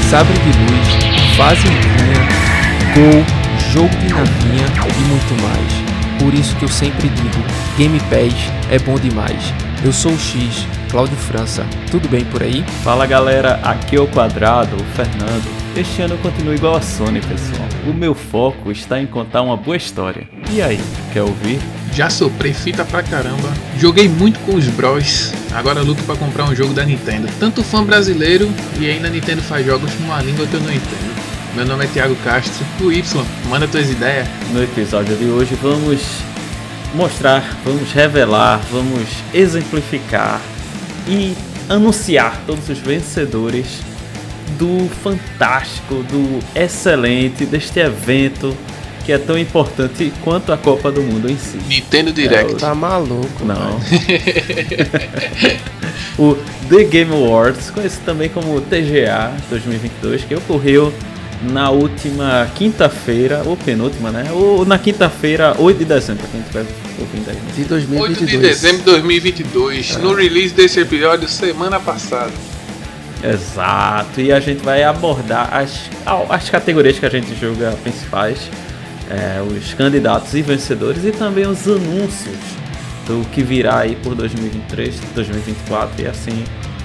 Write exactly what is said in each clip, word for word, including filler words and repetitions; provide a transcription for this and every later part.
sabre de luz, fazendinha, gol, jogo de navinha e muito mais. Por isso que eu sempre digo, Game Pass é bom demais. Eu sou o X, Cláudio França, tudo bem por aí? Fala galera, aqui é o Quadrado, o Fernando. Este ano eu continuo igual a Sony, pessoal. O meu foco está em contar uma boa história. E aí, quer ouvir? Já soprei fita pra caramba, joguei muito com os bros, agora luto pra comprar um jogo da Nintendo. Tanto fã brasileiro e ainda a Nintendo faz jogos numa língua que eu não entendo. Meu nome é Thiago Castro, o Y, manda tuas ideias. No episódio de hoje vamos mostrar, vamos revelar, vamos exemplificar e anunciar todos os vencedores do fantástico, do excelente, deste evento que é tão importante quanto a Copa do Mundo em si. Nintendo Direct. É, tá maluco? Não. O The Game Awards, conhecido também como T G A dois mil e vinte e dois, que ocorreu na última quinta-feira, ou penúltima, né? Ou na quinta-feira, oito de dezembro, pra quem estiver ouvindo aí. Né? De dois mil e vinte e dois. oito de dezembro de dois mil e vinte e dois, é. No release desse episódio semana passada. Exato, e a gente vai abordar as, as categorias que a gente julga principais, é, os candidatos e vencedores e também os anúncios do que virá aí por dois mil e vinte e três, dois mil e vinte e quatro e assim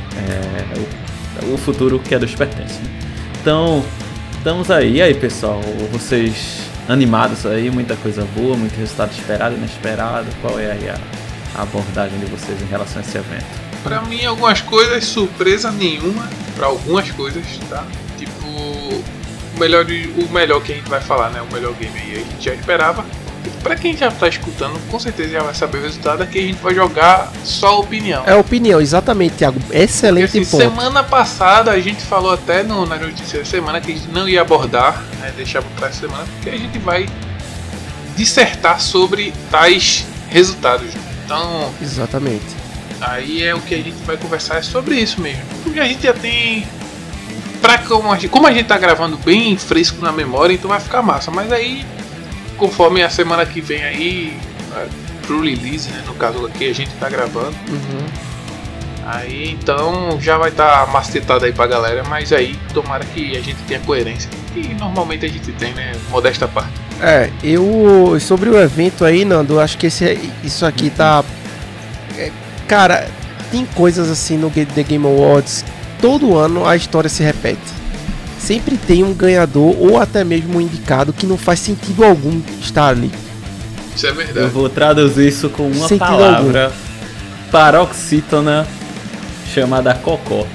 é, o, o futuro que é dos pertence. Né? Então, estamos aí, e aí pessoal, vocês animados aí, muita coisa boa, muito resultado esperado e inesperado, qual é aí a, a abordagem de vocês em relação a esse evento? Pra mim, algumas coisas, surpresa nenhuma, pra algumas coisas, tá? Tipo, o melhor, o melhor que a gente vai falar, né? O melhor game aí, a gente já esperava. Pra quem já tá escutando, com certeza já vai saber o resultado, aqui a gente vai jogar só opinião. É opinião, exatamente, Thiago. Excelente Porque, assim, ponto. Semana passada a gente falou até no, na notícia da semana que a gente não ia abordar, né? Deixar pra essa semana, porque a gente vai dissertar sobre tais resultados. Então, exatamente. Aí é o que a gente vai conversar, é sobre isso mesmo. Porque a gente já tem. Pra como, a gente, como a gente tá gravando bem fresco na memória, então vai ficar massa. Mas aí, conforme a semana que vem aí, pro release, né? No caso aqui a gente tá gravando. Uhum. Aí então já vai estar tá macetado aí pra galera. Mas aí tomara que a gente tenha coerência. Que normalmente a gente tem, né? Modesta parte. É, eu. Sobre o evento aí, Nando, acho que esse, isso aqui tá. É, cara, tem coisas assim no The Game Awards, todo ano a história se repete. Sempre tem um ganhador ou até mesmo um indicado que não faz sentido algum estar ali. Isso é verdade. Eu vou traduzir isso com uma Sentido palavra algum. Paroxítona chamada cocó.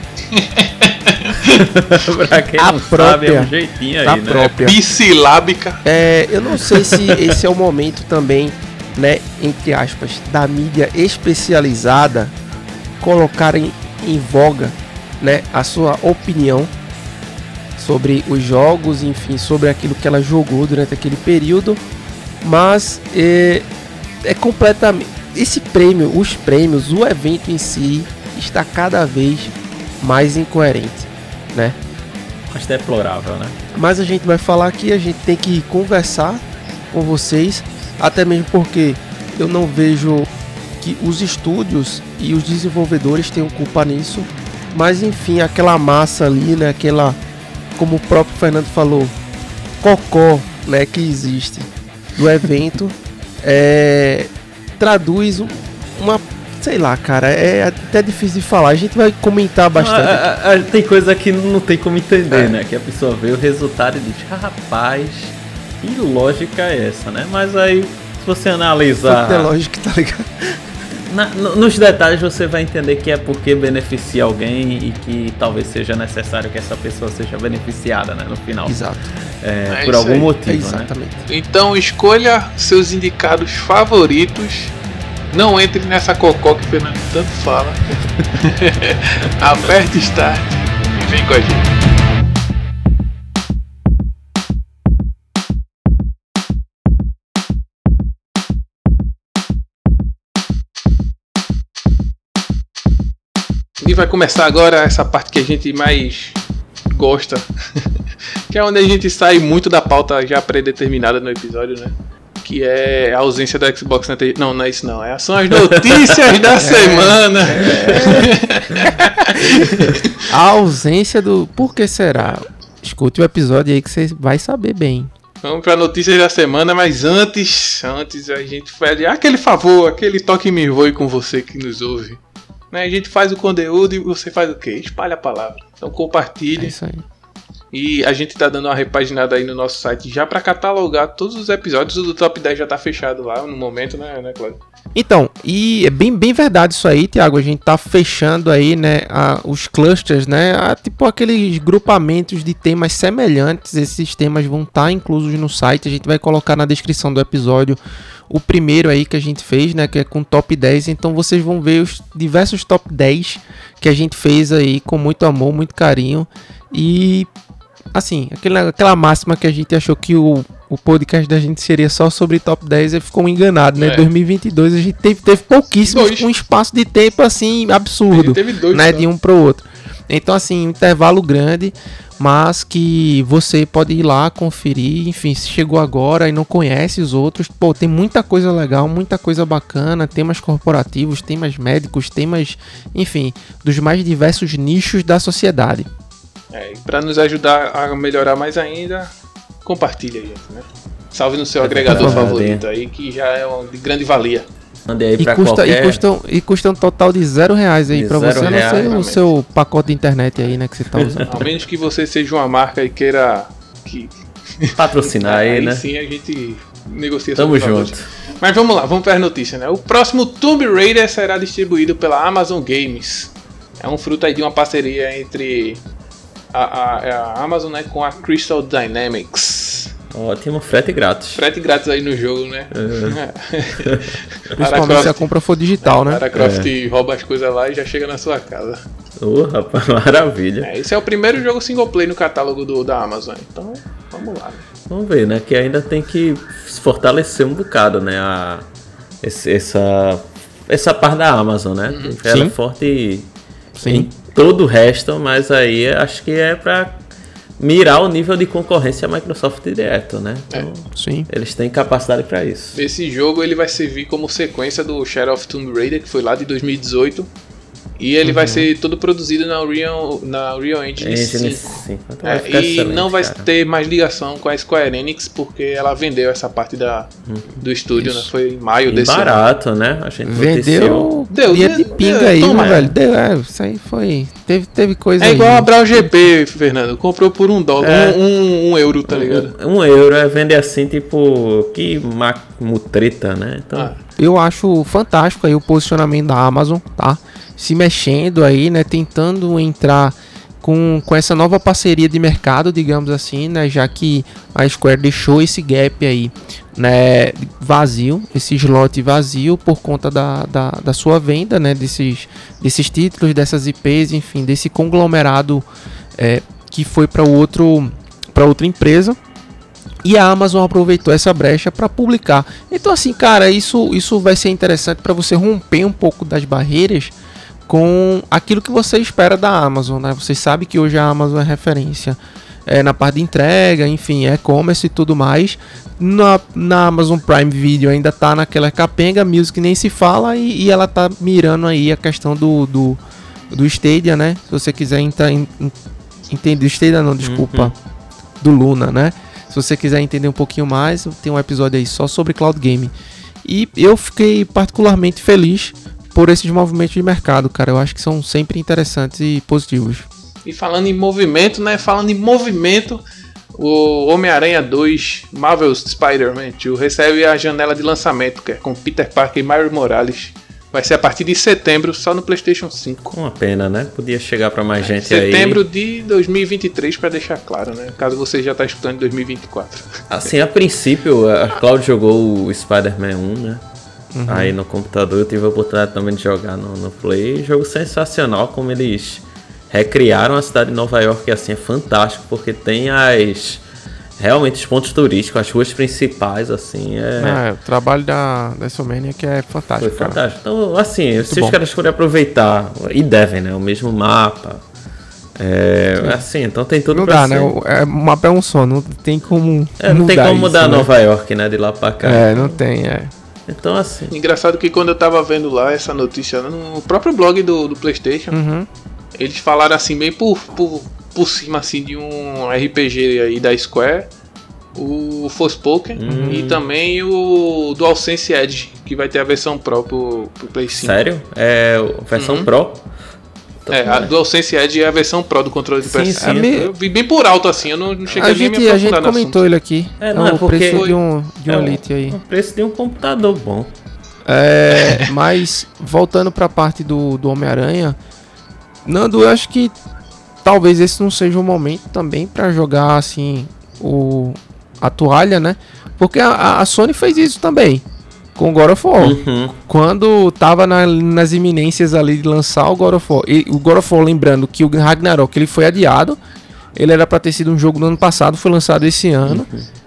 Pra quem a não própria, sabe, é um jeitinho aí, a né? própria. Bissilábica. É, eu não sei se esse é o momento também, né, entre aspas, da mídia especializada colocar em, em voga, né, a sua opinião sobre os jogos, enfim, sobre aquilo que ela jogou durante aquele período, mas é, é completamente, esse prêmio, os prêmios, o evento em si está cada vez mais incoerente, né? Mas é deplorável, né? Mas a gente vai falar que a gente tem que conversar com vocês, até mesmo porque eu não vejo que os estúdios e os desenvolvedores tenham culpa nisso, mas enfim, aquela massa ali, né, aquela, como o próprio Fernando falou, cocó, né, que existe do evento, é, traduz uma, sei lá, cara, é até difícil de falar, a gente vai comentar bastante. Ah, ah, ah, tem coisa que não tem como entender, é. né, que a pessoa vê o resultado e diz, ah, rapaz, que lógica é essa, né, mas aí se você analisar... É lógico, tá ligado? Na, no, nos detalhes você vai entender que é porque beneficia alguém e que talvez seja necessário que essa pessoa seja beneficiada, né, no final. Exato. É, é por algum aí. motivo, é exatamente. Né? Então escolha seus indicados favoritos. Não entre nessa cocó que o Fernando tanto fala. Aperte Start e vem com a gente. E vai começar agora essa parte que a gente mais gosta, que é onde a gente sai muito da pauta já predeterminada no episódio, né? Que é a ausência da Xbox na T V. Não, não é isso não. É, são as notícias da semana. É. A ausência do... Por que será? Escute o episódio aí que você vai saber bem. Vamos para notícias da semana, mas antes, antes a gente pede aquele favor, aquele toque me voe com você que nos ouve. Né? A gente faz o conteúdo e você faz o quê? Espalha a palavra. Então compartilhe. É isso aí. E a gente tá dando uma repaginada aí no nosso site já para catalogar todos os episódios. O do Top dez já tá fechado lá no momento, né, né Cláudio? Então, e é bem, bem verdade isso aí, Thiago. A gente tá fechando aí, né, a, os clusters, né, a, tipo aqueles grupamentos de temas semelhantes. Esses temas vão estar tá inclusos no site. A gente vai colocar na descrição do episódio o primeiro aí que a gente fez, né, que é com top dez. Então vocês vão ver os diversos top dez que a gente fez aí com muito amor, muito carinho. E assim, aquela, aquela máxima que a gente achou que o, o podcast da gente seria só sobre top dez, e ficou enganado, né? Em é. dois mil e vinte e dois a gente teve, teve pouquíssimos, dois. Com um espaço de tempo assim absurdo, teve dois, né? Só. De um para o outro. Então assim, um intervalo grande, mas que você pode ir lá conferir. Enfim, se chegou agora e não conhece os outros, pô, tem muita coisa legal, muita coisa bacana, temas corporativos, temas médicos, temas, enfim, dos mais diversos nichos da sociedade. É, para nos ajudar a melhorar mais ainda, compartilha, gente, né? Salve no seu é agregador favorito aí, que já é um de grande valia. Mandei aí e, pra custa, qualquer... e, custa, e custa um total de zero reais aí para você, reais, não sei o seu pacote de internet aí, né, que você tá usando. Ao menos que você seja uma marca e queira que... patrocinar aí, aí, né? Sim, a gente negocia. Tamo junto. Mas vamos lá, vamos para as notícias, né? O próximo Tomb Raider será distribuído pela Amazon Games. É um fruto aí de uma parceria entre A, a, a Amazon, né, com a Crystal Dynamics. Ótimo, frete grátis. Frete grátis aí no jogo, né? É. Principalmente se a compra for digital, né? Lara Croft é. rouba as coisas lá e já chega na sua casa. Ô, oh, rapaz, maravilha. É, esse é o primeiro jogo single play no catálogo do, da Amazon. Então, vamos lá. Né? Vamos ver, né? Que ainda tem que fortalecer um bocado, né? A, esse, essa, essa parte da Amazon, né? Uhum. Ela é forte Sim. em todo o resto, mas aí acho que é pra mirar o nível de concorrência à Microsoft direto, né? Então, é. Sim. Eles têm capacidade para isso. Esse jogo ele vai servir como sequência do Shadow of Tomb Raider, que foi lá de dois mil e dezoito. E ele uhum. vai ser todo produzido na Unreal, na Unreal Engine cinco. Então é, e não vai cara. ter mais ligação com a Square Enix, porque ela vendeu essa parte da, uhum. do estúdio, né? Foi em maio e desse barato, ano. né? A gente vendeu deu, dia deu, de pinga deu, aí, toma, né, velho? Deu, é, isso aí foi... Teve, teve coisa É aí, igual né? a Brawl G P, Fernando. Comprou por um dólar, É. um, um, um euro, tá ligado? Um, um euro é vender assim, tipo... Que mutreta, né? Então... Ah. Eu acho fantástico aí o posicionamento da Amazon, tá? Se mexendo aí, né? Tentando entrar com, com essa nova parceria de mercado, digamos assim, né? Já que a Square deixou esse gap aí, né? Vazio, esse slot vazio por conta da, da, da sua venda, né? Desses, desses títulos, dessas I Ps, enfim, desse conglomerado é, que foi para outro, para outra empresa. E a Amazon aproveitou essa brecha para publicar. Então assim, cara, isso, isso vai ser interessante para você romper um pouco das barreiras com aquilo que você espera da Amazon, né? Você sabe que hoje a Amazon é referência é, na parte de entrega, enfim, e-commerce e tudo mais. Na, na Amazon Prime Video ainda tá naquela capenga, Music nem se fala, e, e ela tá mirando aí a questão do, do, do Stadia, né? Se você quiser entrar em, em, entender, Stadia não, desculpa, uhum. do Luna, né? Se você quiser entender um pouquinho mais, tem um episódio aí só sobre Cloud Gaming. E eu fiquei particularmente feliz por esses movimentos de mercado, cara. Eu acho que são sempre interessantes e positivos. E falando em movimento, né? Falando em movimento, o Homem-Aranha dois Marvel's Spider-Man dois recebe a janela de lançamento, que é com Peter Parker e Miles Morales. Vai ser a partir de setembro, só no PlayStation cinco. Uma pena, né? Podia chegar pra mais gente setembro aí. Setembro de dois mil e vinte e três, pra deixar claro, né? Caso você já tá escutando em dois mil e vinte e quatro. Assim, a princípio, a Cláudia jogou o Spider-Man um, né? Uhum. Aí no computador eu tive a oportunidade também de jogar no, no Play. Jogo sensacional, como eles recriaram a cidade de Nova York, assim, é fantástico, porque tem as... realmente os pontos turísticos, as ruas principais, assim, é... é o trabalho da, da Insomnia que é fantástico, Foi cara. fantástico. Então, assim, muito se bom. Os caras forem aproveitar, e devem, né, o mesmo mapa, é, assim, então tem tudo não pra dá, ser. Né, o, é, o mapa é um só, não tem como é, não mudar tem como mudar isso, Nova né? York, né, de lá pra cá. É, então, não tem, é. Então, assim... Engraçado que quando eu tava vendo lá essa notícia no próprio blog do, do PlayStation, uhum. eles falaram assim, bem por, por, por cima assim de um R P G aí da Square, o Forspoken Hum. e também o DualSense Edge, que vai ter a versão Pro pro, pro Play cinco. Sério? É a versão Uhum. Pro? Então, É, a DualSense Edge é a versão Pro do controle do Sim, P S cinco. sim. Eu vi bem por alto assim, eu não, não cheguei A nem a me gente, a aprofundar gente no comentou assunto. ele aqui. É, É, não, é o porque preço de um, de um é o- Elite aí. O preço de um computador bom. É, mas voltando pra parte do, do Homem-Aranha, Nando, eu acho que talvez esse não seja o momento também pra jogar assim o, a toalha, né? Porque a, a Sony fez isso também com o God of War. Uhum. Quando tava na- nas iminências ali de lançar o God of War, e o God of War, lembrando que o Ragnarok ele foi adiado, ele era pra ter sido um jogo do ano passado, foi lançado esse ano.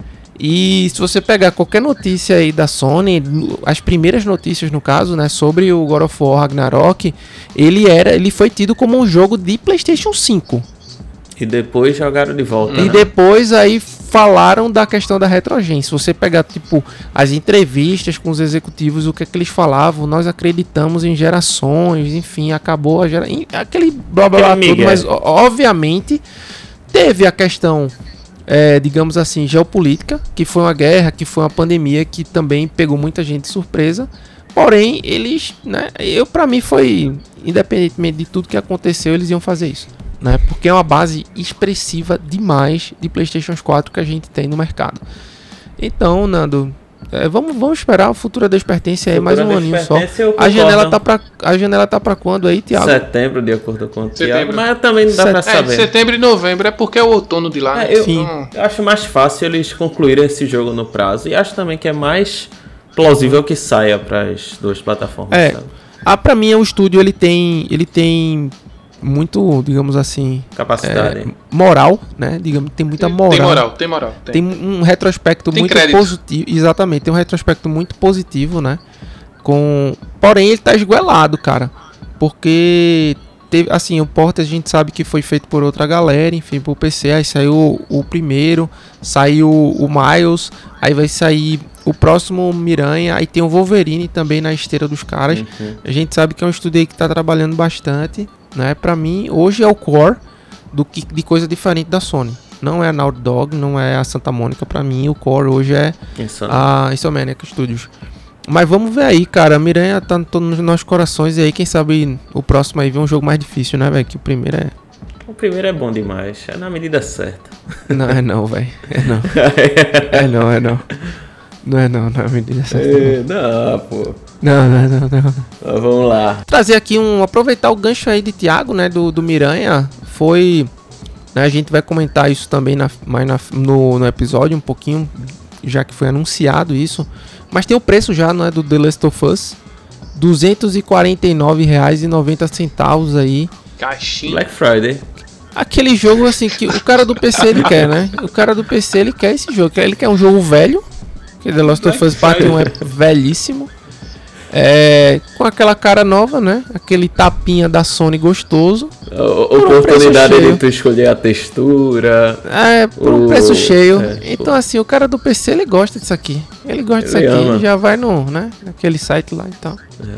E se você pegar qualquer notícia aí da Sony, as primeiras notícias no caso, né, sobre o God of War Ragnarok, ele era, ele foi tido como um jogo de PlayStation cinco. E depois jogaram de volta. E né? depois aí falaram da questão da retrogen. Se você pegar tipo as entrevistas com os executivos, o que é que eles falavam? Nós acreditamos em gerações, enfim, acabou a gera... aquele blá blá blá Aquele tudo, migué. mas ó, obviamente teve a questão, é, digamos assim, geopolítica, que foi uma guerra, que foi uma pandemia que também pegou muita gente de surpresa. Porém, eles, né, eu para mim foi, independentemente de tudo que aconteceu, eles iam fazer isso, né? Porque é uma base expressiva demais de PlayStation quatro que a gente tem no mercado. Então, Nando, é, vamos, vamos esperar, o futuro a Deus pertence aí, mais um Futura aninho Deus só. pertence, eu A concordo. janela tá para a janela tá para quando aí, Thiago? Setembro, de acordo com o Thiago. Setembro. Mas também não dá Set- pra É, saber. setembro e novembro é porque é o outono de lá, né? É, eu, Sim. Então, eu acho mais fácil eles concluírem esse jogo no prazo. E acho também que é mais plausível que saia para as duas plataformas. É. sabe? Ah, para mim o estúdio ele tem ele tem muito, digamos assim, Capacidade. é, moral, né? Digamos, tem muita tem, moral. tem moral, tem moral. Tem. Tem um retrospecto Tem muito crédito. positivo, exatamente, tem um retrospecto muito positivo, né? Com, porém ele tá esguelado, cara, porque teve, assim, o Porta a gente sabe que foi feito por outra galera, enfim, pro P C, aí saiu o, o primeiro, saiu o Miles, aí vai sair o próximo Miranha, aí tem o Wolverine também na esteira dos caras. Uhum. A gente sabe que é um estúdio aí que tá trabalhando bastante, né? Pra mim, hoje é o core do que, de coisa diferente da Sony. Não é a Naughty Dog, não é a Santa Mônica. Pra mim, o core hoje é Insano. a Insomniac Studios. Mas vamos ver aí, cara. A Miranha tá em todos os nossos corações. E aí, quem sabe o próximo aí vem um jogo mais difícil, né, velho? Que o primeiro é... O primeiro é bom demais. É na medida certa. Não, é não, velho. É não. É não, é não. Não é não, não é medida certa. Não. É, não, pô. Não, não, não, não. Mas vamos lá. Trazer aqui um... Aproveitar o gancho aí de Thiago, né? Do, do Miranha. Foi... Né, a gente vai comentar isso também na, mais na, no, no episódio um pouquinho, já que foi anunciado isso. Mas tem o preço já, não é? Do The Last of Us. duzentos e quarenta e nove reais e noventa centavos aí. Caixinha. Black Friday. Aquele jogo assim que o cara do P C ele quer, né? O cara do P C ele quer esse jogo. Ele quer um jogo velho. Que The Last of Us Part um é velhíssimo. É, com aquela cara nova, né? Aquele tapinha da Sony gostoso. A o- Por um oportunidade preço cheio. de tu escolher a textura. É, por um O- preço cheio. é, Então, assim, o cara do P C ele gosta disso aqui. Ele gosta disso Ele aqui. ama. Já vai no, né? Naquele site lá e tal.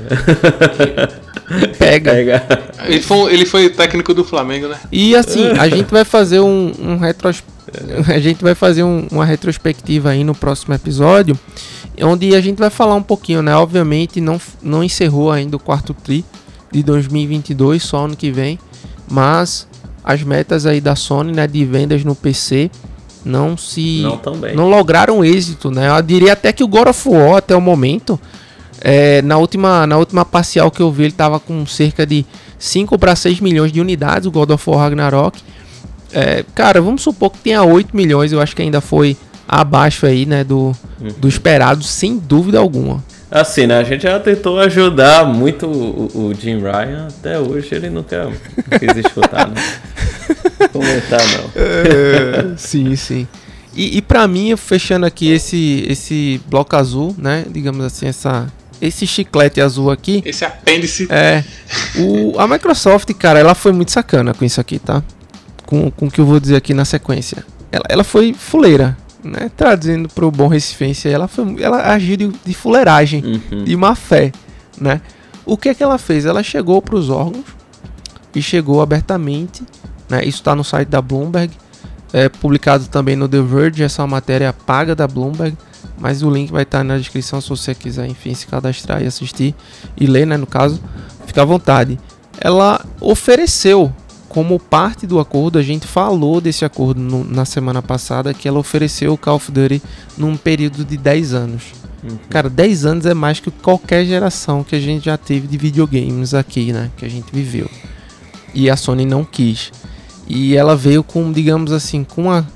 Pega. Pega. Ele foi, ele foi técnico do Flamengo, né? E assim, a gente vai fazer um, um retros... A gente vai fazer um- uma retrospectiva aí no próximo episódio, onde a gente vai falar um pouquinho, né? Obviamente não, não encerrou ainda o quarto tri de dois mil e vinte e dois, só ano que vem, mas as metas aí da Sony, né, de vendas no P C não se Não tão bem. não lograram êxito, né? Eu diria até que o God of War até o momento, é, na última na última parcial que eu vi, ele tava com cerca de cinco para seis milhões de unidades, o God of War Ragnarok. É, cara, vamos supor que tenha oito milhões, eu acho que ainda foi abaixo aí, né, do, do esperado, sem dúvida alguma. Assim, né? A gente já tentou ajudar muito o, o Jim Ryan. Até hoje ele nunca quis escutar, né? Comentar, não. É, sim, sim. E, e pra mim, fechando aqui esse, esse bloco azul, né, digamos assim, essa, esse chiclete azul aqui, Esse apêndice. é, o, a Microsoft, cara, ela foi muito sacana com isso aqui, tá? Com, com o que eu vou dizer aqui na sequência. Ela, ela foi fuleira, né? Traduzindo pro bom recifense, ela, foi, ela agiu de, de fuleiragem, Uhum. de má fé, né? O que é que ela fez? Ela chegou pros órgãos e chegou abertamente né? Isso está no site da Bloomberg, é publicado também no The Verge, essa é uma matéria paga da Bloomberg, mas o link vai estar na descrição se você quiser, enfim, se cadastrar e assistir e ler, né, no caso, fica à vontade. Ela ofereceu, como parte do acordo, a gente falou desse acordo no, na semana passada, que ela ofereceu o Call of Duty num período de dez anos. Uhum. Cara, dez anos é mais que qualquer geração que a gente já teve de videogames aqui, né, que a gente viveu. E a Sony não quis. E ela veio com, digamos assim, com a...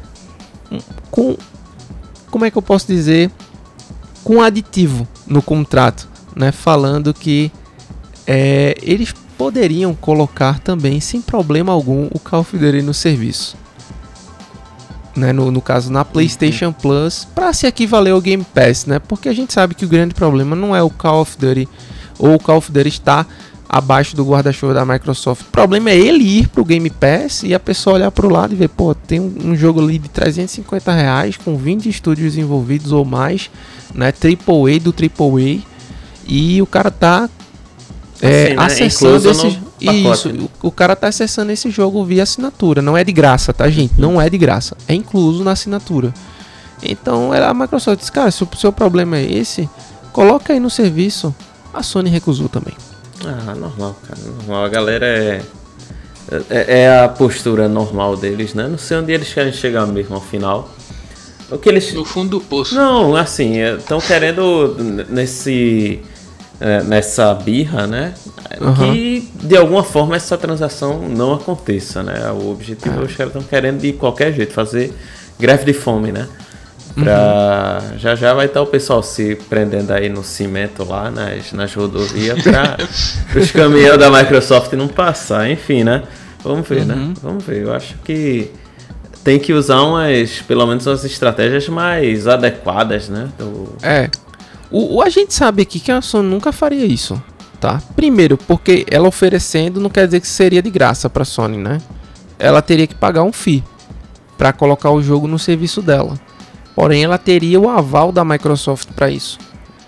com... como é que eu posso dizer? Com um aditivo no contrato, né, falando que é, eles poderiam colocar também, sem problema algum, o Call of Duty no serviço. Né, no, no caso, na PlayStation uhum. Plus, para se equivaler ao Game Pass, né? Porque a gente sabe que o grande problema não é o Call of Duty, ou o Call of Duty estar abaixo do guarda-chuva da Microsoft. O problema é ele ir pro Game Pass e a pessoa olhar pro lado e ver, pô, tem um, um jogo ali de trezentos e cinquenta reais, com vinte estúdios envolvidos ou mais, né? Triple A do Triple A, e o cara tá É, assim, né? acessando esse isso, o, o cara tá acessando esse jogo via assinatura, não é de graça, tá, gente? Não é de graça, é incluso na assinatura. Então a Microsoft disse, cara, se o seu problema é esse, coloca aí no serviço. A Sony recusou também. Ah, normal, cara, normal. A galera é, é, é a postura normal deles, né? Não sei onde eles querem chegar mesmo ao final. O que eles... No fundo do poço. Não, assim, estão querendo nesse... É, nessa birra, né? Uhum. Que de alguma forma essa transação não aconteça, né? O objetivo é. Os caras estão querendo de qualquer jeito fazer greve de fome, né? Pra... Uhum. Já já vai estar o pessoal se prendendo aí no cimento lá nas, nas rodovias para os caminhões da Microsoft não passar, enfim, né? Vamos ver, uhum. né? Vamos ver. Eu acho que tem que usar umas, pelo menos umas estratégias mais adequadas, né? Do... É. O, o, a gente sabe aqui que a Sony nunca faria isso, tá? Primeiro, porque ela oferecendo não quer dizer que seria de graça pra Sony, né? Ela teria que pagar um fee pra colocar o jogo no serviço dela. Porém, ela teria o aval da Microsoft pra isso.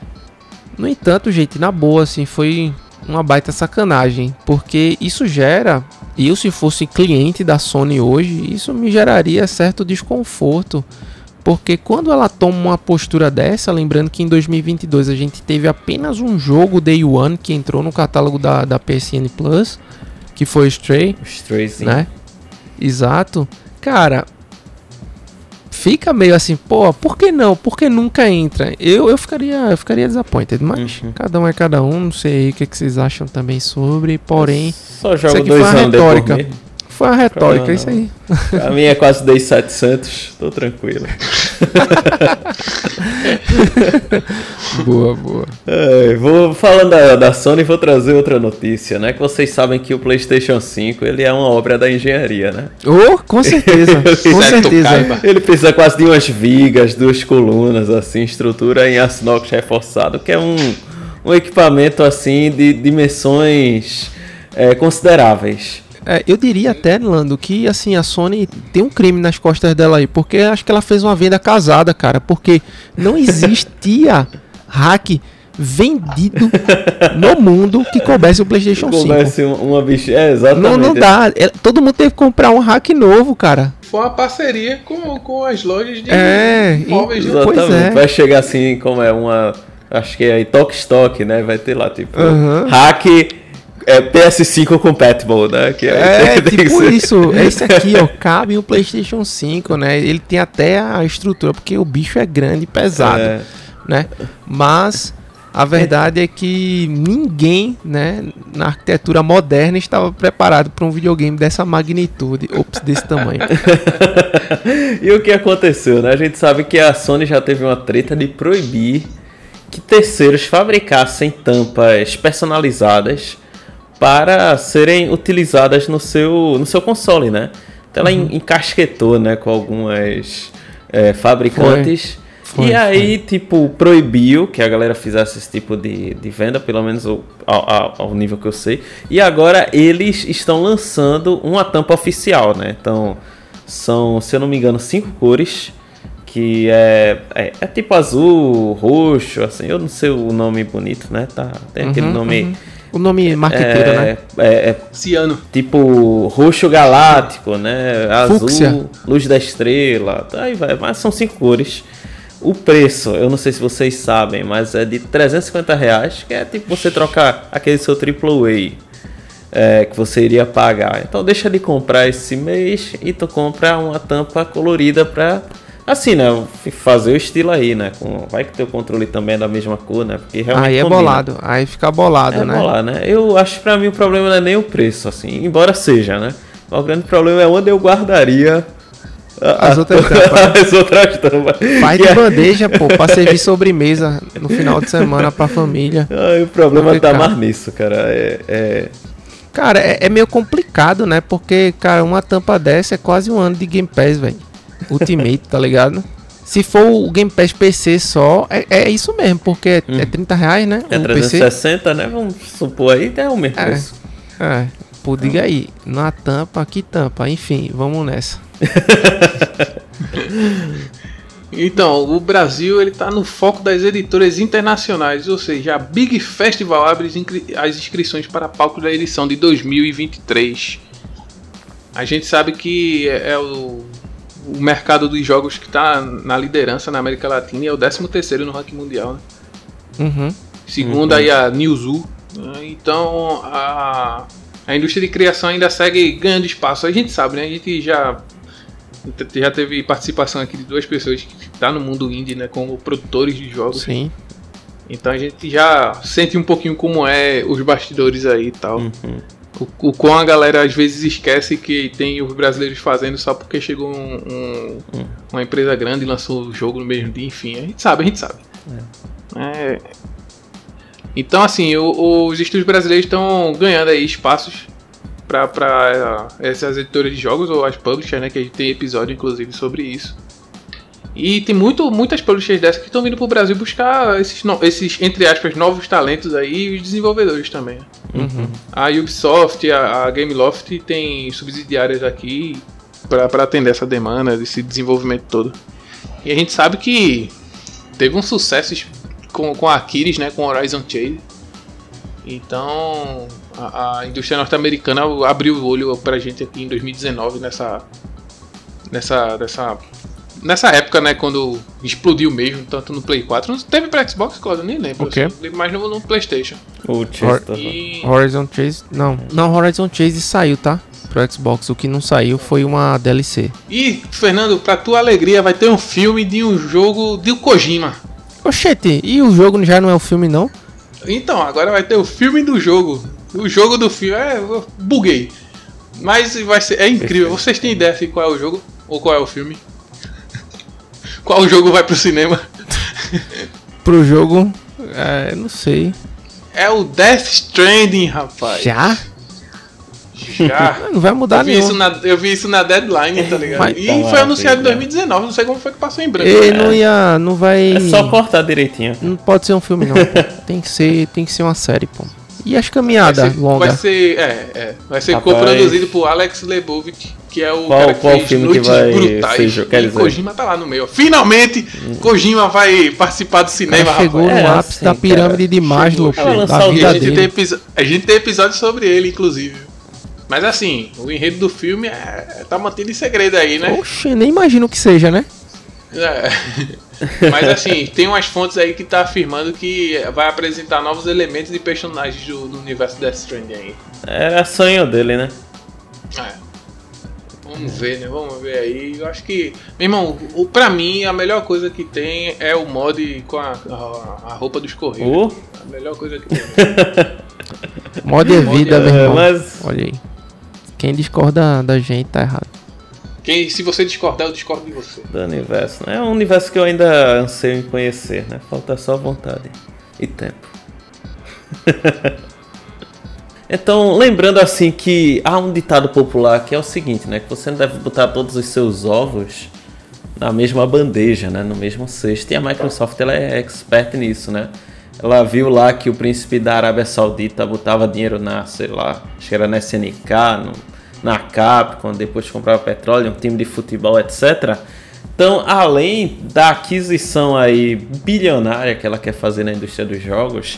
No entanto, gente, na boa, assim, foi uma baita sacanagem. Porque isso gera... Eu, se fosse cliente da Sony hoje, isso me geraria certo desconforto. Porque quando ela toma uma postura dessa, lembrando que em dois mil e vinte e dois a gente teve apenas um jogo Day One que entrou no catálogo da, da P S N Plus, que foi Stray, Stray sim. Né? Exato. Cara, fica meio assim, pô, por que não? Por que nunca entra? Eu, eu, ficaria, eu ficaria disappointed, mas uhum. cada um é cada um, não sei o que, que vocês acham também sobre, porém, só jogo isso aqui dois foi uma retórica. Foi uma retórica, não, isso aí. A minha é quase dei setecentos, tô tranquilo. Boa, boa. É, vou, falando da, da Sony, vou trazer outra notícia, né? Que vocês sabem que o PlayStation cinco, ele é uma obra da engenharia, né? Oh, com certeza, com certeza. Ele precisa quase de umas vigas, duas colunas, assim, estrutura em aço inox reforçado, que é um, um equipamento, assim, de dimensões é, consideráveis. É, eu diria até, Lando, que assim, a Sony tem um crime nas costas dela aí, porque acho que ela fez uma venda casada, cara, porque não existia hack vendido no mundo que coubesse o PlayStation cinco. Coubesse uma bicha, é, exatamente. Não, não dá, é, todo mundo teve que comprar um hack novo, cara. Foi uma parceria com, com as lojas de é, móveis. Exatamente, pois é. Vai chegar assim, como é uma, acho que é aí, Tok Stock, né, vai ter lá, tipo, uhum. hack... É P S cinco compatible, né? Que é, tipo isso. Esse aqui, ó, cabe o PlayStation cinco, né? Ele tem até a estrutura, porque o bicho é grande e pesado, é. né? Mas a verdade é. é que ninguém, né, na arquitetura moderna estava preparado para um videogame dessa magnitude, ops, desse tamanho. E o que aconteceu, né? A gente sabe que a Sony já teve uma treta de proibir que terceiros fabricassem tampas personalizadas para serem utilizadas no seu, no seu console, né? Então ela uhum. encasquetou, né, com algumas é, fabricantes. Foi, foi, e aí, foi. tipo, proibiu que a galera fizesse esse tipo de, de venda, pelo menos ao, ao, ao nível que eu sei. E agora eles estão lançando uma tampa oficial, né? Então, são, se eu não me engano, cinco cores. Que é, é, é tipo azul, roxo, assim, eu não sei o nome bonito, né? Tá, tem aquele uhum, nome... Uhum. O nome marqueteiro, é, né? É, é Ciano. tipo roxo galáctico, né? Azul, Fúcsia. luz da estrela, aí vai, mas são cinco cores. O preço, eu não sei se vocês sabem, mas é de trezentos e cinquenta reais, que é tipo você trocar aquele seu triplo A. É, que você iria pagar. Então deixa de comprar esse mês e tu compra uma tampa colorida pra, assim, né, fazer o estilo aí, né? Com, vai que teu controle também é da mesma cor, né? Porque realmente Aí é combina. bolado, aí fica bolado, É né? bolado, né? Eu acho que pra mim o problema não é nem o preço, assim, embora seja, né? O grande problema é onde eu guardaria a, As a, outras tampas. as outras tampas. Faz Que de é- bandeja, pô, pra servir sobremesa no final de semana pra família. Ai, o problema tá Complicado. mais nisso, cara. É, é... Cara, é, é meio complicado, né? Porque, cara, uma tampa dessa é quase um ano de Game Pass, velho. Ultimate, tá ligado? Se for o Game Pass P C só, é, é isso mesmo, porque é, é trinta reais, né? É o trezentos e P C. sessenta, né? Vamos supor aí, é o mesmo É. preço. É, pô, diga aí. Na tampa, que tampa? Enfim, vamos nessa. Então, o Brasil ele tá no foco das editoras internacionais, ou seja, a Big Festival abre as inscri- as inscrições para palco da edição de dois mil e vinte e três. A gente sabe que é é o, o mercado dos jogos que está na liderança na América Latina e é o décimo terceiro no ranking mundial, né? Uhum. Segundo aí a Newzoo, né? Então a, a indústria de criação ainda segue ganhando espaço. A gente sabe, né? A gente já já teve participação aqui de duas pessoas que estão no mundo indie, né? Como produtores de jogos. Sim. Então a gente já sente um pouquinho como é os bastidores aí e tal. Uhum. O, o quão a galera às vezes esquece que tem os brasileiros fazendo só porque chegou um, um- Hum. uma empresa grande e lançou o jogo no mesmo dia, enfim. A gente sabe, a gente sabe. É. Então, assim, o- os estúdios brasileiros estão ganhando aí espaços para essas editoras de jogos ou as publishers, né? Que a gente tem episódio, inclusive, sobre isso. E tem muito, muitas publishers dessas que estão vindo pro Brasil buscar esses, no- esses, entre aspas, novos talentos aí e os desenvolvedores também. Uhum. A Ubisoft, a, a Gameloft tem subsidiárias aqui para atender essa demanda, desse desenvolvimento todo. E a gente sabe que teve um sucesso com, com a Aquiles, né, com Horizon Chase. Então a, a indústria norte-americana abriu o olho pra gente aqui em dois mil e dezenove nessa nessa nessa nessa época, né, quando explodiu mesmo, tanto no Play quatro, não teve pra Xbox, Claudio, eu nem lembro. O quê? assim, lembro mais no, no PlayStation. O Chester. E Horizon Chase. Não. Não, Horizon Chase saiu, tá? Pro Xbox. O que não saiu foi uma D L C. E, Fernando, pra tua alegria, vai ter um filme de um jogo de Kojima. Oxente, e o jogo já não é o filme, não? Então, agora vai ter o filme do jogo. O jogo do filme. É, eu buguei. Mas vai ser. É incrível. Vocês têm ideia de qual é o jogo? Ou qual é o filme? Qual jogo vai pro cinema? Pro jogo, é, não sei. É o Death Stranding, rapaz. Já? Já. Não vai mudar Eu vi, nenhum. isso na, eu vi isso na Deadline, tá ligado? Mas- E Tá foi anunciado em maravilha. dois mil e dezenove. Não sei como foi que passou em branco. Ele não ia. Não vai. É só cortar direitinho. Não pode ser um filme, não. Pô. Tem que ser, tem que ser uma série, pô. E as caminhadas Vai ser, longas? vai ser, é, é, vai ser Rapaz. co-produzido por Alex Lebovic, que é o Qual- cara que qual fez filme que Noites vai Brutais. ser jo- quer E dizer? Kojima tá lá no meio. Finalmente, Kojima vai participar do O cinema, cara chegou rapaz. no É, ápice assim, da pirâmide de Maslow, Chegou. pô, Vai da lançar o vida A gente, tem dele. episo- a gente tem episódio sobre ele, inclusive. Mas assim, o enredo do filme é, tá mantido em segredo aí, né? Oxe, nem imagino o que seja, né? É. Mas assim, tem umas fontes aí que tá afirmando que vai apresentar novos elementos e personagens do, do universo Death Stranding aí. Era sonho dele, né? É. Vamos ver, né? Vamos ver aí. Eu acho que, meu irmão, o, pra mim a melhor coisa que tem é o mod com a, a, a roupa dos Correios. Uh. A melhor coisa que tem. Mod é vida, meu É, irmão. mas Olha aí. Quem discorda da gente tá errado. Quem, se você discordar, eu discordo de você. do universo, né? É um universo que eu ainda anseio em conhecer, né? Falta só vontade e tempo. Então, lembrando assim que há um ditado popular que é o seguinte, né? Que você não deve botar todos os seus ovos na mesma bandeja, né? No mesmo cesto. E a Microsoft, ela é expert nisso, né? Ela viu lá que o príncipe da Arábia Saudita botava dinheiro na, sei lá, acho que era na S N K, no, na Capcom, depois comprava petróleo, um time de futebol, etcétera. Então, além da aquisição aí bilionária que ela quer fazer na indústria dos jogos,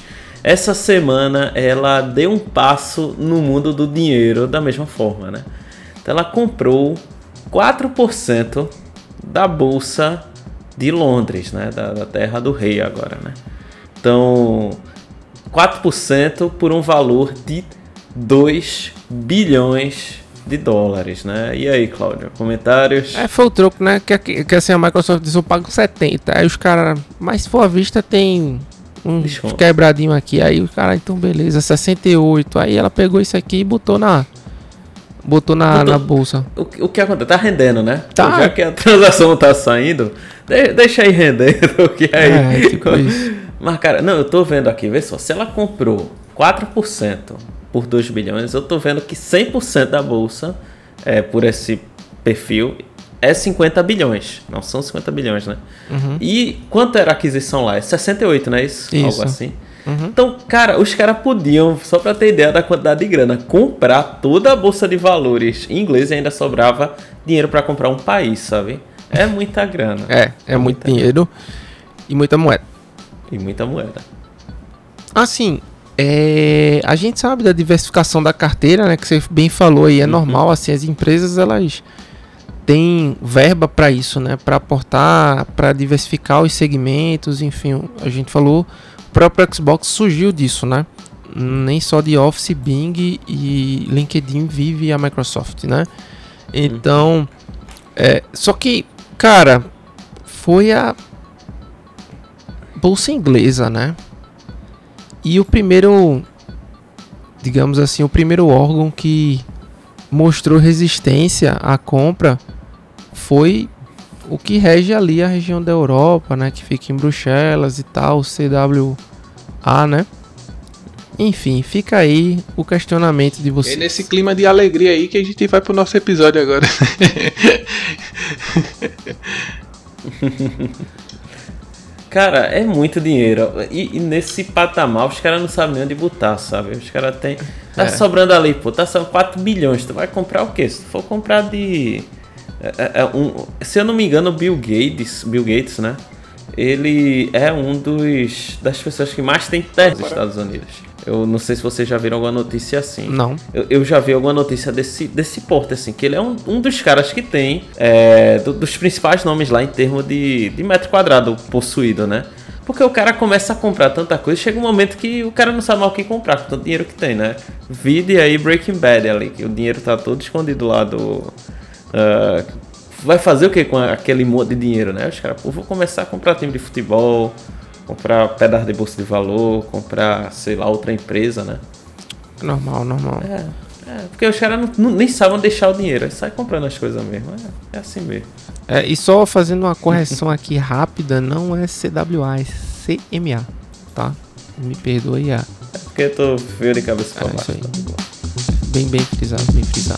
essa semana ela deu um passo no mundo do dinheiro da mesma forma, né? Então ela comprou quatro por cento da bolsa de Londres, né? Da, da terra do rei agora, né? Então, quatro por cento por um valor de dois bilhões de dólares, né? E aí, Cláudio, comentários? É, foi o troco, né? Que, que, que assim, a Microsoft disse, eu pago setenta. Aí os caras, mas se for à vista, tem um Desconto. quebradinho aqui. Aí o cara, então beleza, sessenta e oito. Aí ela pegou isso aqui e botou na... Botou na, Botou- na bolsa. O, o que acontece? Tá rendendo, né? Tá. Então, já que a transação não tá saindo, de- deixa aí rendendo, que aí... É, tipo isso. Mas, cara, não, eu tô vendo aqui, vê só, se ela comprou quatro por cento por dois bilhões, eu tô vendo que cem por cento da bolsa, é, por esse perfil, é cinquenta bilhões. Não são cinquenta bilhões, né? Uhum. E quanto era a aquisição lá? É sessenta e oito, não é isso? Isso. Algo assim. Uhum. Então, cara, os caras podiam, só pra ter ideia da quantidade de grana, comprar toda a bolsa de valores em inglês e ainda sobrava dinheiro pra comprar um país, sabe? É muita grana. É, é muito dinheiro e muita moeda. E muita moeda. Assim, é, a gente sabe da diversificação da carteira, né? Que você bem falou aí, é Uhum. normal, assim, as empresas, elas têm verba para isso, né? Para aportar, para diversificar os segmentos, enfim, a gente falou, o próprio Xbox surgiu disso, né? Nem só de Office, Bing e LinkedIn vive a Microsoft, né? Então, é, só que, cara, foi a bolsa inglesa, né? E o primeiro, digamos assim, o primeiro órgão que mostrou resistência à compra foi o que rege ali a região da Europa, né? Que fica em Bruxelas e tal, o C W A, né? Enfim, fica aí o questionamento de É vocês. nesse clima de alegria aí que a gente vai pro nosso episódio agora. Cara, é muito dinheiro. E, e nesse patamar, os caras não sabem nem onde botar, sabe? Os caras têm. Tá É. sobrando ali, pô. Tá sobrando quatro bilhões. Tu vai comprar o quê? Se tu for comprar de. É, é um, se eu não me engano, o Bill Gates, Bill Gates, né? Ele é um dos das pessoas que mais tem terra nos Estados Unidos. Eu não sei se vocês já viram alguma notícia assim. Não. Eu, eu já vi alguma notícia desse, desse porte, assim, que ele é um, um dos caras que tem é, do- dos principais nomes lá em termos de, de metro quadrado possuído, né? Porque o cara começa a comprar tanta coisa, chega um momento que o cara não sabe mais o que comprar com tanto dinheiro que tem, né? Vide aí Breaking Bad ali, que o dinheiro tá todo escondido lá do... ah, vai fazer o que com aquele monte de dinheiro, né? Os caras, pô, vou começar a comprar time de futebol, comprar pedaço de bolsa de valor, comprar, sei lá, outra empresa, né? Normal, normal. É, é porque os caras não, não- nem sabem deixar o dinheiro, aí sai comprando as coisas mesmo. É, é assim mesmo. É, e só fazendo uma correção aqui rápida, não é C W A, é C M A, tá? Me perdoe a... É porque eu tô feio de cabeça pra É isso baixo. aí. Bem, bem frisado, bem frisado.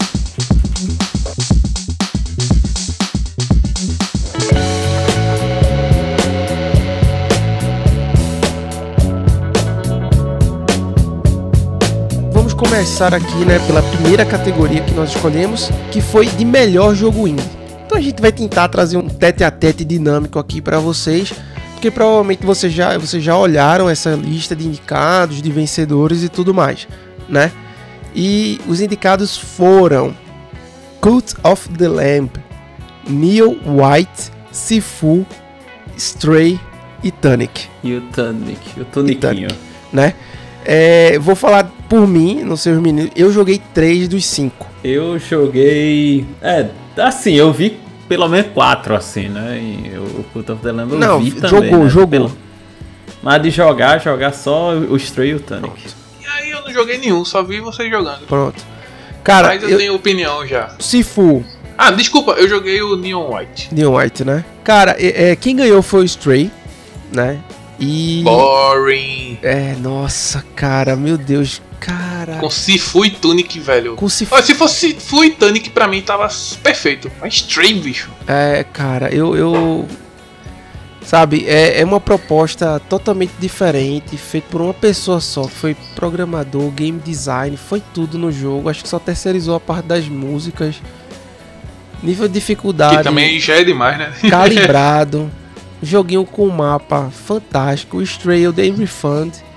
Vamos começar aqui, né, pela primeira categoria que nós escolhemos, que foi de melhor jogo indie. Então a gente vai tentar trazer um tete a tete dinâmico aqui para vocês, porque provavelmente vocês já, vocês já olharam essa lista de indicados, de vencedores e tudo mais, né? E os indicados foram Cult of the Lamb, Neil White, Sifu, Stray e Tunic, E o Tunic, o Tuniquinho. né? É, vou falar por mim, nos seus meninos, eu joguei três dos cinco. Eu joguei. É, assim, eu vi pelo menos quatro, assim, né? E o Cult of the Lamb eu Não, vi também. jogou, né? jogou. Pelo- Mas de jogar, jogar só o Stray e o Tunic. E aí eu não joguei nenhum, só vi vocês jogando. Pronto. Cara, Mas eu, eu, tenho opinião já. Sifu, Ah, desculpa, eu joguei o Neon White. Neil White, né? Cara, é, é, quem ganhou foi o Stray, né? E... Boring. É, nossa, cara, meu Deus, cara... Com Sifu e Tunic, velho. Com Sifu... Olha, se fosse Sifu e Tunic, pra mim tava perfeito. Mas Stray, bicho. É, cara, eu... eu... Sabe, é, é uma proposta totalmente diferente, feita por uma pessoa só, que foi programador, game design, foi tudo no jogo, acho que só terceirizou a parte das músicas, nível de dificuldade, Que também já é demais, né? calibrado, joguinho com mapa fantástico, o Stray eu dei refund,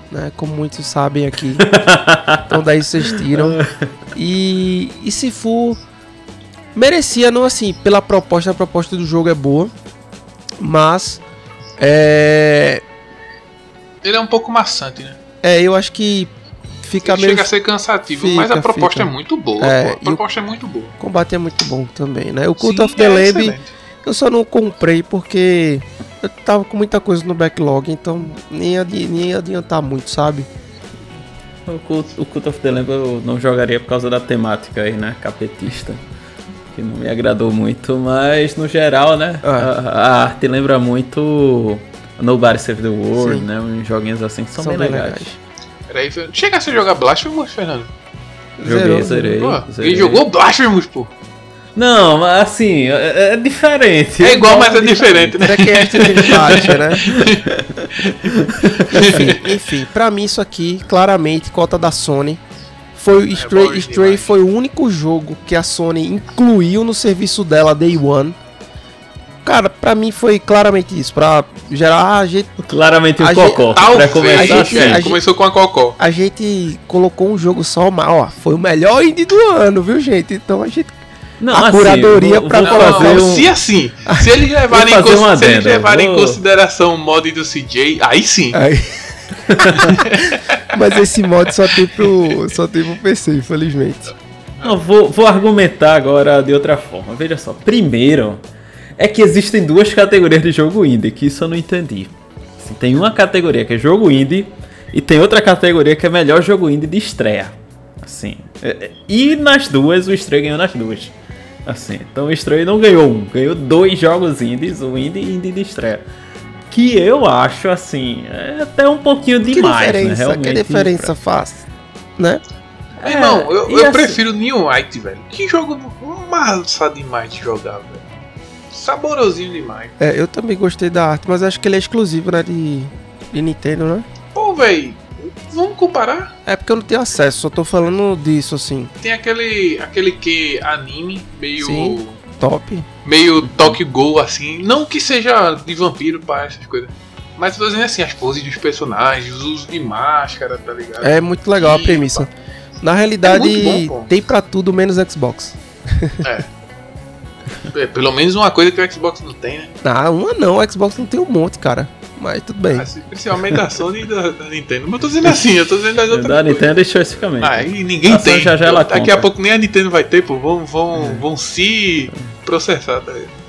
né? Como muitos sabem aqui. Então daí vocês tiram. E, e Sifu merecia, não assim, pela proposta, a proposta do jogo é boa, mas é... ele é um pouco maçante, né? É, eu acho que fica ele meio... chega a ser cansativo, fica, mas a proposta fica. é muito boa. É, a proposta o... é muito boa. O combate é muito bom também, né? O Cult Sim, of the é Lamb, excelente. eu só não comprei porque eu tava com muita coisa no backlog, então nem ia, nem ia adiantar muito, sabe? O Cult, o Cult of the Lamb eu não jogaria por causa da temática aí, né? Capetista. Que não me agradou muito, mas no geral, né? Ah. A, a arte lembra muito Nobody Save the World, Sim. né? Uns joguinhos assim que são, São bem, bem legais. legais. Peraí, chegasse a jogar Blasphemous, Fernando? Joguei, Zerou, zerei. Pô, zerei. ele jogou Blasphemous, pô. Não, mas assim, é, é diferente. É igual, mas é diferente, né? Até que é de baixa, né? enfim, enfim, pra mim isso aqui, claramente, cota da Sony. Foi o Stray, bom Stray demais. foi o único jogo que a Sony incluiu no serviço dela Day One. Cara, pra mim foi claramente isso. Pra gerar a gente, Claramente o A Cocó. gente- Pra Talvez, começar gente- assim. a gente- começou com a Cocó. a gente colocou um jogo só, mas ó, foi o melhor indie do ano, viu, gente? Então a gente Não, a assim, curadoria vou- pra vou Não, fazer não, um- se assim, se eles levarem, Vou em, fazer cons- um se eles adendo, levarem vou- em consideração o mod do C J, aí sim. Aí... Mas esse mod só tem pro, só tem pro P C, infelizmente. Não, vou, vou argumentar agora de outra forma. Veja só. Primeiro, é que existem duas categorias de jogo indie, que isso eu não entendi. Assim, tem uma categoria que é jogo indie e tem outra categoria que é melhor jogo indie de estreia. Assim, é- é- e nas duas, o Stray ganhou nas duas. Assim, então o Stray não ganhou um, ganhou dois jogos indies, o indie e indie de estreia. Que eu acho, assim, é até um pouquinho Que demais, né? diferença, Realmente. que diferença faz, né? Meu irmão, eu, e eu assim- prefiro New White, velho. Que jogo massa demais de jogar, velho. Saborosinho demais. É, eu também gostei da arte, mas acho que ele é exclusivo, né, de, de Nintendo, né? Pô, velho, vamos comparar? É porque eu não tenho acesso, só tô falando disso, assim, Tem aquele, aquele que anime, meio... Sim. top. meio Tokyo Ghoul, assim. Não que seja de vampiro para essas coisas. Mas eu tô dizendo assim, as poses dos personagens, os usos de máscara, tá ligado? É muito legal a E- premissa. Na realidade, É muito bom, pô. tem pra tudo menos Xbox. É. É, pelo menos uma coisa que o Xbox não tem, né? Ah, uma não, o Xbox não tem um monte, cara. Mas tudo bem. Assim, principalmente da Sony e da, da Nintendo. Mas eu tô dizendo assim, eu tô dizendo das outras Da coisas. Nintendo especificamente. Ah, e ninguém A Sony tem. já já ela Daqui compra. a pouco nem a Nintendo vai ter, pô. Vão, vão, vão se processar, tá ligado?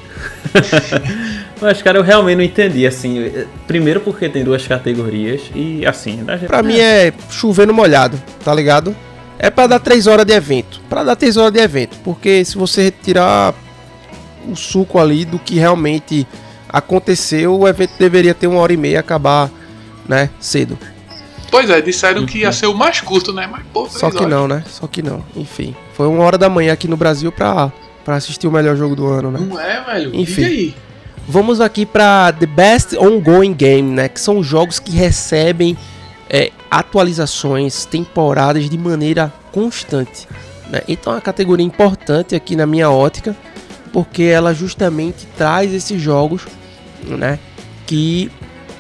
Mas, cara, eu realmente não entendi, assim. eh, Primeiro porque tem duas categorias e, assim... Da gente, Pra mim é chover no molhado, tá ligado? É pra dar três horas de evento. Pra dar três horas de evento. Porque se você retirar o suco ali do que realmente aconteceu, o evento deveria ter uma hora e meia e acabar, né, cedo. Pois é, disseram que ia ser o mais curto, né? Mas, pô, Só três que horas. não, né? Só que não. Enfim. Foi uma hora da manhã aqui no Brasil pra, pra assistir o melhor jogo do ano, né? Não é, velho? Enfim. Diga aí. Vamos aqui para The Best Ongoing Game, né? Que são jogos que recebem é, atualizações, temporadas de maneira constante, né? Então é uma categoria importante aqui na minha ótica, porque ela justamente traz esses jogos, né? Que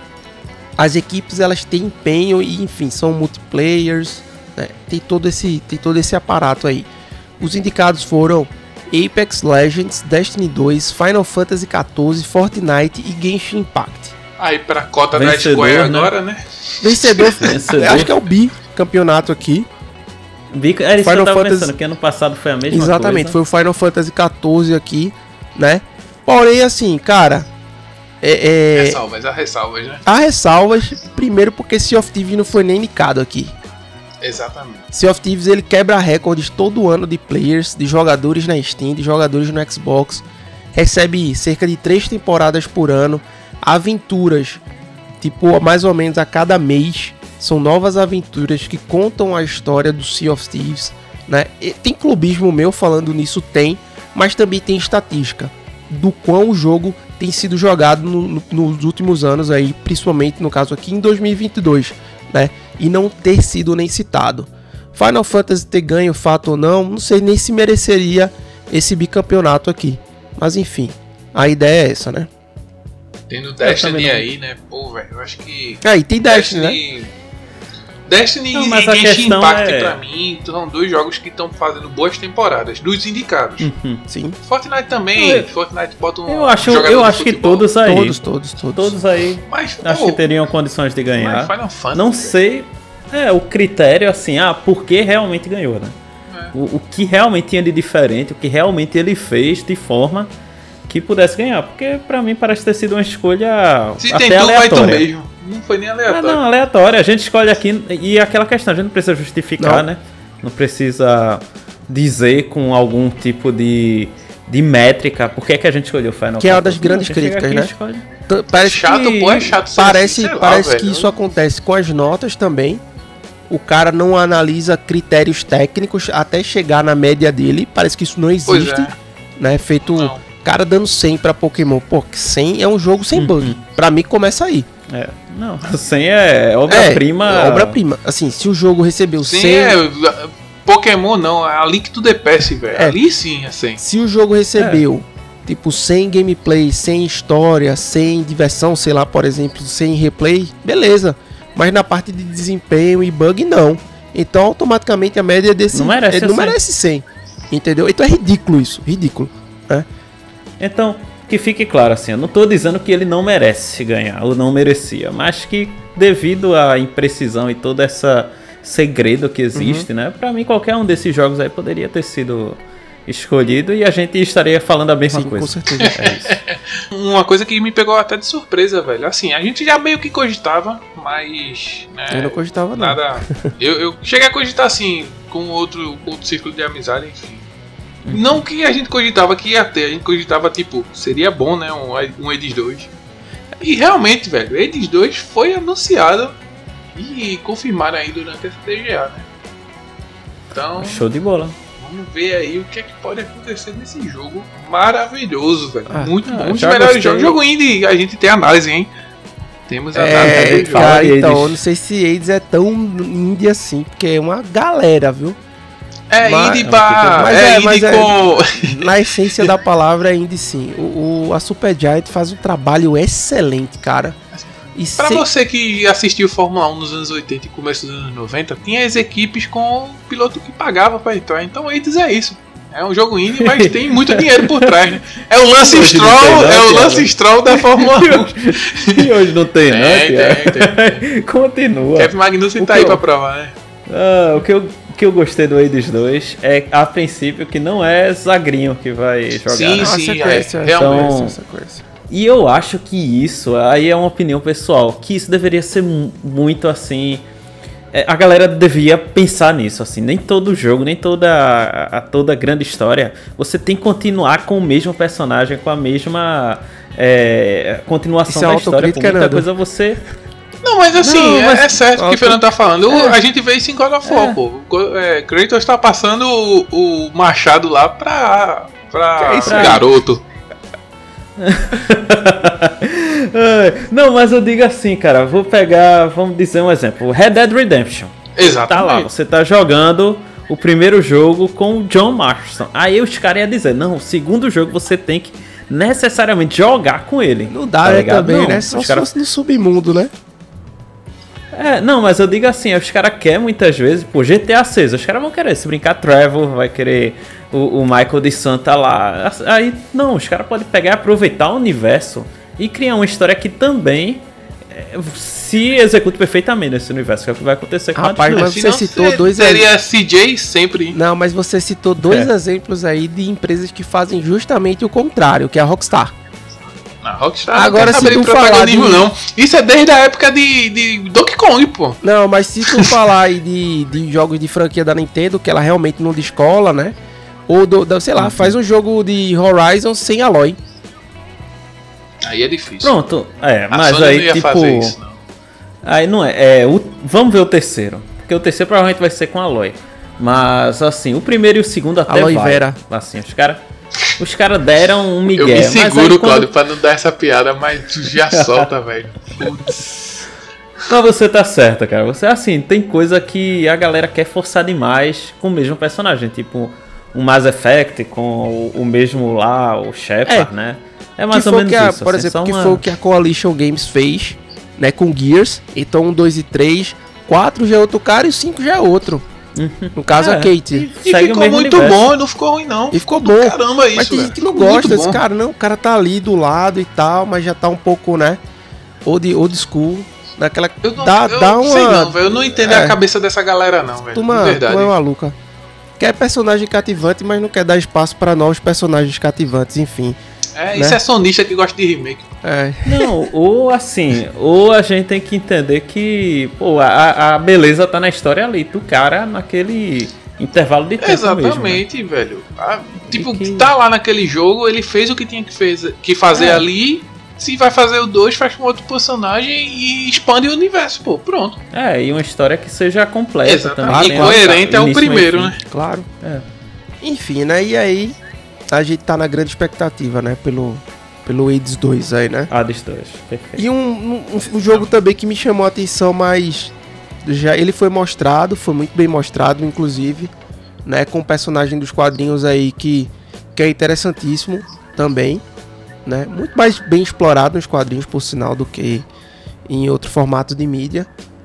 as equipes elas têm empenho e, enfim, são multiplayers, né? Tem todo esse, tem todo esse aparato aí. Os indicados foram Apex Legends, Destiny dois, Final Fantasy quatorze, Fortnite e Genshin Impact. Aí pra cota Vencedor, da Square né? agora, né? Vencedor, Vencedor. acho que é o bicampeonato aqui. Bico- Era isso Final que eu tava Fantasy- pensando, que ano passado foi a mesma Exatamente, coisa. foi o Final Fantasy quatorze aqui, né? Porém, assim, cara, é, é, Ressalvas, há ressalvas, né? há ressalvas. Primeiro porque Sea of Thieves não foi nem indicado aqui. Exatamente. Sea of Thieves ele quebra recordes todo ano de players, de jogadores na Steam, de jogadores no Xbox. Recebe cerca de três temporadas por ano, aventuras, tipo, mais ou menos a cada mês. São novas aventuras que contam a história do Sea of Thieves, né? E tem clubismo meu falando nisso, tem, mas também tem estatística do quão o jogo tem sido jogado no- no- nos últimos anos aí, principalmente no caso aqui em dois mil e vinte e dois, né? E não ter sido nem citado. Final Fantasy ter ganho, fato ou não, não sei nem se mereceria esse bicampeonato aqui. Mas enfim, a ideia é essa, né? Tendo também Destiny não. aí, né? Pô, velho, eu acho que. Aí tem Destiny, né? Destiny Não, e mas a Genshin questão Impact é- pra mim são dois jogos que estão fazendo boas temporadas, dos indicados. Uhum. Sim. Fortnite também, Eu- Fortnite bota um Eu acho, jogador eu de acho que futebol. todos aí. Todos, todos, todos. Todos aí. Mas, Acho pô, que teriam condições de mas ganhar. Final Fantasy, Não velho. sei é, o critério assim, ah, por que realmente ganhou, né? É. O, o que realmente tinha de diferente, o que realmente ele fez de forma que pudesse ganhar. Porque pra mim parece ter sido uma escolha Se até tentou, vai tu aleatória. mesmo. Não foi nem Ah, aleatório. não, aleatória. A gente escolhe aqui e aquela questão, a gente não precisa justificar, Não. né? Não precisa dizer com algum tipo de, de métrica por que, é que a gente escolheu o Final Que é uma Fantasy. das grandes Não, a gente chega críticas, aqui e né? escolhe. T- Parece chato, que, pô, é chato ser Parece, assim, sei lá, parece que velho. isso acontece com as notas também. O cara não analisa critérios técnicos até chegar na média dele. Parece que isso não Pois existe. é. Né? Feito Não. cara dando cem pra Pokémon. Pô, cem é um jogo sem Uhum. bug. Pra mim começa aí. É, não, cem é obra-prima. É, obra-prima. Assim, se o jogo recebeu Sim, cem... é. Pokémon não, é a Link to the Past, velho. É. Ali sim, assim. Se o jogo recebeu, tipo, sem gameplay, sem história, sem diversão, sei lá, por exemplo, sem replay, beleza. Mas na parte de desempenho e bug, não. Então, automaticamente, a média desse... Não merece é, não cem. merece cem. Entendeu? Então é ridículo isso, ridículo. Né? Então, que fique claro assim, eu não tô dizendo que ele não merece ganhar, ou não merecia, mas que devido à imprecisão e todo esse segredo que existe, né? Pra mim, qualquer um desses jogos aí poderia ter sido escolhido e a gente estaria falando a mesma Sim, coisa. com certeza. É isso. Uma coisa que me pegou até de surpresa, velho. Assim, a gente já meio que cogitava, mas. Né, Eu não cogitava, não. nada. Eu, eu cheguei a cogitar assim, com outro, com outro círculo de amizade, enfim. Não que a gente cogitava que ia ter, a gente cogitava tipo, seria bom, né? Um, um Hades dois. E realmente, velho, Hades dois foi anunciado e confirmaram aí durante essa T G A, né? Então, Show de bola. vamos ver aí o que é que pode acontecer nesse jogo maravilhoso, velho. Ah, Muito ah, bom. Um dos já melhores gostei. jogos. Jogo indie, a gente tem análise, hein? Temos análise É, aí, fala cara, de então, Hades. eu não sei se Hades é tão indie assim, porque é uma galera, viu? É Mas- indie pra. Mas é, é, indie mas é- com. Na essência da palavra é indie sim. O, o- a Supergiant faz um trabalho excelente, cara. E Pra se- você que assistiu Fórmula um nos anos oitenta e começo dos anos noventa, tinha as equipes com piloto que pagava pra entrar. Então Hades é isso. É um jogo indie, mas tem muito dinheiro por trás, né? É o Lance Hoje não Stroll, tem, não, é o Thiago. Lance Stroll da Fórmula um. E hoje não tem, né? Tem, Thiago? tem, Continua. Kevin Magnussen O tá que aí eu- pra provar, né? Ah, o que eu, o que eu gostei do Hades dois é, a princípio, que não é Zagrinho que vai jogar, Sim, né? É uma sim, sequência, é, é realmente. uma Então- sequência. E eu acho que isso, aí é uma opinião pessoal, que isso deveria ser mu- muito assim. é, a galera devia pensar nisso, assim. Nem todo jogo, nem toda a, a- toda grande história, você tem que continuar com o mesmo personagem, com a mesma é, continuação Isso é da história. Por autocrítica, muita Nando? coisa você. Não, mas assim, Não, é- mas- é, certo o que Ó, o Fernando tá falando. É. A gente vê isso em God of War, É. pô. Go- É, Kratos tá passando o, o machado lá pra. pra. Que é isso pro aí? garoto. Ai, não, mas eu digo assim, cara. Vou pegar, vamos dizer um exemplo: Red Dead Redemption. Tá Exatamente. lá, você tá jogando o primeiro jogo com o John Marston. Aí os caras iam dizer, não, o segundo jogo você tem que necessariamente jogar com ele. Não dá, tá né, ligado? também, Não, né? os Só se caras- fosse no submundo, né? É, não, mas eu digo assim, os caras querem muitas vezes, pô, G T A seis, os caras vão querer se brincar Trevor, vai querer o, o Michael de Santa lá. Aí, não, os caras podem pegar e aproveitar o universo e criar uma história que também é, se execute perfeitamente nesse universo, que é o que vai acontecer com Rapaz, a mas Disney. você citou dois Seria C J sempre. Não, mas você citou dois É. exemplos aí de empresas que fazem justamente o contrário, que é a Rockstar. A Rockstar Agora, não quer se saber tu de falar protagonismo, de- não. Isso é desde a época de, de Donkey Kong, pô. Não, mas se tu falar aí de, de jogos de franquia da Nintendo, que ela realmente não descola, né? Ou, do, do- sei lá, faz um jogo de Horizon sem Aloy. Aí é difícil. Pronto, é, A mas Sony aí não ia tipo. fazer isso, não. Aí não é. é o, vamos ver o terceiro. Porque o terceiro provavelmente vai ser com a Aloy. Mas assim, o primeiro e o segundo até Aloy vai. Vera. Assim, os caras. Os caras deram um migué. Eu me mas aí seguro, quando- Claudio, pra não dar essa piada, mas tu já solta, velho. Putz. Mas você tá certo, cara. Você assim, tem coisa que a galera quer forçar demais com o mesmo personagem. Tipo, um Mass Effect com o, o mesmo lá, o Shepard, É. né? É mais que ou foi menos que a, isso. por assim, exemplo, só que uma- foi o que a Coalition Games fez, né, com Gears. Então, um, dois e três quatro já é outro cara e o cinco já é outro. Uhum. No caso, é, a Kate. E, e ficou muito universo. bom, não ficou ruim não. E ficou bom. Caramba, isso, mas tem gente que não ficou gosta desse cara, não. O cara tá ali do lado e tal, mas já tá um pouco, né? Old, old school. Naquela. Eu não, dá, eu dá não uma... sei não, velho. Eu não entendo é. a cabeça dessa galera, não, velho. Turma, de verdade. Tu é maluca. Quer personagem cativante, mas não quer dar espaço para novos personagens cativantes, enfim. É, né? isso é sonista que gosta de remake. É. Não, ou assim, ou a gente tem que entender que, pô, a, a beleza tá na história ali, do cara naquele intervalo de tempo. Exatamente, mesmo, né? velho. Ah, tipo, que... tá lá naquele jogo, ele fez o que tinha que, fez, que fazer é. ali. Se vai fazer o dois, faz com outro personagem e expande o universo, pô, pronto. É, e uma história que seja completa. Exatamente. também. E coerente é o primeiro, né? Claro. É. Enfim, né? E aí, a gente tá na grande expectativa, né? Pelo, pelo Hades dois aí, né? Hades dois, perfeito. E um, um, um jogo também que me chamou a atenção, mas já ele foi mostrado, foi muito bem mostrado, inclusive, né? Com o personagem dos quadrinhos aí que, que é interessantíssimo também. Né? Muito mais bem explorado nos quadrinhos, por sinal, do que em outro formato de mídia.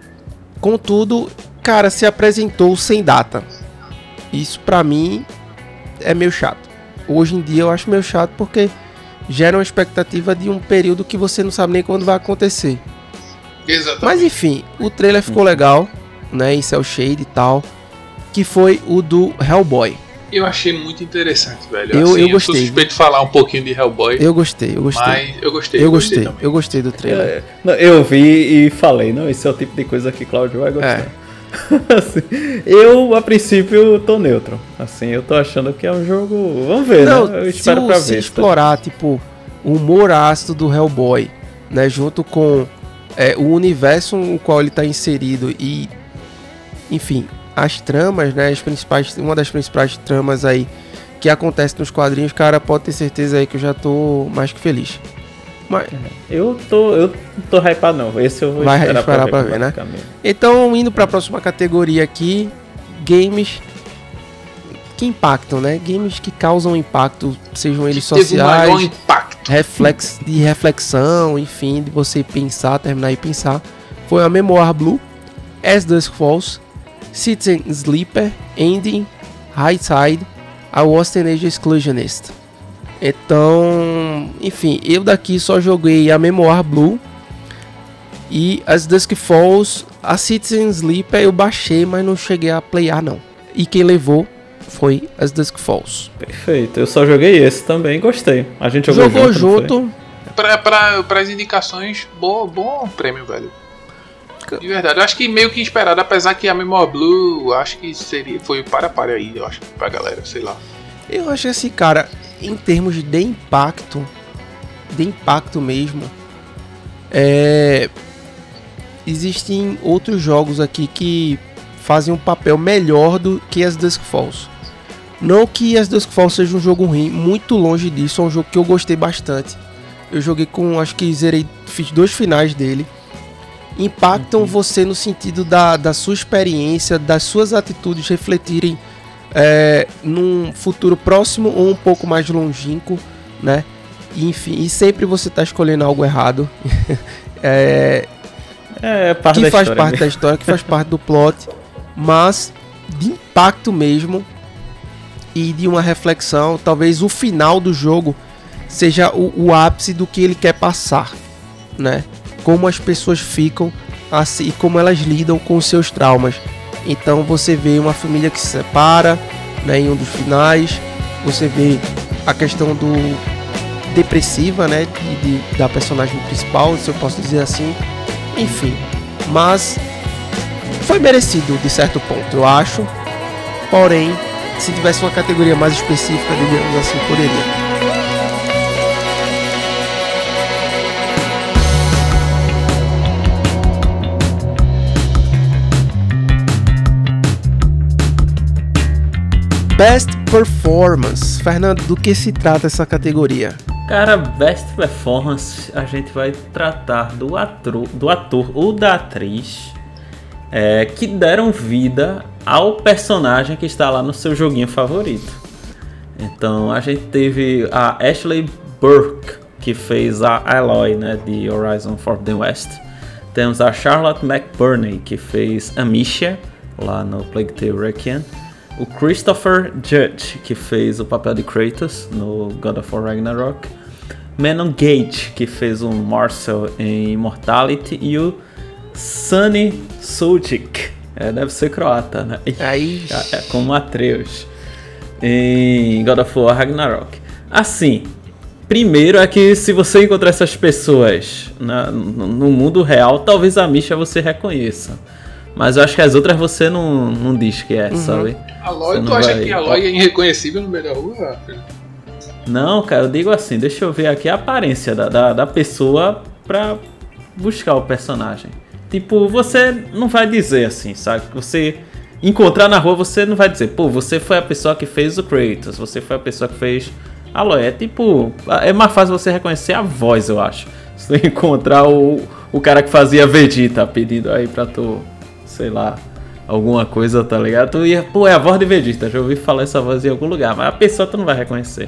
Contudo, cara, se apresentou sem data. Isso pra mim é meio chato. Hoje em dia eu acho meio chato porque gera uma expectativa de um período que você não sabe nem quando vai acontecer. Exatamente. Mas enfim, o trailer ficou legal, né, em cel shade e tal, que foi o do Hellboy. Eu achei muito interessante, velho. Eu, assim, eu gostei. Eu sou suspeito de falar um pouquinho de Hellboy. Eu gostei, eu gostei. Mas eu gostei. Eu gostei, eu gostei do trailer. É, não, eu vi e falei, não, esse é o tipo de coisa que Cláudio vai gostar. É. Assim, eu, a princípio, tô neutro. Assim, eu tô achando que é um jogo... Vamos ver, não, né? Eu espero se, pra se ver. Se explorar, tá? tipo, o humor ácido do Hellboy, né? Junto com é, o universo no qual ele tá inserido e... Enfim... As tramas, né, as principais, uma das principais tramas aí que acontece nos quadrinhos, cara, pode ter certeza aí que eu já tô mais que feliz. Mas eu tô, eu não tô hypado não. Esse eu vou vai esperar, esperar pra ver, pra ver né? Então, indo para a próxima categoria aqui, games que impactam, né? Games que causam impacto, sejam eles que sociais, teve um impacto. reflex, de reflexão, enfim, de você pensar, terminar e pensar. Foi a Memoir Blue, As Dusk Falls, Citizen Sleeper, Ending, High Tide, I Was Teenage Exclusionist. Então, enfim, eu daqui só joguei a Memoir Blue e As Dusk Falls. A Citizen Sleeper eu baixei, mas não cheguei a playar não. E quem levou foi As Dusk Falls. Perfeito, eu só joguei esse também, gostei. A gente jogou, jogou junto. junto. Pra, pra, pras indicações, bom, bom prêmio, velho. De verdade, eu acho que meio que esperado, apesar que a Memoir Blue, acho que seria, foi para para aí, eu acho, pra galera, sei lá. Eu acho assim, cara, em termos de impacto, de impacto mesmo, é, existem outros jogos aqui que fazem um papel melhor do que As Dusk Falls. Não que As Dusk Falls seja um jogo ruim, muito longe disso, é um jogo que eu gostei bastante. Eu joguei com, acho que zerei, fiz dois finais dele. Impactam uhum. você no sentido da, da sua experiência, das suas atitudes refletirem é, num futuro próximo ou um pouco mais longínquo, né? E, enfim, e sempre você tá escolhendo algo errado. é, é parte que da faz história parte mesmo. da história, que faz parte do plot, mas de impacto mesmo e de uma reflexão. Talvez o final do jogo seja o, o ápice do que ele quer passar, né? Como as pessoas ficam assim, e como elas lidam com os seus traumas. Então você vê uma família que se separa, né, em um dos finais. Você vê a questão do depressiva, né, de, de, da personagem principal, se eu posso dizer assim. Enfim, mas foi merecido de certo ponto, eu acho. Porém, se tivesse uma categoria mais específica, digamos assim, poderia. Best Performance. Fernando, do que se trata essa categoria? Cara, Best Performance, a gente vai tratar do ator, do ator ou da atriz é, que deram vida ao personagem que está lá no seu joguinho favorito. Então, a gente teve a Ashley Burke, que fez a Aloy, né, de Horizon Forbidden West. Temos a Charlotte McBurney, que fez Amicia, lá no Plague Tale Requiem. O Christopher Judge, que fez o papel de Kratos no God of War Ragnarok. Manon Gage, que fez o Marcel em Immortality. E o Sunny Suljic, é, deve ser croata, né? Aí... É, como Atreus em God of War Ragnarok. Assim, primeiro é que se você encontrar essas pessoas na, no, no mundo real, talvez a Misha você reconheça. Mas eu acho que as outras você não, não diz que é, uhum. sabe? Aloy, tu acha vai... que a Aloy é irreconhecível no meio da rua? Não, cara, eu digo assim, deixa eu ver aqui a aparência da, da, da pessoa pra buscar o personagem. Tipo, você não vai dizer assim, sabe? Você encontrar na rua, você não vai dizer, pô, você foi a pessoa que fez o Kratos, você foi a pessoa que fez a Aloy. É tipo, é mais fácil você reconhecer a voz, eu acho. Você encontrar o, o cara que fazia Vegeta pedindo aí pra tu, sei lá, alguma coisa, tá ligado? Tu ia, pô, é a voz de Vegeta, já ouvi falar essa voz em algum lugar, mas a pessoa tu não vai reconhecer.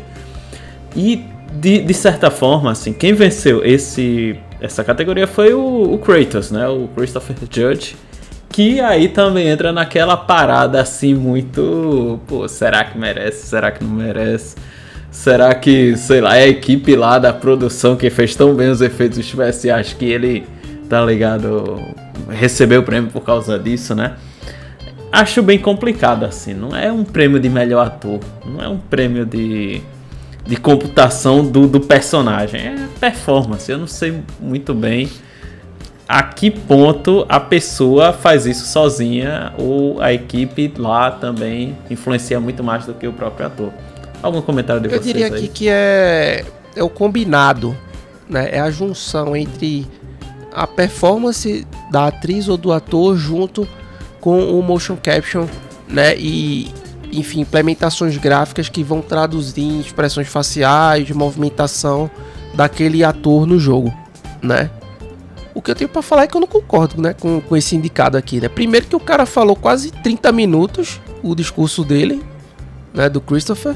E, de, de certa forma, assim, quem venceu esse... essa categoria foi o, o Kratos, né? O Christopher Judge. Que aí também entra naquela parada assim muito... Pô, será que merece? Será que não merece? Será que, sei lá, é a equipe lá da produção que fez tão bem os efeitos especiais que ele, tá ligado, recebeu o prêmio por causa disso, né? Acho bem complicado assim. Não é um prêmio de melhor ator. Não é um prêmio de... de computação do, do personagem, é performance. Eu não sei muito bem a que ponto a pessoa faz isso sozinha ou a equipe lá também influencia muito mais do que o próprio ator. Algum comentário de Eu vocês aí? Eu diria aqui que é, é o combinado, né? É a junção entre a performance da atriz ou do ator junto com o motion caption, né? E enfim, implementações gráficas que vão traduzir em expressões faciais, de movimentação daquele ator no jogo, né? O que eu tenho pra falar é que eu não concordo, né, com, com esse indicado aqui, né? Primeiro que o cara falou quase trinta minutos o discurso dele, né, do Christopher.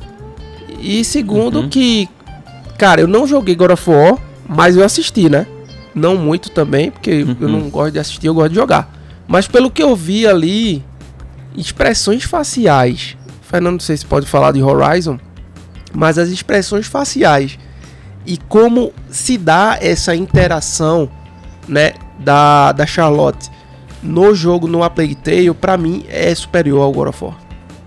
E segundo uhum. que, cara, eu não joguei God of War, mas eu assisti, né? Não muito também, porque uhum. eu não gosto de assistir, eu gosto de jogar. Mas pelo que eu vi ali... expressões faciais, Fernando, não sei se pode falar de Horizon, mas as expressões faciais e como se dá essa interação, né, da, da Charlotte no jogo, no A Plague Tale, pra mim é superior ao God of War.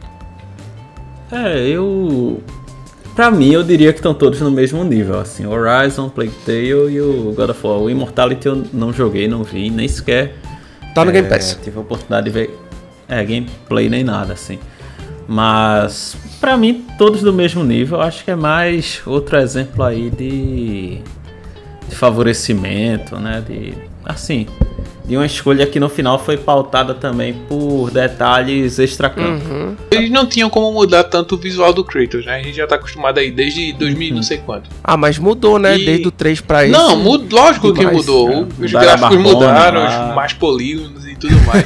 É, eu... Pra mim, eu diria que estão todos no mesmo nível, assim, Horizon, Plague Tale e o God of War. O Immortality eu não joguei, não vi, nem sequer... Tá no é, Game Pass. Tive a oportunidade de ver... É, gameplay nem nada, assim. Mas, pra mim, todos do mesmo nível. Acho que é mais outro exemplo aí de, de favorecimento, né? De, assim, de uma escolha que no final foi pautada também por detalhes extracampo. Uhum. Eles não tinham como mudar tanto o visual do Kratos, né? A gente já tá acostumado aí desde dois mil e não sei quanto. Ah, mas mudou, né? E... desde o três pra esse. Não, mud... lógico que mais, mudou. É, os gráficos mudaram, lá. Mais polígonos e tudo mais.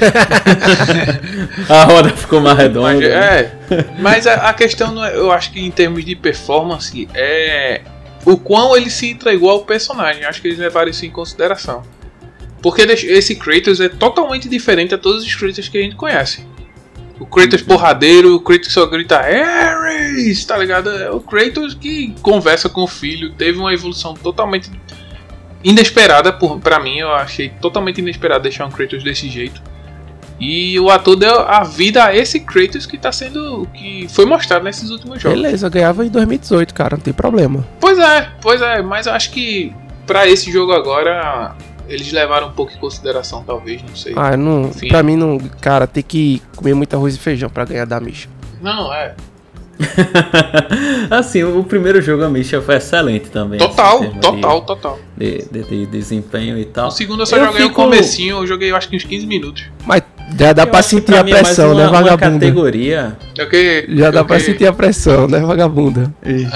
A roda ficou mais redonda. Mas, é, mas a, a questão, não é, eu acho que em termos de performance, é o quão ele se entregou ao personagem. Acho que eles levaram isso em consideração. Porque esse Kratos é totalmente diferente a todos os Kratos que a gente conhece. O Kratos porradeiro, o Kratos que só grita Ares, tá ligado? É o Kratos que conversa com o filho, teve uma evolução totalmente inesperada por, pra mim. Eu achei totalmente inesperado deixar um Kratos desse jeito. E o ator deu a vida a esse Kratos que tá sendo, que foi mostrado nesses últimos jogos. Beleza, eu ganhava em dois mil e dezoito, cara, não tem problema. Pois é, pois é, mas eu acho que pra esse jogo agora... eles levaram um pouco em consideração, talvez, não sei. Ah, não, pra mim, não, cara, tem que comer muito arroz e feijão pra ganhar da Misha. Não, é. Assim, o primeiro jogo a Misha foi excelente também. Total, assim, total, de, total. De, de, de desempenho e tal. O segundo eu só eu joguei fico... o comecinho, eu joguei eu acho que uns quinze minutos. Mas já dá eu pra sentir a pressão, é uma, né, vagabunda? Uma categoria. Okay, já dá okay. pra sentir a pressão, né, vagabunda?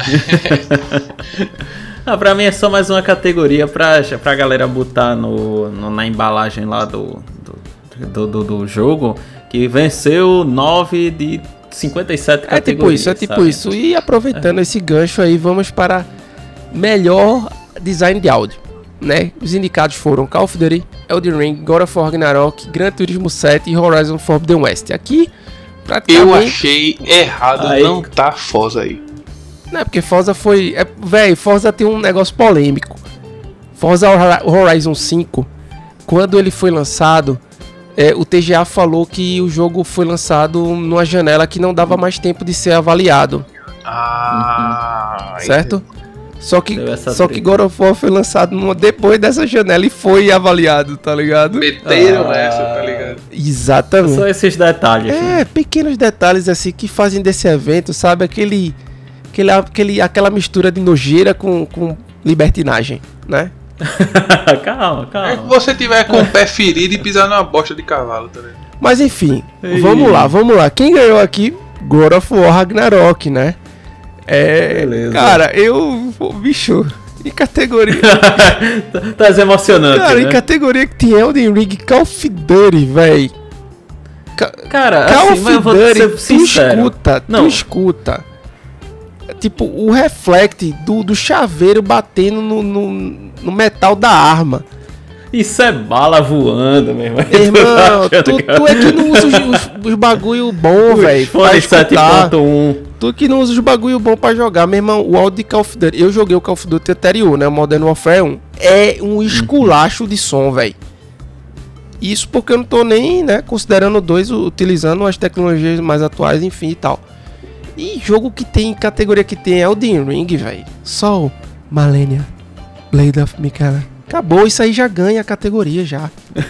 Ah, pra mim é só mais uma categoria pra, pra galera botar no, no, na embalagem lá do, do, do, do jogo, que venceu nove de cinquenta e sete é categorias. É tipo isso, é tipo sabe? isso. E aproveitando é. esse gancho aí, vamos para melhor design de áudio, né? Os indicados foram Call of Duty, Elden Ring, God of War Ragnarok, Gran Turismo sete e Horizon Forbidden West. Aqui, praticamente... Eu achei errado aí. Não tá Forza aí. Não é porque Forza foi... É, véi, Forza tem um negócio polêmico. Forza Horizon cinco, quando ele foi lançado, é, o T G A falou que o jogo foi lançado numa janela que não dava mais tempo de ser avaliado. Ah... Uhum. Certo? Só que, só que God of War foi lançado numa, depois dessa janela e foi avaliado, tá ligado? Meteram ah, essa, tá ligado? Exatamente. Só esses detalhes. É, né? pequenos detalhes assim que fazem desse evento, sabe? Aquele, aquele, aquele, aquela mistura de nojeira com, com libertinagem, né? calma, calma. É que você tiver com o pé ferido e pisar numa bosta de cavalo, tá ligado? Mas enfim, Ei. vamos lá, vamos lá. Quem ganhou aqui? God of War Ragnarok, né? É, beleza. Cara, eu, bicho, em categoria... tá emocionante, cara, né? em categoria que tem Elden Ring, Call of Duty, véi. Ca cara, Call assim, of Duty, tu sincero. escuta, Não. tu escuta. Tipo, o reflect do, do chaveiro batendo no, no, no metal da arma. Isso é bala voando, meu irmão. Irmão, tu, tu é que não usa os, os, os bagulho bom, velho. Fone sete ponto um. Tu que não usa os bagulho bom pra jogar, meu irmão. O áudio de Call of Duty. Eu joguei o Call of Duty anterior, né? O Modern Warfare um. É um esculacho de som, velho. Isso porque eu não tô nem, né, considerando dois, utilizando as tecnologias mais atuais, enfim e tal. E jogo que tem, categoria que tem Elden Ring, velho. Sol, Malenia, Blade of Mikala. Acabou, isso aí já ganha a categoria já.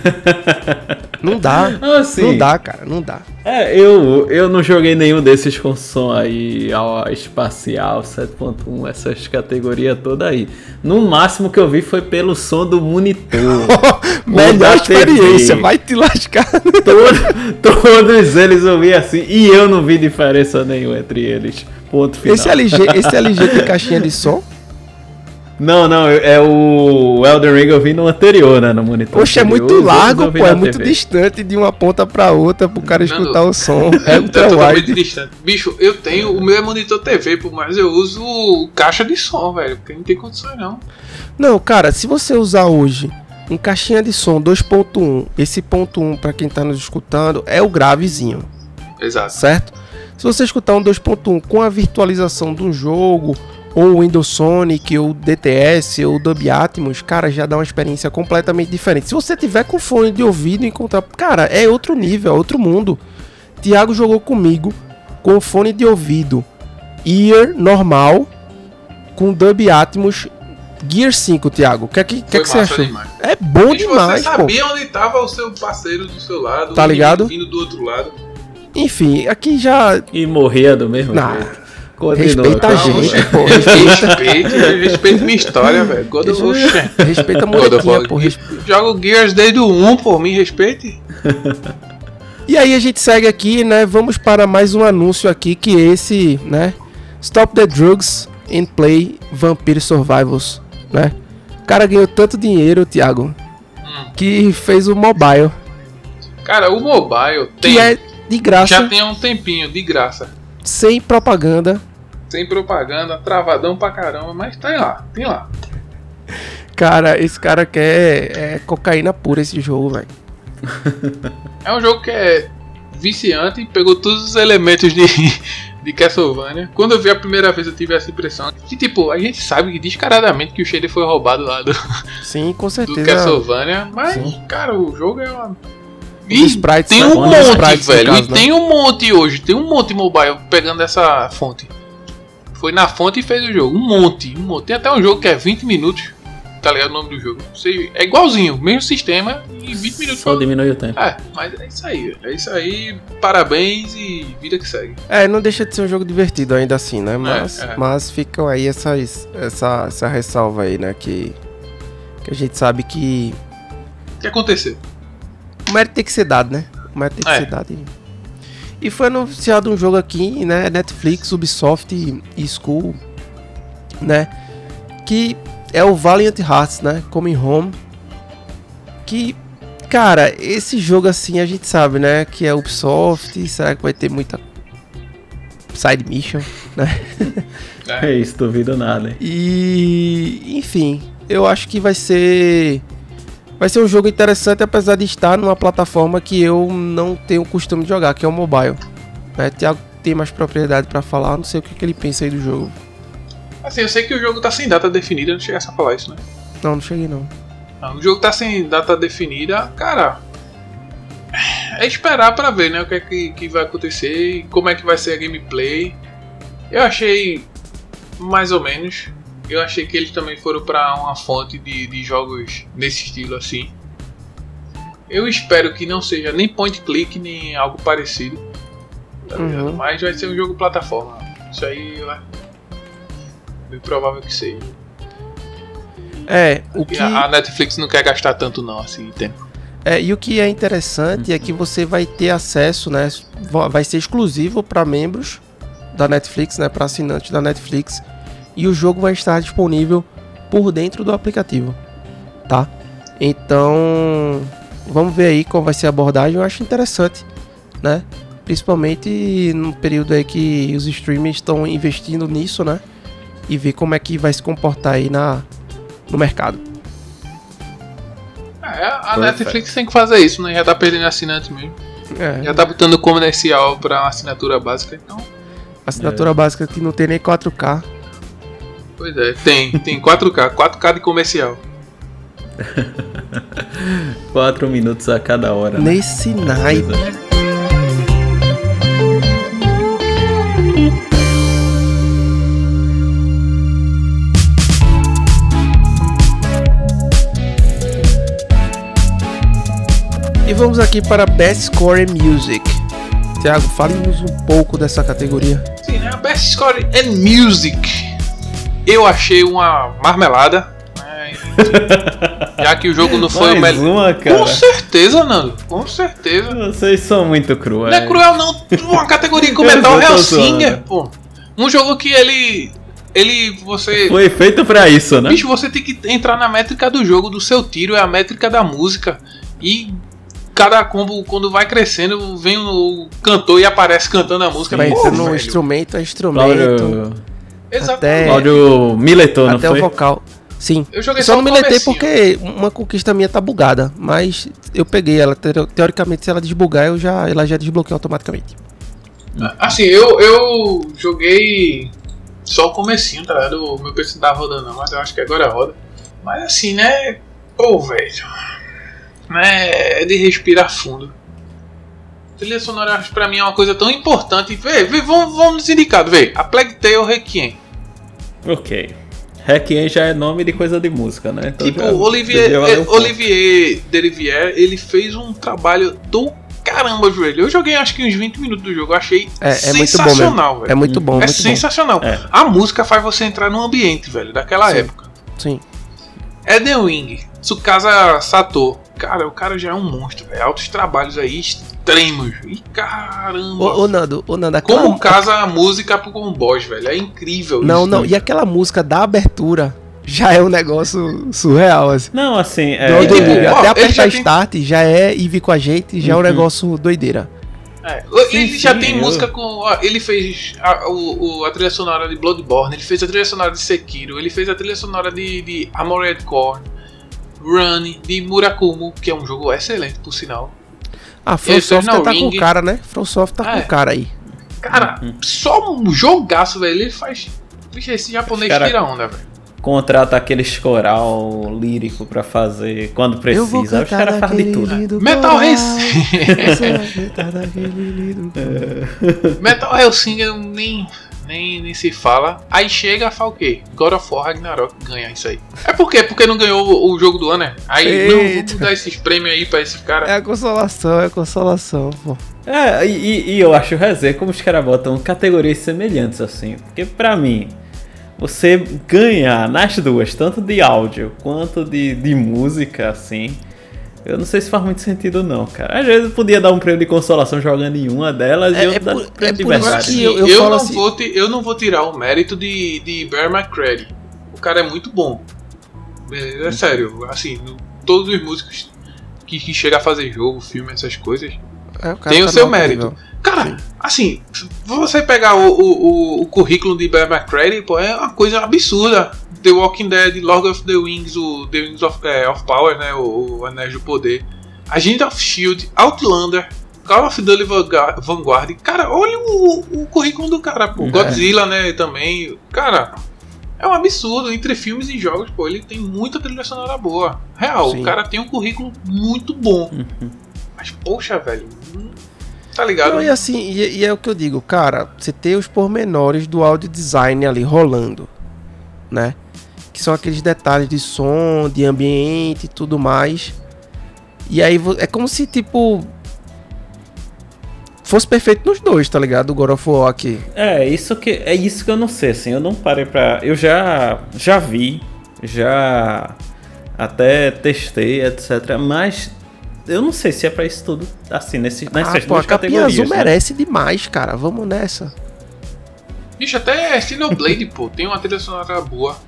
Não dá. Ah, não dá, cara, não dá. É, eu, eu não joguei nenhum desses com som aí, ao espacial, sete ponto um, essas categorias todas aí. No máximo que eu vi foi pelo som do monitor. Melhor experiência, T V. Vai te lascar. Todo, todos eles eu vi assim, e eu não vi diferença nenhuma entre eles. Ponto final. Esse L G, esse L G tem caixinha de som? Não, não, é o Elden Ring eu vi no anterior, né, no monitor. Poxa, é muito largo, pô, é muito distante de uma ponta pra outra pro cara escutar Não, o som. É ultra wide. Distante. Bicho, eu tenho, o meu é monitor T V, pô, mas eu uso caixa de som, velho, porque não tem condições não. Não, cara, se você usar hoje um caixinha de som dois ponto um, esse ponto um pra quem tá nos escutando é o gravezinho. Exato. Certo? Se você escutar um dois ponto um com a virtualização de um jogo, ou o Windows Sonic, ou D T S, ou Dolby Atmos, cara, já dá uma experiência completamente diferente. Se você tiver com fone de ouvido e encontrar... Cara, é outro nível, é outro mundo. Thiago jogou comigo com fone de ouvido Ear normal, com Dolby Atmos Gear cinco, Thiago. O que, que, que, que você achou? Demais. É bom e demais, você sabia pô. onde tava o seu parceiro do seu lado, tá ligado? Vindo do outro lado. Enfim, aqui já... E morria do mesmo nah. jeito. Continua, respeita a gente, pô. Respeita, respeita minha história, velho. God of War. Respeita a molequinha, pô. Jogo Gears desde o um, pô. Me respeite. E aí a gente segue aqui, né? Vamos para mais um anúncio aqui, que é esse, né? Stop the Drugs and Play Vampire Survivals, né? O cara ganhou tanto dinheiro, Thiago, hum. que fez o mobile. Cara, o mobile tem... Que é de graça. Já tem um tempinho, de graça. Sem propaganda. Sem propaganda, travadão pra caramba, mas tem lá, tem lá. Cara, esse cara quer é cocaína pura esse jogo, velho. É um jogo que é viciante, pegou todos os elementos de, de Castlevania. Quando eu vi a primeira vez eu tive essa impressão que, tipo, a gente sabe descaradamente que o Shade foi roubado lá do, Sim, com certeza. do Castlevania, mas, Sim. cara, o jogo é uma... E sprites, tem um monte, sprites, velho. caso, e tem um monte hoje. Tem um monte mobile pegando essa fonte. Foi na fonte e fez o jogo. Um monte, um monte. Tem até um jogo que é vinte minutos. Tá ligado o nome do jogo? Sei, é igualzinho, mesmo sistema. E vinte minutos. Só diminui o tempo. É, mas é isso aí. É isso aí. Parabéns e vida que segue. É, não deixa de ser um jogo divertido ainda assim, né? Mas, é, é. mas ficam aí essas, essa, essa ressalva aí, né? Que, que a gente sabe que... O que aconteceu? O mérito tem que ser dado, né? O mérito tem que é. ser dado. E foi anunciado um jogo aqui, né? Netflix, Ubisoft e Skull, né? Que é o Valiant Hearts, né? Coming Home. Que, cara, esse jogo assim a gente sabe, né? Que é Ubisoft. Será que vai ter muita side mission, né? É isso, duvido nada, hein? E, enfim, eu acho que vai ser... vai ser um jogo interessante, apesar de estar numa plataforma que eu não tenho o costume de jogar, que é o mobile. Né? Thiago tem mais propriedade pra falar, não sei o que, que ele pensa aí do jogo. Assim, eu sei que o jogo tá sem data definida, não chegasse a falar isso, né? Não, não cheguei não. não. O jogo tá sem data definida, cara. É esperar pra ver, né? O que é que, que vai acontecer e como é que vai ser a gameplay. Eu achei mais ou menos. Eu achei que eles também foram pra uma fonte de, de jogos nesse estilo assim. Eu espero que não seja nem point click nem algo parecido. Tá ligado? Uhum. Mas vai ser um jogo plataforma. Isso aí é bem provável que seja. É, o E que... a Netflix não quer gastar tanto não, assim, tempo. É, e o que é interessante é que você vai ter acesso, né? Vai ser exclusivo para membros da Netflix, né? Para assinantes da Netflix. E o jogo vai estar disponível por dentro do aplicativo, tá? Então, vamos ver aí qual vai ser a abordagem. Eu acho interessante, né? Principalmente no período aí que os streamers estão investindo nisso, né? E ver como é que vai se comportar aí na, no mercado. É, a Netflix tem que fazer isso, né? Já tá perdendo assinante mesmo. É, Já tá botando comercial pra assinatura básica, então. assinatura É. básica que não tem nem quatro K. Pois é, tem, tem quatro K, quatro K de comercial. Quatro minutos a cada hora. Né? Nesse naipe. E vamos aqui para Best Score in Music. Thiago, fale-nos um pouco dessa categoria. Sim, né? Best Score and Music. Eu achei uma marmelada. Né? Já que o jogo não foi Mais o melhor. uma, cara. Com certeza, Nando. Com certeza. Vocês são muito cruéis. Não é cruel, não. Uma categoria como Eu Metal tô Hellsinger, pô. Um jogo que ele. Ele. Você. Foi feito pra isso, né? Bicho, você tem que entrar na métrica do jogo, do seu tiro, é a métrica da música. E cada combo, quando vai crescendo, vem o cantor e aparece cantando a música. Vai Pô, entrando um velho. instrumento a instrumento. Cláudio, Exatamente. até- Cláudio miletou, não Até foi? o vocal. Sim. Eu joguei Só só não o me letei comecinho. porque uma conquista minha tá bugada. Mas eu peguei ela. Teo- Teoricamente, se ela desbugar, eu já, ela já desbloqueia automaticamente. Assim, eu, eu joguei só o comecinho, tá ligado? O meu P C não tava rodando não, mas eu acho que agora roda. Mas assim, né? Pô, velho. Né? É de respirar fundo. Trilha sonora, acho, pra mim, é uma coisa tão importante. Vê, vê, vamos, vamos nos indicados, vê. A Plague Tale Requiem. Ok. Requiem já é nome de coisa de música, né? Então Tipo, já Olivier, devia valer um eh, ponto. Olivier Derivière, ele fez um trabalho do caramba, joelho. Eu joguei acho que uns vinte minutos do jogo, eu achei É, é muito bom sensacional, mesmo. velho. É muito bom, É muito sensacional. É. A música faz você entrar num ambiente, velho, daquela Sim. época. bom. Sim. Eden Wing, Tsukasa Sato. Cara, o cara já é um monstro, velho. Altos trabalhos aí extremos. E caramba. Ô, ô Nando, ô Nando, aquela... Como casa a música com o boss, velho. É incrível Não, isso. não. E aquela música da abertura já é um negócio surreal, assim. Não, assim, é, Do- do- tipo, é, ó, até ele apertar já tem- start já é e vir com a gente, já é um Uhum. negócio doideira. É, ele Sim, já sim, tem eu- música com. Ó, ele fez a, o, o- a trilha sonora de Bloodborne, ele fez a trilha sonora de Sekiro, ele fez a trilha sonora de, de Armored Core, Run, de Murakumo, que é um jogo excelente, por sinal. Ah, From Ele fez Software no tá Ring. com cara, né? From Software tá É. com cara aí. Cara, Uhum. só um jogaço, velho. Ele faz. Vixe, esse japonês Cara- tira onda, velho. contrata aqueles coral lírico pra fazer quando precisa. Os caras fazem de tudo. Metal Metal Hellsinger nem, nem, nem se fala. Aí chega, fala o quê? God of War Ragnarok ganha isso aí. É por quê? Porque não ganhou o, o jogo do ano, né? Aí, não, Eita. vamos dar esses prêmios aí pra esse cara. É a consolação, é a consolação, pô. É, e, e eu acho rezer como os caras botam categorias semelhantes assim. Porque pra mim, você ganhar nas duas, tanto de áudio quanto de, de música, assim, eu não sei se faz muito sentido não, cara. Às vezes eu podia dar um prêmio de consolação jogando em uma delas É- e eu é dar por- um prêmio é de por isso verdade. que eu, eu- eu falo não assim- vou ti- eu não vou tirar o mérito de, de Bear McCready. O cara é muito bom. É, é sério, assim, no- todos os músicos que, que chegam a fazer jogo, filme, essas coisas, É, o cara tem tá o seu no alto mérito. nível. Cara, Sim. assim, você pegar o, o, o currículo de Bear McCready, pô, é uma coisa absurda. The Walking Dead, Lord of the Rings, o The Rings of, é, of Power, né, o, o Anéis do Poder, Agent of Shield, Outlander, Call of Duty Vanguard. Cara, olha o, o currículo do cara, pô. É. Godzilla, né, também. Cara, é um absurdo. Entre filmes e jogos, pô, ele tem muita trilha sonora boa. Real, Sim. o cara tem um currículo muito bom. Uhum. Mas, poxa, velho, tá ligado? Não, e assim, e, e é o que eu digo, cara, você tem os pormenores do audio design ali rolando, né? Que são aqueles detalhes de som, de ambiente e tudo mais. E aí é como se, tipo, fosse perfeito nos dois, tá ligado? O God of War aqui. É, isso que, é isso que eu não sei, assim, eu não parei pra... Eu já, já vi, já até testei, etcétera. Mas eu não sei se é pra isso tudo, assim, nesse, nessas ah, duas pô, categorias. A Capinha Azul né? merece demais, cara, vamos nessa. Bicho, até Xenoblade, pô, tem uma trilha sonora boa.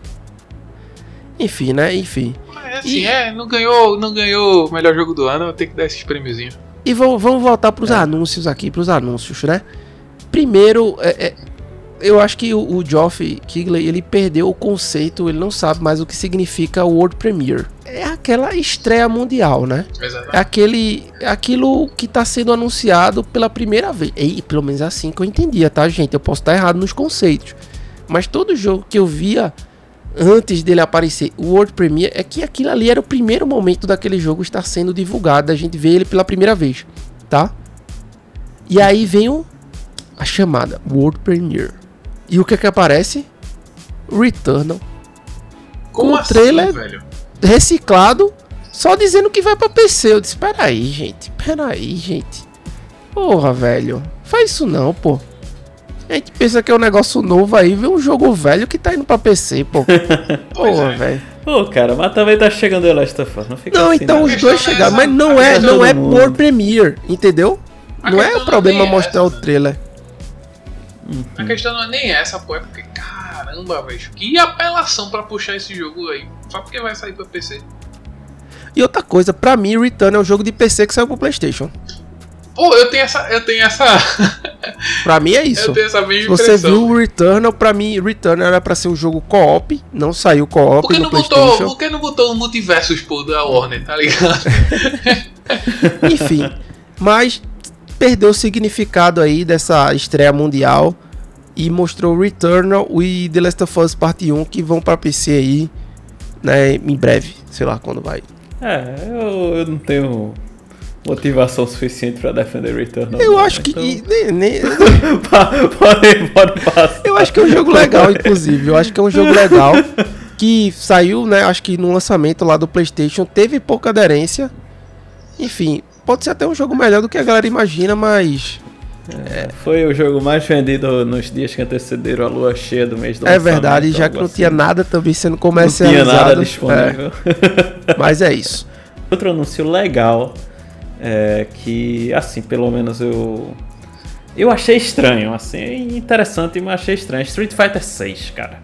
Enfim, né? Enfim. Mas assim, e... é, não ganhou, não ganhou o melhor jogo do ano, eu tenho que dar esses prêmiozinhos. E vamos, vamos voltar pros é. anúncios aqui, pros anúncios, né? Primeiro, é, é, eu acho que o, o Geoff Keighley, ele perdeu o conceito, ele não sabe mais o que significa o World Premiere. É aquela estreia mundial, né? Exatamente. É aquele, é aquilo que tá sendo anunciado pela primeira vez. E pelo menos assim que eu entendia, tá, gente? Eu posso estar errado nos conceitos. Mas todo jogo que eu via antes dele aparecer, o World Premiere, é que aquilo ali era o primeiro momento daquele jogo estar sendo divulgado, a gente vê ele pela primeira vez, tá? E aí vem o, a chamada World Premiere. E o que é que aparece? Returnal. Como com assim, o trailer velho? Reciclado, só dizendo que vai pra P C. Eu disse, peraí, gente, peraí, gente. Porra, velho, faz isso não, pô. A gente pensa que é um negócio novo aí, vê um jogo velho que tá indo pra P C, pô. Porra, é. velho. Pô, cara, mas também tá chegando o Last of Us, não fica Não, assim, então nada. os dois chegaram, mas não é, não é World Premiere, entendeu? A não é o problema é mostrar essa, o trailer. Uhum. A questão não é nem essa, pô, é porque, caramba, velho, que apelação pra puxar esse jogo aí, só porque vai sair pra P C. E outra coisa, pra mim, Return é um jogo de P C que saiu pro PlayStation. Pô, eu tenho essa. Eu tenho essa. Pra mim é isso. Eu tenho essa mesma Você impressão. viu o Returnal, pra mim, Returnal era pra ser um jogo co-op, não saiu co-op por que no não PlayStation. botou, por que não botou o Multiversus, pô, da Warner, tá ligado? Enfim, mas perdeu o significado aí dessa estreia mundial e mostrou Returnal e The Last of Us Parte um que vão pra P C aí, né, em breve, sei lá quando vai. É, eu, eu não tenho motivação suficiente pra defender Returnal. Eu não, acho então... que... Nem, nem... pode, pode passar. Eu acho que é um jogo legal, inclusive. Eu acho que é um jogo legal que saiu, né, acho que no lançamento lá do PlayStation, teve pouca aderência. Enfim, pode ser até um jogo melhor do que a galera imagina, mas... É, foi o jogo mais vendido nos dias que antecederam a lua cheia do mês do É verdade, já que não assim. tinha nada também sendo comercializado. Não tinha nada disponível. É. Mas é isso. Outro anúncio legal é que, assim, pelo menos eu eu achei estranho, assim, interessante, mas achei estranho. Street Fighter seis, cara.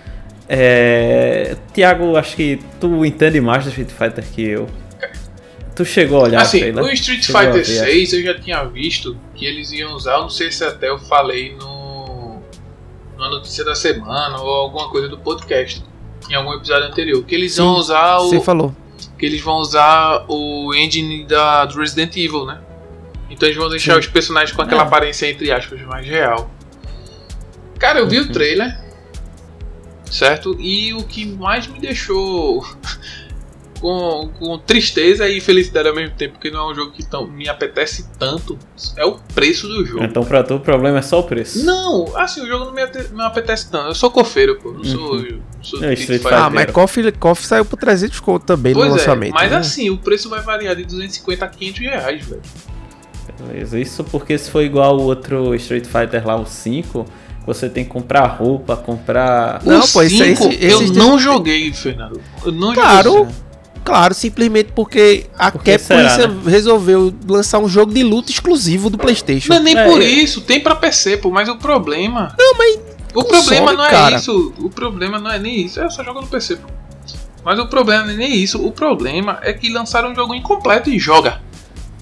É, Thiago, acho que tu entende mais do Street Fighter que eu. Tu chegou a olhar assim, o trailer? O Street Chegou Fighter seis eu já tinha visto que eles iam usar, eu não sei se até eu falei no na notícia da semana ou alguma coisa do podcast, em algum episódio anterior, que eles Sim, vão usar o você falou. que eles vão usar o engine da, do Resident Evil, né? Então eles vão deixar Sim. os personagens com aquela é. aparência, entre aspas, mais real. Cara, eu vi uhum. o trailer, certo? E o que mais me deixou com, com tristeza e felicidade ao mesmo tempo, porque não é um jogo que tão, me apetece tanto, é o preço do jogo. Então pra tu o problema é só o preço? Não, assim, o jogo não me, me apetece tanto. Eu sou cofeiro, pô. Não uhum. sou... sou é, Street ah, mas Coffee, Coffee saiu por trezentos conto também pois no é, lançamento. Mas né? assim, o preço vai variar de duzentos e cinquenta a quinhentos reais, velho. Beleza, isso porque se for igual o outro Street Fighter lá, o cinco, você tem que comprar roupa, comprar... Não, o pô, esse, esse, esse, eu esse não esse... joguei, Fernando. Eu não claro, joguei. Claro, simplesmente porque a porque Capcom será, né? resolveu lançar um jogo de luta exclusivo do PlayStation. Não é nem é, por é. isso, tem pra P C, pô, mas o problema... Não, mas... O console, problema não é cara. isso, o problema não é nem isso, eu só jogo no P C, pô. Mas o problema não é nem isso, o problema é que lançaram um jogo incompleto e joga.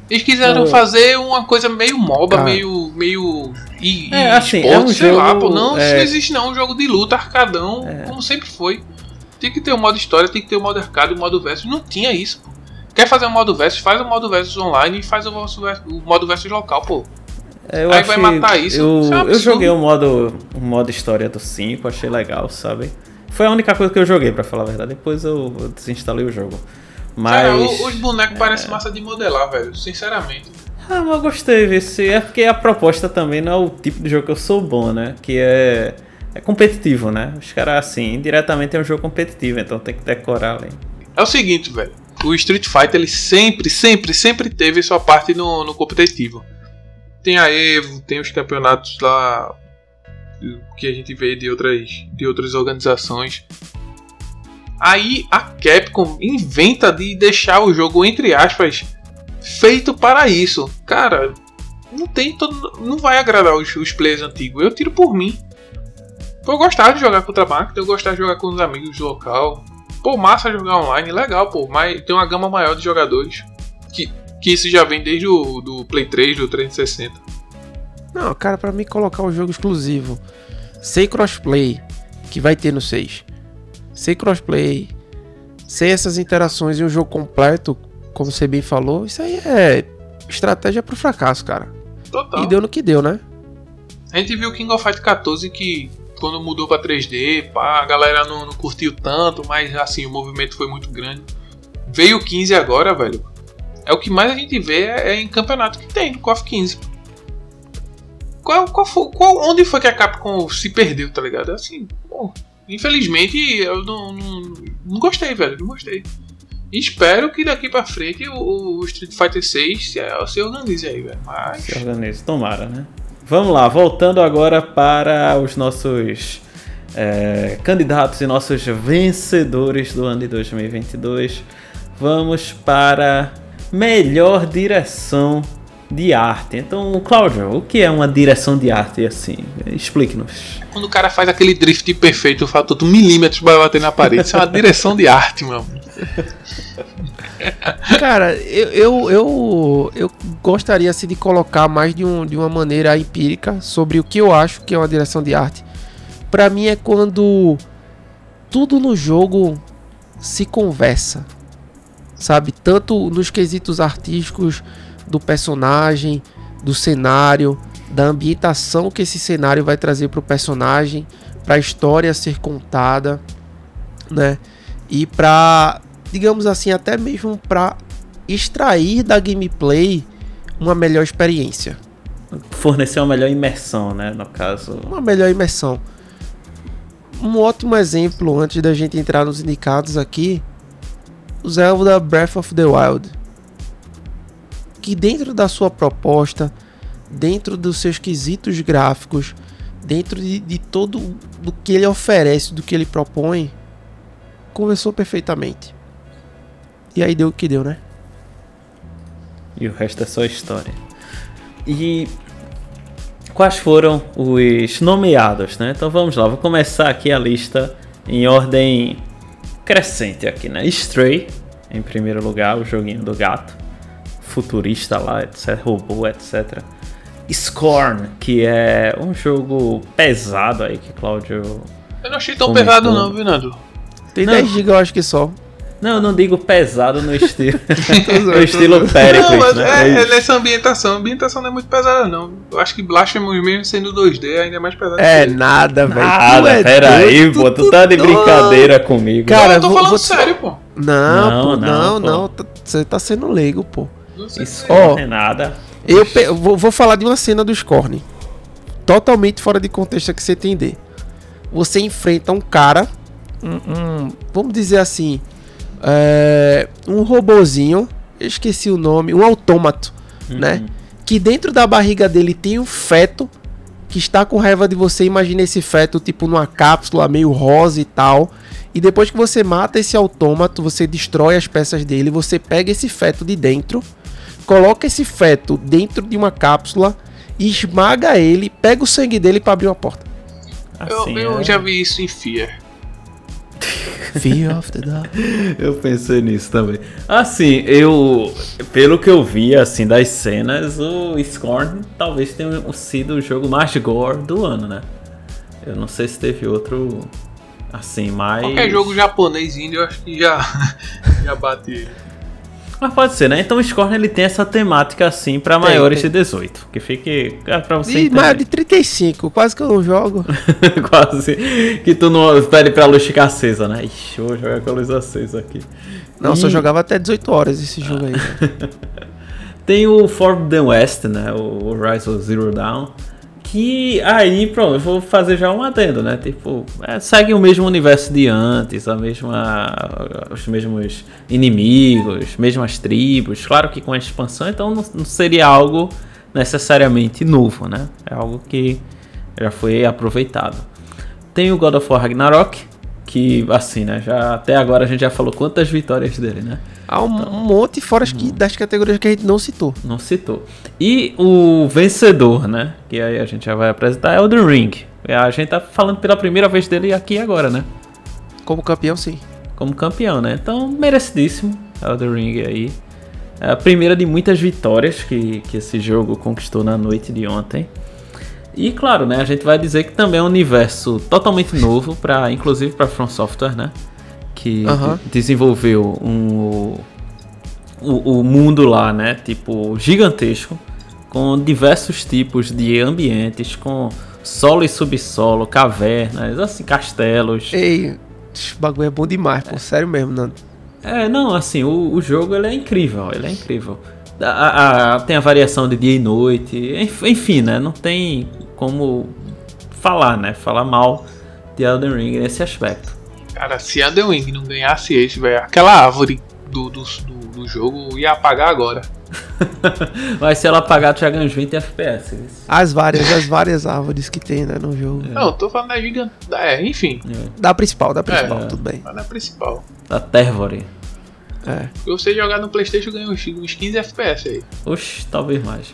Eles quiseram Pô. fazer uma coisa meio MOBA, Cara. meio. meio. E, É, e assim, esporte, é um sei lá, jogo, pô. Não, isso é- não existe não. Um jogo de luta, arcadão, É. como sempre foi. Tem que ter o modo história, tem que ter o modo arcade, o modo versus. Não tinha isso, pô. Quer fazer o modo versus? Faz o modo versus online e faz o, versus- o modo versus local, pô. Eu Aí vai matar isso, Eu, isso é um eu absurdo. joguei o modo, o modo história do cinco, achei legal, sabe? Foi a única coisa que eu joguei, pra falar a verdade. Depois eu, eu desinstalei o jogo. Mas. Cara, o- os bonecos parecem massa de modelar, velho. Sinceramente. Ah, mas eu gostei, vice. É porque a proposta também não é o tipo de jogo que eu sou bom, né? Que é. É competitivo, né? Os caras, assim, indiretamente é um jogo competitivo, então tem que decorar ali. É o seguinte, velho. O Street Fighter, ele sempre, sempre, sempre teve sua parte no, no competitivo. Tem a Evo, tem os campeonatos lá que a gente vê de outras, de outras organizações. Aí a Capcom inventa de deixar o jogo, entre aspas, feito para isso. Cara, não tem todo, não vai agradar os, os players antigos. Eu tiro por mim. Pô, eu gostava de jogar contra a máquina, eu gostava de jogar com os amigos do local. Pô, massa jogar online, legal, pô, mas tem uma gama maior de jogadores. Que, que isso já vem desde o do Play três, do trezentos e sessenta. Não, cara, pra mim colocar o jogo exclusivo sem crossplay, que vai ter no seis, sem crossplay, sem essas interações e um jogo completo, como você bem falou, isso aí é estratégia pro fracasso, cara. Total. E deu no que deu, né? A gente viu o King of Fight quatorze que quando mudou pra três D, pá, a galera não, não curtiu tanto, mas assim, o movimento foi muito grande. Veio o quinze agora, velho. É o que mais a gente vê é, é em campeonato que tem no C O F quinze. Qual, qual foi, qual, onde foi que a Capcom se perdeu, tá ligado? Assim, pô, infelizmente eu não, não, não gostei, velho, não gostei. E espero que daqui pra frente o, o Street Fighter seis se, se organize aí, velho. Mas... Se organiza, tomara, né? Vamos lá, voltando agora para os nossos é, candidatos e nossos vencedores do ano de dois mil e vinte e dois. Vamos para melhor direção de arte. Então, Cláudio, o que é uma direção de arte assim? Explique-nos. Quando o cara faz aquele drift perfeito, falta milímetros para bater na parede, isso é uma direção de arte, meu. Cara, eu, eu, eu, eu gostaria assim, de colocar mais de, um, de uma maneira empírica sobre o que eu acho que é uma direção de arte. Pra mim é quando tudo no jogo se conversa, sabe? Tanto nos quesitos artísticos do personagem, do cenário, da ambientação que esse cenário vai trazer pro personagem, pra história ser contada, né? E pra, digamos assim, até mesmo pra extrair da gameplay uma melhor experiência. Fornecer uma melhor imersão, né? No caso. Uma melhor imersão. Um ótimo exemplo, antes da gente entrar nos indicados aqui, o Zelda Breath of the Wild. Que dentro da sua proposta, dentro dos seus quesitos gráficos, dentro de, de todo do que ele oferece, do que ele propõe, conversou perfeitamente. E aí deu o que deu, né? E o resto é só história. E quais foram os nomeados, né? Então vamos lá, vou começar aqui a lista em ordem crescente aqui, né? Stray, em primeiro lugar, o joguinho do gato. Futurista lá, etcétera. Robô, etcétera. Scorn, que é um jogo pesado aí que Cláudio... Eu não achei tão comentou. pesado não, viu, Nando? Tem Não. dez gigas eu acho que só. Não, eu não digo pesado no estilo... zoando, no estilo Pericles, Não, mas né? é, é nessa ambientação. A ambientação não é muito pesada, não. Eu acho que Blasphemous mesmo sendo dois D ainda é mais pesado. É que ele. nada, velho. Nada, é pera aí, doido, pô, tu tá de doido. brincadeira comigo. Cara, Não, eu tô vou- falando vou- sério, pô. Não, Não, pô, não, não, não. pô. Você tá sendo leigo, pô. Não sei Isso se- Ó, não é nada. Eu pe- eu vou, vou falar de uma cena do Scorn. Totalmente fora de contexto que você entender. Você enfrenta um cara, um, um- vamos dizer assim, é, um robozinho, eu esqueci o nome, um autômato, né? Que dentro da barriga dele tem um feto que está com raiva de você. Imagina esse feto tipo numa cápsula meio rosa e tal. E depois que você mata esse autômato, você destrói as peças dele, você pega esse feto de dentro, coloca esse feto dentro de uma cápsula, esmaga ele, pega o sangue dele para abrir uma porta. Eu, Assim, eu é- já vi isso em Fear. Fear of the Dark. Eu pensei nisso também. Assim, eu... Pelo que eu vi, assim, das cenas, o Scorn talvez tenha sido o jogo mais gore do ano, né? Eu não sei se teve outro... Assim, mais... Qualquer jogo japonês índio, eu acho que já... já bate ele. Mas pode ser, né? Então o Scorn, ele tem essa temática, assim, pra Tem, maiores tem. de dezoito. Que fique... É pra você E entender. maior de trinta e cinco, quase que eu não jogo. Quase. Que tu não pede pra luz ficar acesa, né? Ixi, eu vou jogar com a luz acesa aqui. Não, E... só jogava até dezoito horas esse jogo aí. Tem o Forbidden West, né? O Horizon Zero Dawn. Que aí, pronto, eu vou fazer já um adendo, né? Tipo, é, segue o mesmo universo de antes, a mesma, os mesmos inimigos, mesmas tribos. Claro que com a expansão, então não, não seria algo necessariamente novo, né? É algo que já foi aproveitado. Tem o God of War Ragnarok, que assim, né? Já, até agora a gente já falou quantas vitórias dele, né? Há um, um monte fora as que, das categorias que a gente não citou. Não citou. E o vencedor, né? Que aí a gente já vai apresentar, é o Elden Ring. A gente tá falando pela primeira vez dele aqui agora, né? Como campeão, sim. Como campeão, né? Então, merecidíssimo Elden Ring aí. É a primeira de muitas vitórias que, que esse jogo conquistou na noite de ontem. E claro, né? A gente vai dizer que também é um universo totalmente novo, pra, inclusive para From Software, né? Que Uhum. desenvolveu um, o, o mundo lá, né? Tipo, gigantesco, com diversos tipos de ambientes, com solo e subsolo, cavernas, assim, castelos. Ei, esse bagulho é bom demais, pô. Sério mesmo, Nando. É, não, assim, o, o jogo ele é incrível, ele é incrível. A, a, a, tem a variação de dia e noite, enf- enfim, né? Não tem como falar, né? Falar mal de Elden Ring nesse aspecto. Cara, se a The Wing não ganhasse esse, velho, aquela árvore do, do, do, do jogo ia apagar agora. Mas se ela apagar, tu já ganha uns vinte F P S. As várias, as várias árvores que tem, né, no jogo. Não, eu tô falando da gigante. É, enfim. É. Da principal, da principal, É. tudo bem. Mas não é principal. Da Tervore. É. Se você jogar no PlayStation, ganha uns, uns quinze F P S aí. Oxe, talvez mais.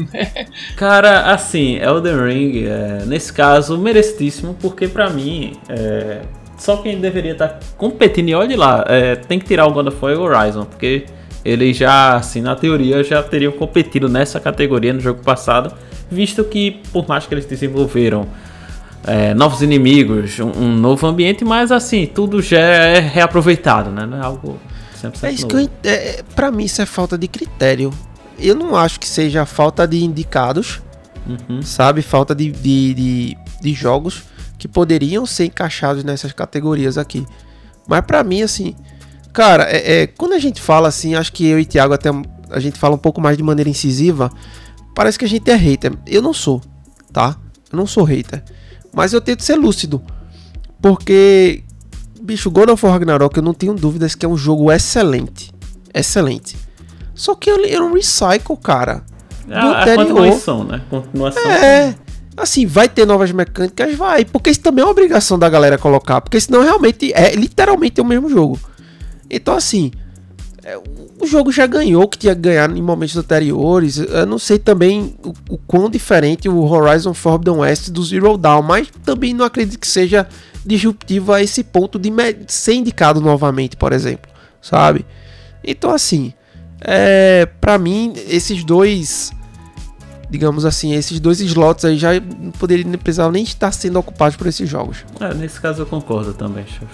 Cara, assim, Elden Ring, é, nesse caso, merecidíssimo, porque pra mim, é, só quem deveria estar competindo, e olha lá, é, tem que tirar o God of War e o Horizon, porque eles já, assim, na teoria, já teriam competido nessa categoria no jogo passado, visto que, por mais que eles desenvolveram é, novos inimigos, um, um novo ambiente, mas assim, tudo já é reaproveitado, né? Não é algo cem por cento É isso novo. que eu, ent- é, pra mim isso é falta de critério. Eu não acho que seja falta de indicados, Uhum. sabe? Falta de, de, de, de jogos que poderiam ser encaixados nessas categorias aqui. Mas pra mim, assim, cara, é, é, quando a gente fala assim, acho que eu e Thiago até a gente fala um pouco mais de maneira incisiva, parece que a gente é hater. Eu não sou, tá? Eu não sou hater. Mas eu tento ser lúcido. Porque, bicho, God of War Ragnarok, eu não tenho dúvidas que é um jogo excelente. Excelente. Só que ele é um recycle, cara. É do a, a anterior. continuação, né? Continuação. É, assim, vai ter novas mecânicas, vai. Porque isso também é uma obrigação da galera colocar. Porque senão realmente é literalmente é o mesmo jogo. Então, assim, é, o jogo já ganhou o que tinha que ganhar em momentos anteriores. Eu não sei também o, o quão diferente o Horizon Forbidden West do Zero Dawn, mas também não acredito que seja disruptivo a esse ponto de me- ser indicado novamente, por exemplo, sabe? Então, assim, é, pra mim, esses dois, digamos assim, esses dois slots aí já não poderiam nem precisar nem estar sendo ocupados por esses jogos. É, nesse caso eu concordo também, chefe.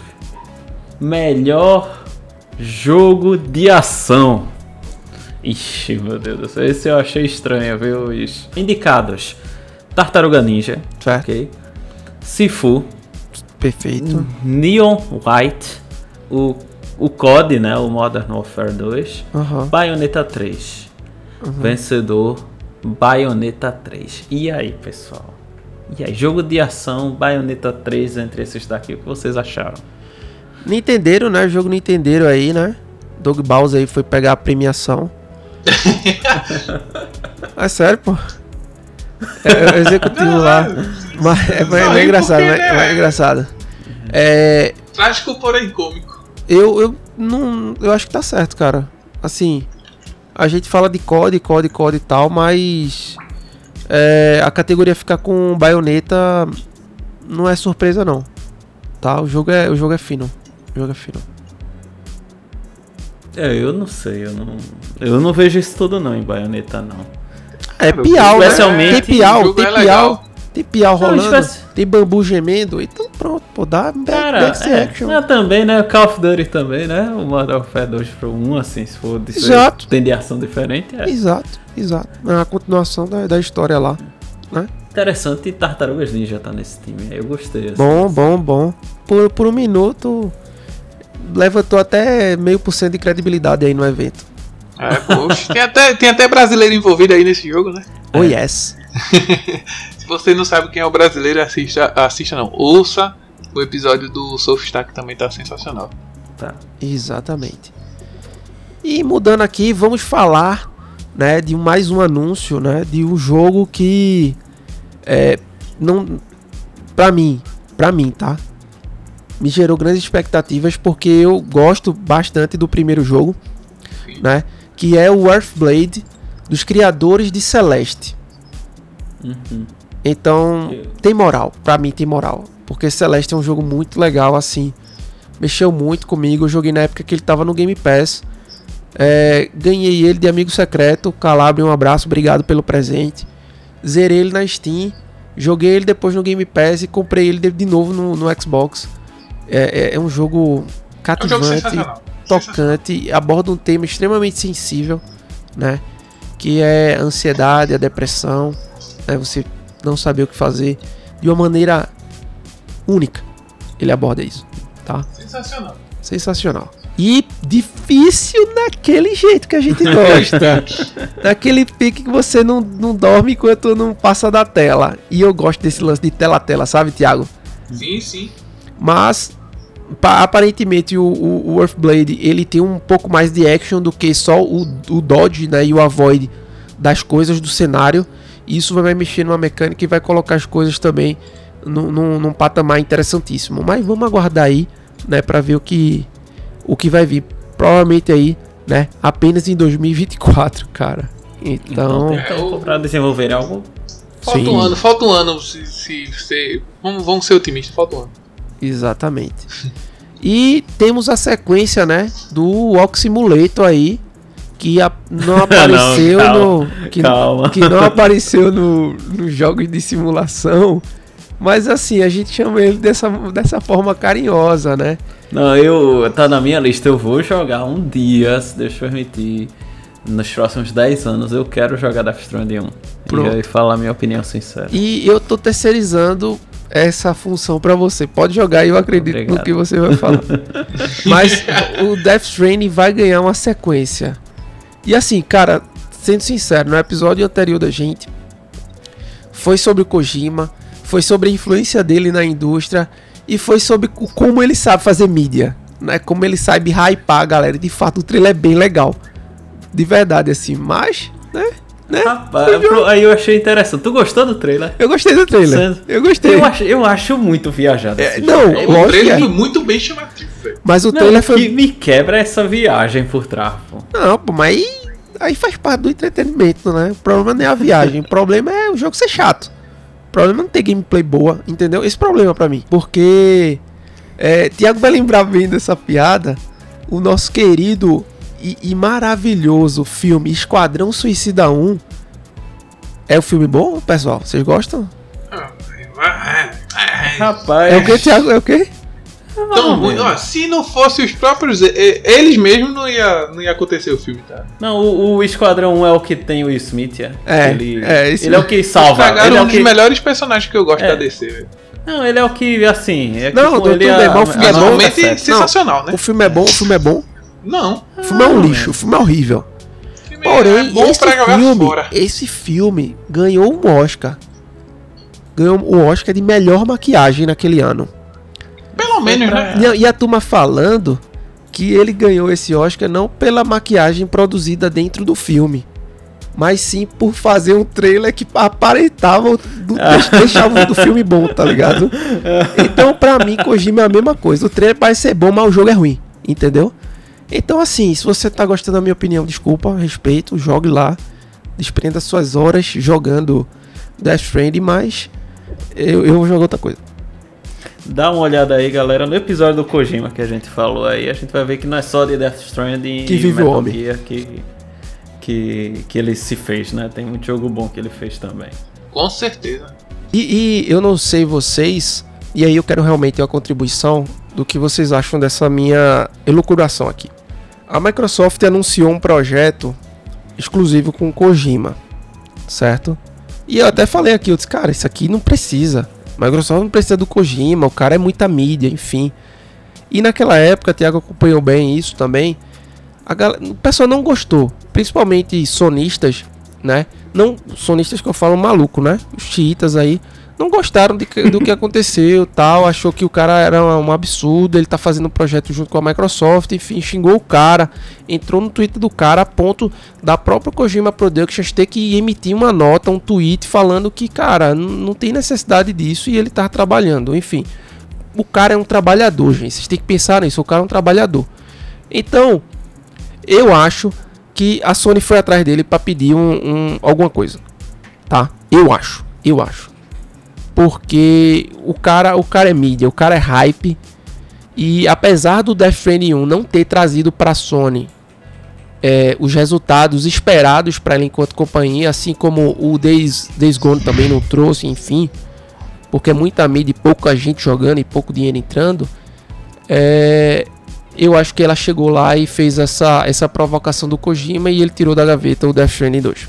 Melhor jogo de ação. Ixi, meu Deus do céu. Esse eu achei estranho, viu? Os indicados: Tartaruga Ninja, Certo? ok? Sifu, Perfeito. Neon White, o, o C O D, né? O Modern Warfare dois, Aham. Bayonetta três. Vencedor, Bayonetta três. E aí, pessoal? E aí, jogo de ação, Bayonetta três entre esses daqui, o que vocês acharam? Nintendeiro, né? Jogo Nintendeiro aí, né? Doug Bowser aí foi pegar a premiação. É sério, pô. É, o executivo lá. Mas é, mas é Só ri engraçado, porque, mas, né? mas é engraçado. É, Trágico, porém cômico. eu, eu não. Eu acho que tá certo, cara. Assim, a gente fala de C O D, C O D, C O D e tal, mas é, a categoria ficar com Bayonetta não é surpresa não. Tá? O jogo é, o jogo é fino. O jogo é fino. É, eu não sei, eu não, eu não vejo isso tudo não em Bayonetta, não. É piau, né? Especialmente- Tem piau, o tem jogo é piau, legal. tem piau Não, rolando, especi- tem bambu gemendo, então pronto, pô, dá back, Cara, back é, action. mas também, né, o Call of Duty também, né, o Modern Warfare dois pro um, assim, se for de Exato. tem de ação diferente, é Exato, exato. É a continuação da, da história lá, né? interessante e Tartarugas Ninja tá nesse time, aí eu gostei, assim. Bom, bom, bom. Por, por um minuto, levantou até meio por cento de credibilidade aí no evento. É, poxa. Tem até, tem até brasileiro envolvido aí nesse jogo, né? Oh, yes. Se você não sabe quem é o brasileiro, assista, assista não, ouça o episódio do Soulstar, que também tá sensacional. Tá. Exatamente. E mudando aqui, vamos falar, né, de mais um anúncio, né, de um jogo que é, não, pra mim, pra mim, tá, me gerou grandes expectativas porque eu gosto bastante do primeiro jogo, né, que é o Earthblade dos criadores de Celeste. Uhum. Então tem moral, pra mim tem moral, porque Celeste é um jogo muito legal, assim, mexeu muito comigo. Eu joguei na época que ele tava no Game Pass. É, ganhei ele de amigo secreto. Calabria, um abraço, obrigado pelo presente. Zerei ele na Steam. Joguei ele depois no Game Pass e comprei ele de, de novo no, no Xbox. É, é, é um jogo É um jogo cativante, sensacional. tocante, aborda um tema extremamente sensível, né? Que é a ansiedade, a depressão, né? Você não saber o que fazer de uma maneira única. Ele aborda isso, tá? Sensacional. Sensacional. E difícil naquele jeito que a gente gosta. Naquele pique que você não, não dorme enquanto não passa da tela. E eu gosto desse lance de tela a tela, sabe, Thiago? Sim, sim. Mas pa- aparentemente o, o, o Earthblade ele tem um pouco mais de action do que só o, o dodge, né, e o avoid das coisas do cenário. Isso vai mexer numa mecânica e vai colocar as coisas também num, num, num patamar interessantíssimo. Mas vamos aguardar aí, né, para ver o que o que vai vir. Provavelmente aí, né, apenas em dois mil e vinte e quatro, cara. Então, Então, tem tempo pra desenvolver algo. Falta Sim. um ano, falta um ano se, se, se vamos, vamos ser otimistas, falta um ano. exatamente. E temos a sequência, né, do Walk Simulator aí, que a- não apareceu Não, calma, no que, calma. que não apareceu no nos jogos de simulação, mas assim, a gente chama ele dessa, dessa forma carinhosa, né? Não, eu. Tá na minha lista, eu vou jogar um dia, se Deus permitir. Nos próximos dez anos eu quero jogar Death Stranding um. Pronto. E aí falar a minha opinião sincera. E eu tô terceirizando essa função pra você. Pode jogar e eu acredito Obrigado. no que você vai falar. Mas o Death Stranding vai ganhar uma sequência. E assim, cara, sendo sincero, no episódio anterior da gente foi sobre o Kojima, foi sobre a influência dele na indústria e foi sobre o- como ele sabe fazer mídia, né? Como ele sabe hypar a galera. De fato, o trailer é bem legal. De verdade, assim, mas, né? né? Rapaz, pro- aí eu achei interessante. Tu gostou do trailer? Eu gostei do trailer. Sério? Eu gostei. Eu acho, eu acho muito viajado. É, esse não, jogo. O lógico trailer que é. foi muito bem chamativo, velho. Mas o Não, trailer o foi. que me quebra é essa viagem por trás, pô. Não, pô, mas aí, aí faz parte do entretenimento, né? O problema não é a viagem, o problema é o jogo ser chato. O problema é não ter gameplay boa, entendeu? Esse problema pra mim. Porque. É, Thiago vai lembrar bem dessa piada. O nosso querido e, e maravilhoso filme Esquadrão Suicida um. É um filme bom, pessoal? Vocês gostam? Rapaz. É o que, Thiago? É o quê? Tão ruim. Ó, se não fosse os próprios. e- Eles mesmos não ia, não ia acontecer o filme, tá? Não, o, o Esquadrão um é o que tem o Will Smith, é? É, Ele é, esse ele é o que salva. Pegaram Ele é um o dos que... melhores personagens que eu gosto É. da D C, velho. Não, ele é o que, assim... É que Não, com tudo ele bem, a- mas o filme a é bom. nota Visualmente sete. sensacional, né? O filme é bom, o filme é bom. Não. O filme é um Ah, lixo, é. o filme é horrível. O filme Porém, é bom esse pra jogar filme, fora. esse filme ganhou um Oscar. Ganhou o Oscar de melhor maquiagem naquele ano. Pelo menos, né? E a, e a turma falando que ele ganhou esse Oscar não pela maquiagem produzida dentro do filme, mas sim por fazer um trailer que aparentava, o- do, deixava o filme bom, tá ligado? Então, pra mim, Kojima é a mesma coisa. O trailer parece ser bom, mas o jogo é ruim, entendeu? Então, assim, se você tá gostando da minha opinião, desculpa, respeito, jogue lá, desprenda suas horas jogando Death Stranding, mas eu, eu vou jogar outra coisa. dá uma olhada aí, galera, no episódio do Kojima que a gente falou aí, a gente vai ver que não é só de Death Stranding que e vive o Metal homem. Gear que, que, que ele se fez, né? Tem muito jogo bom que ele fez também. Com certeza. E, e eu não sei vocês, e aí eu quero realmente ter uma contribuição do que vocês acham dessa minha elucubração aqui. A Microsoft anunciou um projeto exclusivo com o Kojima, certo? E eu até falei aqui, eu disse, cara, isso aqui não precisa. A Microsoft não precisa do Kojima, o cara é muita mídia, enfim. E naquela época, o Thiago acompanhou bem isso também, a galera, o pessoal não gostou, principalmente sonistas, né? Não sonistas que eu falo maluco, né? Os xiitas aí não gostaram de que, do que aconteceu, tal, achou que o cara era um absurdo, ele tá fazendo um projeto junto com a Microsoft, enfim, xingou o cara, entrou no Twitter do cara a ponto da própria Kojima Productions ter que emitir uma nota, um tweet falando que, cara, não tem necessidade disso e ele tá trabalhando, enfim. O cara é um trabalhador, gente, vocês têm que pensar nisso, o cara é um trabalhador. Então, eu acho que a Sony foi atrás dele para pedir um, um, alguma coisa, tá? Eu acho, eu acho. Porque o cara, o cara é mídia, o cara é hype. E apesar do Death Stranding um não ter trazido para a Sony é, os resultados esperados para ela enquanto companhia, assim como o Days, Days Gone também não trouxe, enfim, porque é muita mídia e pouca gente jogando e pouco dinheiro entrando, é, eu acho que ela chegou lá e fez essa, essa provocação do Kojima e ele tirou da gaveta o Death Stranding dois.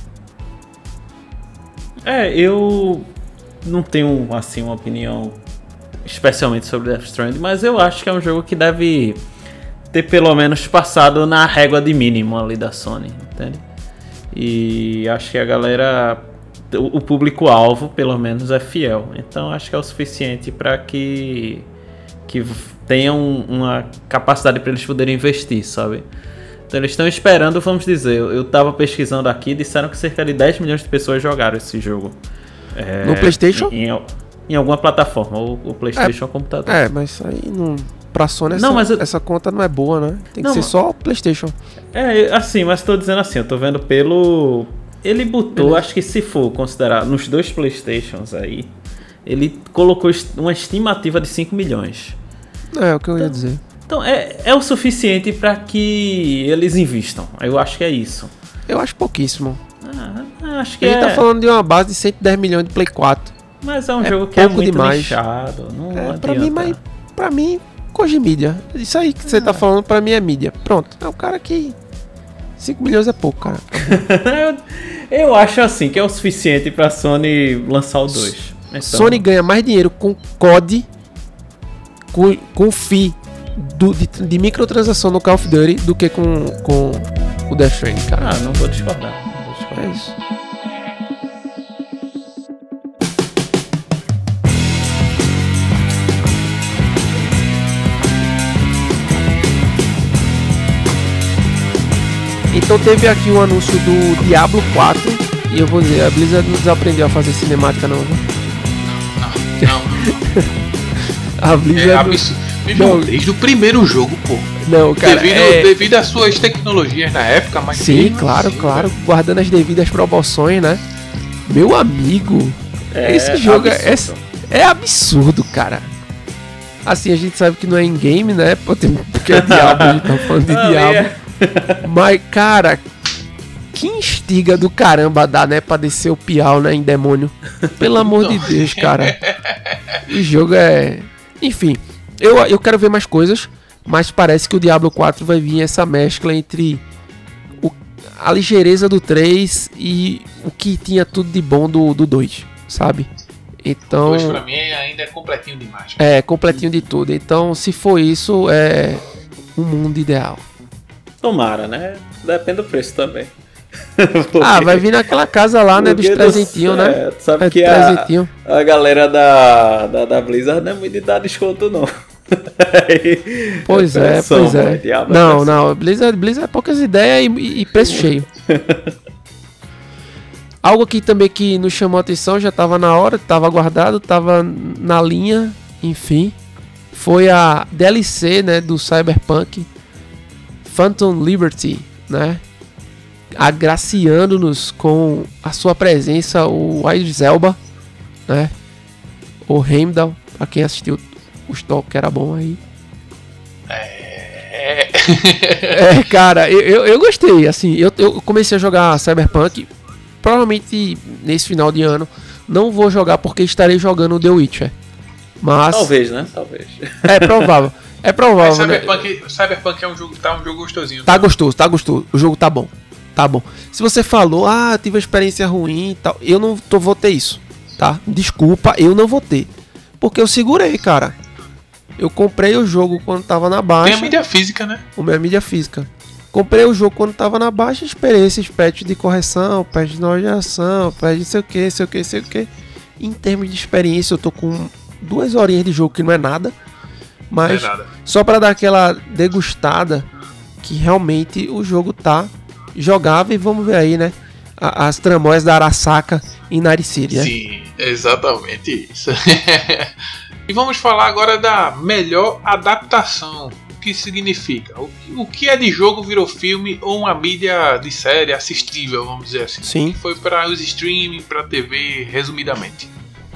É, eu não tenho assim uma opinião especialmente sobre Death Stranding, mas eu acho que é um jogo que deve ter pelo menos passado na régua de mínimo ali da Sony, entende? E acho que a galera, o público-alvo pelo menos é fiel, então acho que é o suficiente para que que tenham uma capacidade para eles poderem investir, sabe? Então eles estão esperando, vamos dizer, eu tava pesquisando aqui, disseram que cerca de dez milhões de pessoas jogaram esse jogo. É, no PlayStation? Em, em, em alguma plataforma, ou o PlayStation é, ou computador. É, mas aí não, pra Sony essa, não, mas eu, essa conta não é boa, né? Tem que não, ser só o PlayStation. É, assim, mas tô dizendo assim, eu tô vendo pelo... Ele botou, Beleza. Acho que se for considerar nos dois PlayStations aí, ele colocou uma estimativa de cinco milhões. É, o que eu então, ia dizer. Então é, é o suficiente para que eles invistam. Eu acho que é isso. Eu acho pouquíssimo. Ah, acho que a gente é... tá falando de uma base de cento e dez milhões de Play quatro. Mas é um é jogo que é muito demais. nichado. Não é, adianta. Pra mim, mas, pra mim, Koji mídia. Isso aí que você ah. tá falando pra mim é mídia. Pronto. É um cara que... cinco milhões é pouco, cara. eu, eu acho assim que é o suficiente pra Sony lançar o dois. Então... Sony ganha mais dinheiro com C O D, com, com fee do, de, de microtransação no Call of Duty do que com, com o Death Stranding, cara. Ah, não vou discordar. Não vou discordar. É isso. Então teve aqui um anúncio do Diablo quatro. E eu vou dizer, a Blizzard não desaprendeu a fazer cinemática não, né? Não, não, não. A Blizzard... É absurdo. Não, desde o primeiro jogo, pô. Não, cara, devido, é... devido às suas tecnologias na época, mas... Sim, claro, assim, claro. Né? Guardando as devidas proporções, né? Meu amigo, é esse jogo absurdo. É, é absurdo, cara. Assim, a gente sabe que não é in-game, né? Porque é Diablo, a gente tá falando de Diablo. Mas, cara, que instiga do caramba dá, né? Pra descer o piau, né? Em demônio. Pelo amor de Deus, cara. O jogo é... Enfim, eu, eu quero ver mais coisas. Mas parece que o Diablo quatro vai vir essa mescla entre o, a ligeireza do três e o que tinha tudo de bom do, do dois, sabe? Então... O dois pra mim ainda é completinho demais. É, completinho de tudo. Então, se for isso, é um mundo ideal. Tomara, né? Depende do preço também. Porque... Ah, vai vir naquela casa lá, né? Dos presentinhos, né? É, sabe é, que a, a galera da, da, da Blizzard não é muito de dar desconto, não. Pois é, pressão, pois é. Diabo, não, não. Blizzard, Blizzard é poucas ideias e, e preço cheio. Algo aqui também que nos chamou a atenção, já estava na hora, estava guardado, estava na linha, enfim. Foi a D L C, né, do Cyberpunk Phantom Liberty, né? Agraciando-nos com a sua presença o Idris Elba, né? O Heimdall, para quem assistiu o estoque que era bom aí. É. É, cara, eu, eu, eu gostei, assim, eu, eu comecei a jogar Cyberpunk, provavelmente nesse final de ano, não vou jogar porque estarei jogando The Witcher. Mas... Talvez, né? Talvez. É provável. É provável, Mas Cyberpunk, né? Cyberpunk é um jogo, tá um jogo gostosinho. Tá gostoso, tá gostoso. O jogo tá bom. Tá bom. Se você falou, ah, tive uma experiência ruim e tal, eu não tô, vou ter isso, tá? Desculpa, eu não vou ter. Porque eu segurei, cara. Eu comprei o jogo quando tava na baixa. Tem a mídia física, né? O meu é mídia física. Comprei o jogo quando tava na baixa, esperei esses patches de correção, patch de notificação, patch de sei o que, sei o que, sei o que. Em termos de experiência, eu tô com duas horinhas de jogo que não é nada. Mas Não é nada. só pra dar aquela degustada que realmente o jogo tá jogável. E vamos ver aí, né? a- As tramóias da Arasaka em Night City, né? Sim, exatamente isso. E vamos falar agora da melhor adaptação. O que significa? O que, o que é de jogo virou filme ou uma mídia de série assistível, vamos dizer assim. Sim. Que foi para os streaming, para T V, resumidamente.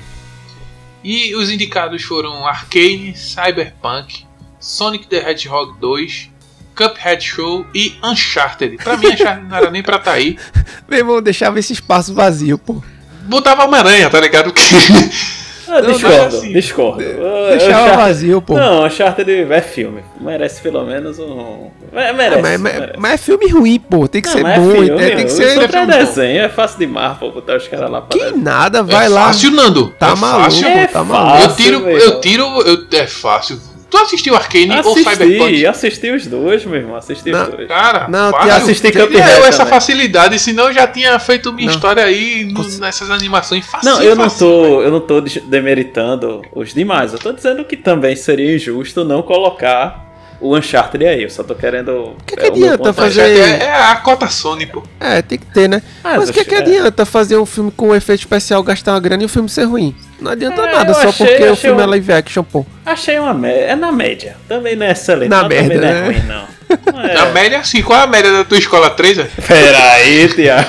E os indicados foram Arcane, Cyberpunk, Sonic the Hedgehog dois, Cuphead Show e Uncharted. Pra mim, Uncharted não era nem pra tá aí. Meu irmão, deixava esse espaço vazio, pô. Botava Homem-Aranha, tá ligado? Ah, Não, discordo, não é assim. discordo. Deixava Uncharted- vazio, pô. Não, Uncharted é filme. Merece pelo menos um. É, Ah, merece. mas, mas- merece. mas é filme ruim, pô. Tem que Não, ser mas é bom. filme, é, tem que o ser. Super filme bom. desenho, é fácil demais, pô, botar os caras lá pra Que dentro. nada, vai é lá. fácil, Nando. Tá é maluco, fácil. É tá fácil. maluco. Eu tiro, velho. eu tiro, eu, é fácil. Tu assistiu Arcane ou Assisti, Cyberpunk? assisti os dois, meu irmão. Assisti Não. os dois. Cara, Não, fácil. tem- assisti Teria Cuphead eu essa também. facilidade, senão eu já tinha feito minha Não. história aí no- Cons- nessas animações fácil. Não, eu não tô, eu não tô des- demeritando os demais. Eu tô dizendo que também seria injusto não colocar o Uncharted aí. Eu só tô querendo. Que que é, o meu adianta ponto é- fazer- É, é a cota Sony, pô. É, tem que ter, né? Ah, Mas o que, acho- que é. adianta fazer um filme com um efeito especial, gastar uma grana e o filme ser ruim? Não adianta É, nada, eu só achei- porque o achei filme um- é live action, pô. Achei uma média. É na média. Também não é excelente. Na mas também média, não é né? ruim, não. Não é. Na média, assim, qual é a média da tua escola? três? É? Peraí, Tia.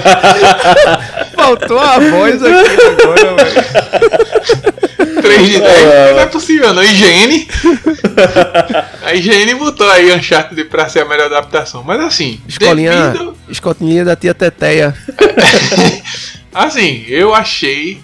Faltou a voz aqui agora, velho. três de É. dez? Não é possível, não. I G N. A I G N botou aí Uncharted pra ser a melhor adaptação. Mas assim, Escolinha, devido- escolinha da tia Teteia. assim, eu achei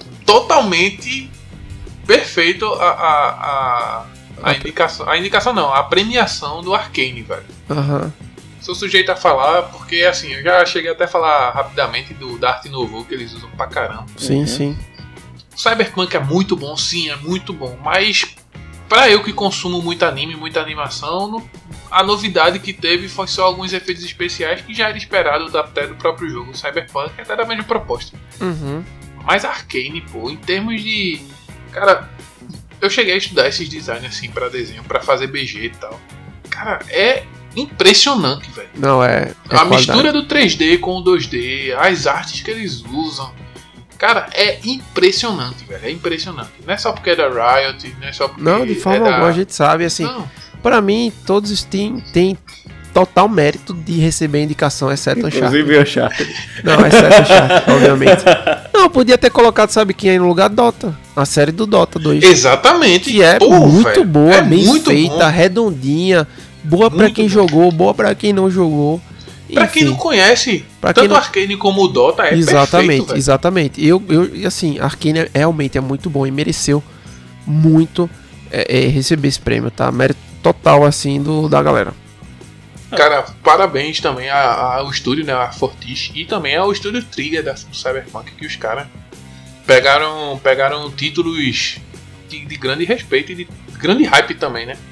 totalmente perfeito a, a, a, a indicação. A indicação não, a premiação do Arcane, velho. Aham. Sou sujeito a falar, porque assim, eu já cheguei até a falar rapidamente do da Arte Nouveau que eles usam pra caramba. Sim, Uhum. sim. Cyberpunk é muito bom, sim, é muito bom, mas pra eu que consumo muito anime, muita animação, no- a novidade que teve foi só alguns efeitos especiais que já era esperado até do próprio jogo. Cyberpunk até da mesma proposta. Uhum. Mas Arcane, pô, em termos de... Cara, eu cheguei a estudar esses designs assim pra desenho, pra fazer B G e tal. Cara, é impressionante, velho. Não, é. é A qualidade. mistura do três D com o dois D, as artes que eles usam. Cara, é impressionante, velho. É impressionante. Não é só porque é da Riot, não é só porque Não, de forma é da... alguma, a gente sabe, assim. Não, Pra mim, todos os team têm total mérito de receber indicação, exceto Uncharted. Inclusive o Uncharted. Não, exceto Uncharted, obviamente. Não, podia ter colocado, sabe quem aí no lugar? Dota. A série do Dota dois. exatamente. Que é Pô, muito velho, boa, é bem muito feita, bom. redondinha. Boa pra Muito quem bom. jogou, boa pra quem não jogou. Pra quem Enfim, não conhece, pra tanto quem não- Arcane como o Dota é exatamente, perfeito, velho. exatamente. Eu, eu, e assim, Arcane é- realmente é muito bom e mereceu muito é, é, receber esse prêmio, tá? Mérito total, assim, do, da galera. Cara, parabéns também a- ao estúdio, né, a Fortiche, e também ao estúdio Trigger da do Cyberpunk, que os caras pegaram, pegaram títulos de, de grande respeito e de grande hype também, né?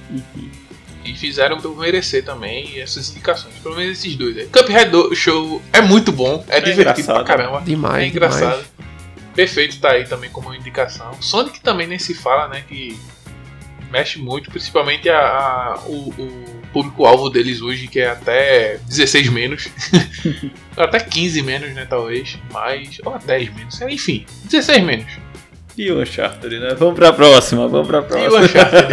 E fizeram por merecer também essas indicações, pelo menos esses dois aí. Cuphead do- Show é muito bom, é, divertido engraçado. pra caramba. Demais, É engraçado. demais. Perfeito, tá aí também como indicação. Sonic também nem se fala, né? Que mexe muito, principalmente a, a- o, o público-alvo deles hoje, que é até dezesseis menos. Até quinze menos, né? Talvez. Mas. Ou dez menos. Enfim, dezesseis menos. E o Uncharted, né? Vamos pra próxima, vamos pra E o próxima. Uncharted.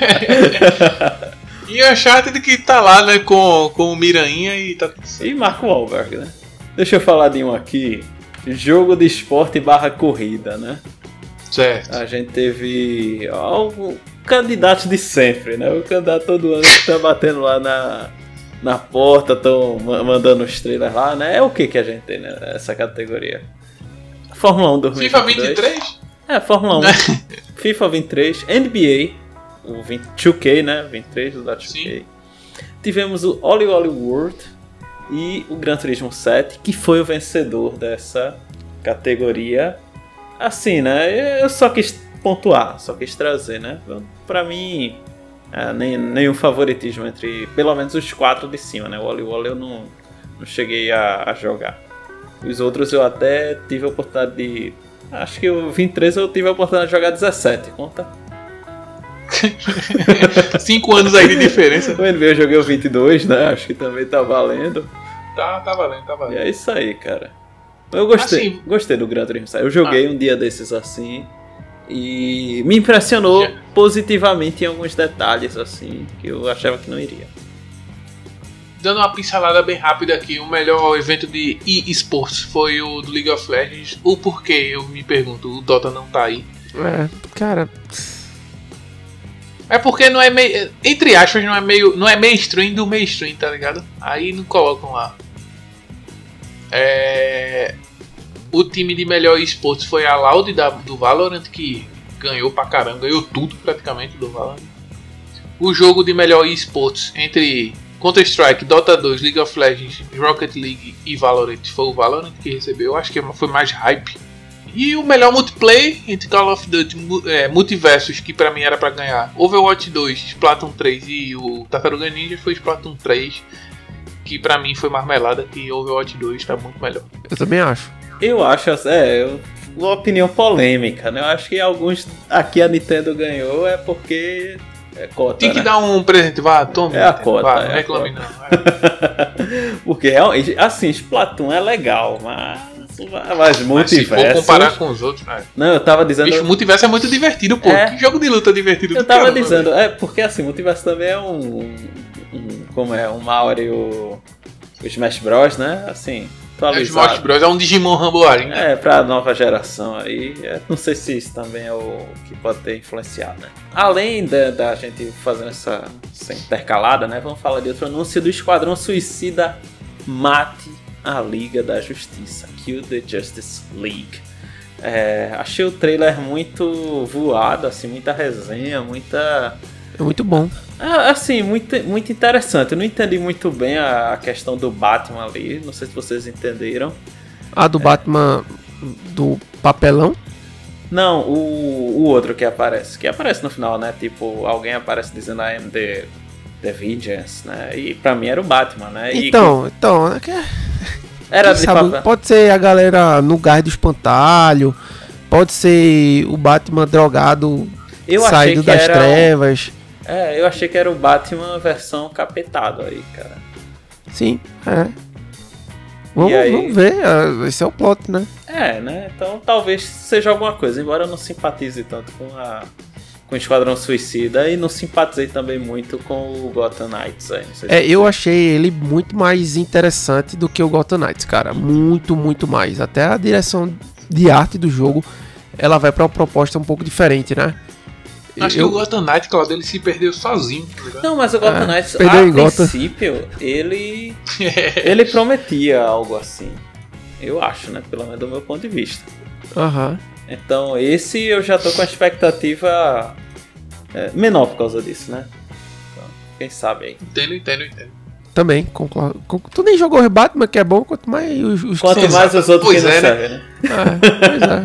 E o Uncharted que tá lá, né? Com, com o Mirainha e tá tudo certo. E Marco Wahlberg, né? Deixa eu falar de um aqui. Jogo de esporte barra corrida, né? Certo. A gente teve algo candidatos de sempre, né? O candidato todo ano que tá batendo lá na, na porta, estão mandando os trailers lá, né? É o que que a gente tem nessa categoria? Fórmula um dois mil e vinte e dois. FIFA vinte e três? É, Fórmula um. FIFA vinte e três, N B A, o vinte, dois K, né? vinte e três do dois K. Sim. Tivemos o Oli Oli World e o Gran Turismo sete, que foi o vencedor dessa categoria. Assim, né? Eu só quis pontuar, só quis trazer, né? Pra mim, é, nem, nenhum favoritismo entre pelo menos os quatro de cima, né? O Oli Oli eu não, não cheguei a, a jogar. Os outros eu até tive a oportunidade de... Acho que o vinte e três eu tive a oportunidade de jogar dezessete, conta? Cinco anos aí de diferença. O N B A eu joguei o vinte e dois, né? Acho que também tá valendo. Tá, tá valendo, tá valendo. E é isso aí, cara. Eu gostei, assim, gostei do Gran Turismo sete. Eu joguei ah. um dia desses assim e me impressionou Já. positivamente em alguns detalhes assim que eu achava que não iria. Dando uma pincelada bem rápida aqui, o melhor evento de e-sports foi o do League of Legends. O porquê, eu me pergunto, o Dota não tá aí. É, cara... É porque não é meio... Entre aspas, não é meio... Não é mainstream do mainstream, tá ligado? Aí não colocam lá. É... O time de melhor esportes foi a Loud da, do Valorant, que ganhou pra caramba. Ganhou tudo praticamente do Valorant. O jogo de melhor esportes entre Counter-Strike, Dota dois, League of Legends, Rocket League e Valorant foi o Valorant que recebeu. Acho que foi mais hype. E o melhor multiplayer entre Call of Duty é, Multiversus, que pra mim era pra ganhar Overwatch dois, Splatoon três e o Tartaruga Ninja, foi Splatoon três, que pra mim foi marmelada, que Overwatch dois tá muito melhor. Eu também acho. Eu acho, é, eu, uma opinião polêmica, né? Eu acho que alguns aqui a Nintendo ganhou é porque é cota, tem que né? dar um presente, vá, toma. É a cota, vá, é não reclame não. não. Porque, assim, Splatoon é legal, mas... Mas multiverso. Mas se for comparar com os outros, né? Não, eu tava dizendo. Bicho, multiverso é muito divertido, pô. É... Que jogo de luta divertido. Eu tava caramba, dizendo, é porque assim, multiverso também é um. um como é? Um Mario. O Smash Bros, né? Assim. É, o Smash Bros é um Digimon Ramboarin. Né? É, pra nova geração aí. É, não sei se isso também é o que pode ter influenciado, né? Além da, da gente fazendo essa, essa intercalada, né? Vamos falar de outro anúncio do Esquadrão Suicida Mate a Liga da Justiça, Kill the Justice League. É, achei o trailer muito voado, assim, muita resenha, muita... É muito bom. É, assim, muito, muito interessante. Eu não entendi muito bem a questão do Batman ali, não sei se vocês entenderam. Ah, do é. Batman do papelão? Não, o, o outro que aparece, que aparece no final, né? Tipo, alguém aparece dizendo I am the, the Vengeance, né? E pra mim era o Batman, né? Então, e, então... É que... Era de sabe, pode ser a galera no gás do espantalho, pode ser o Batman drogado eu saído das trevas. Um... É, eu achei que era o Batman versão capetado aí, cara. Sim, é. Vamos, aí... vamos ver, esse é o plot, né? É, né? Então talvez seja alguma coisa, embora eu não simpatize tanto com a... com o Esquadrão Suicida e não simpatizei também muito com o Gotham Knights. Aí, é, se eu achei ele muito mais interessante do que o Gotham Knights, cara. Muito, muito mais. Até a direção de arte do jogo, ela vai pra uma proposta um pouco diferente, né? Acho eu... que o Gotham Knights, Claudio, ele se perdeu sozinho. Tá não, mas o Gotham é, Knights, a princípio, ele, ele prometia algo assim. Eu acho, né? Pelo menos do meu ponto de vista. Aham. Uhum. Então esse eu já tô com a expectativa é, menor por causa disso, né? Então, quem sabe aí. Entendo, entendo, entendo. Também, concordo. Tu nem jogou o Batman, que é bom, quanto mais os, os Quanto que mais os outros pois que é, não servem, né? Ah,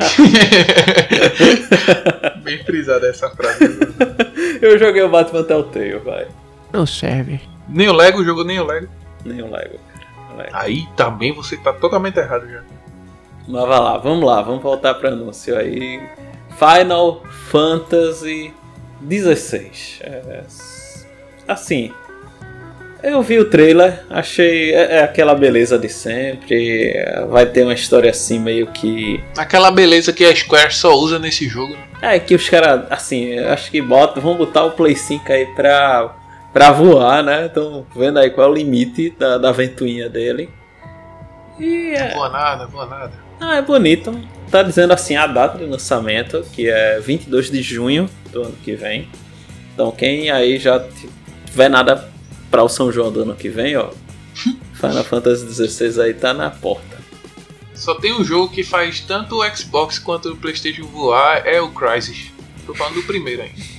pois é. Bem frisada essa frase. Eu joguei o Batman Telltale, vai. Não serve. Nem o Lego jogou, nem o Lego. Nem o Lego. Lego. Aí também você tá totalmente errado já. Mas vai lá, vamos lá, vamos voltar para anúncio aí. Final Fantasy dezesseis. É, assim, eu vi o trailer, achei é, é aquela beleza de sempre. Vai ter uma história assim meio que... Aquela beleza que a Square só usa nesse jogo. É que os caras, assim, acho que botam, vão botar o Play cinco aí pra, pra voar, né? Estão vendo aí qual é o limite da, da ventoinha dele. E é... Não voa nada, voa nada. Ah, é bonito. Tá dizendo assim a data de lançamento, que é vinte e dois de junho do ano que vem. Então quem aí já tiver nada para o São João do ano que vem, ó, Final Fantasy dezesseis aí tá na porta. Só tem um jogo que faz tanto o Xbox quanto o PlayStation voar, é o Crysis. Tô falando do primeiro ainda.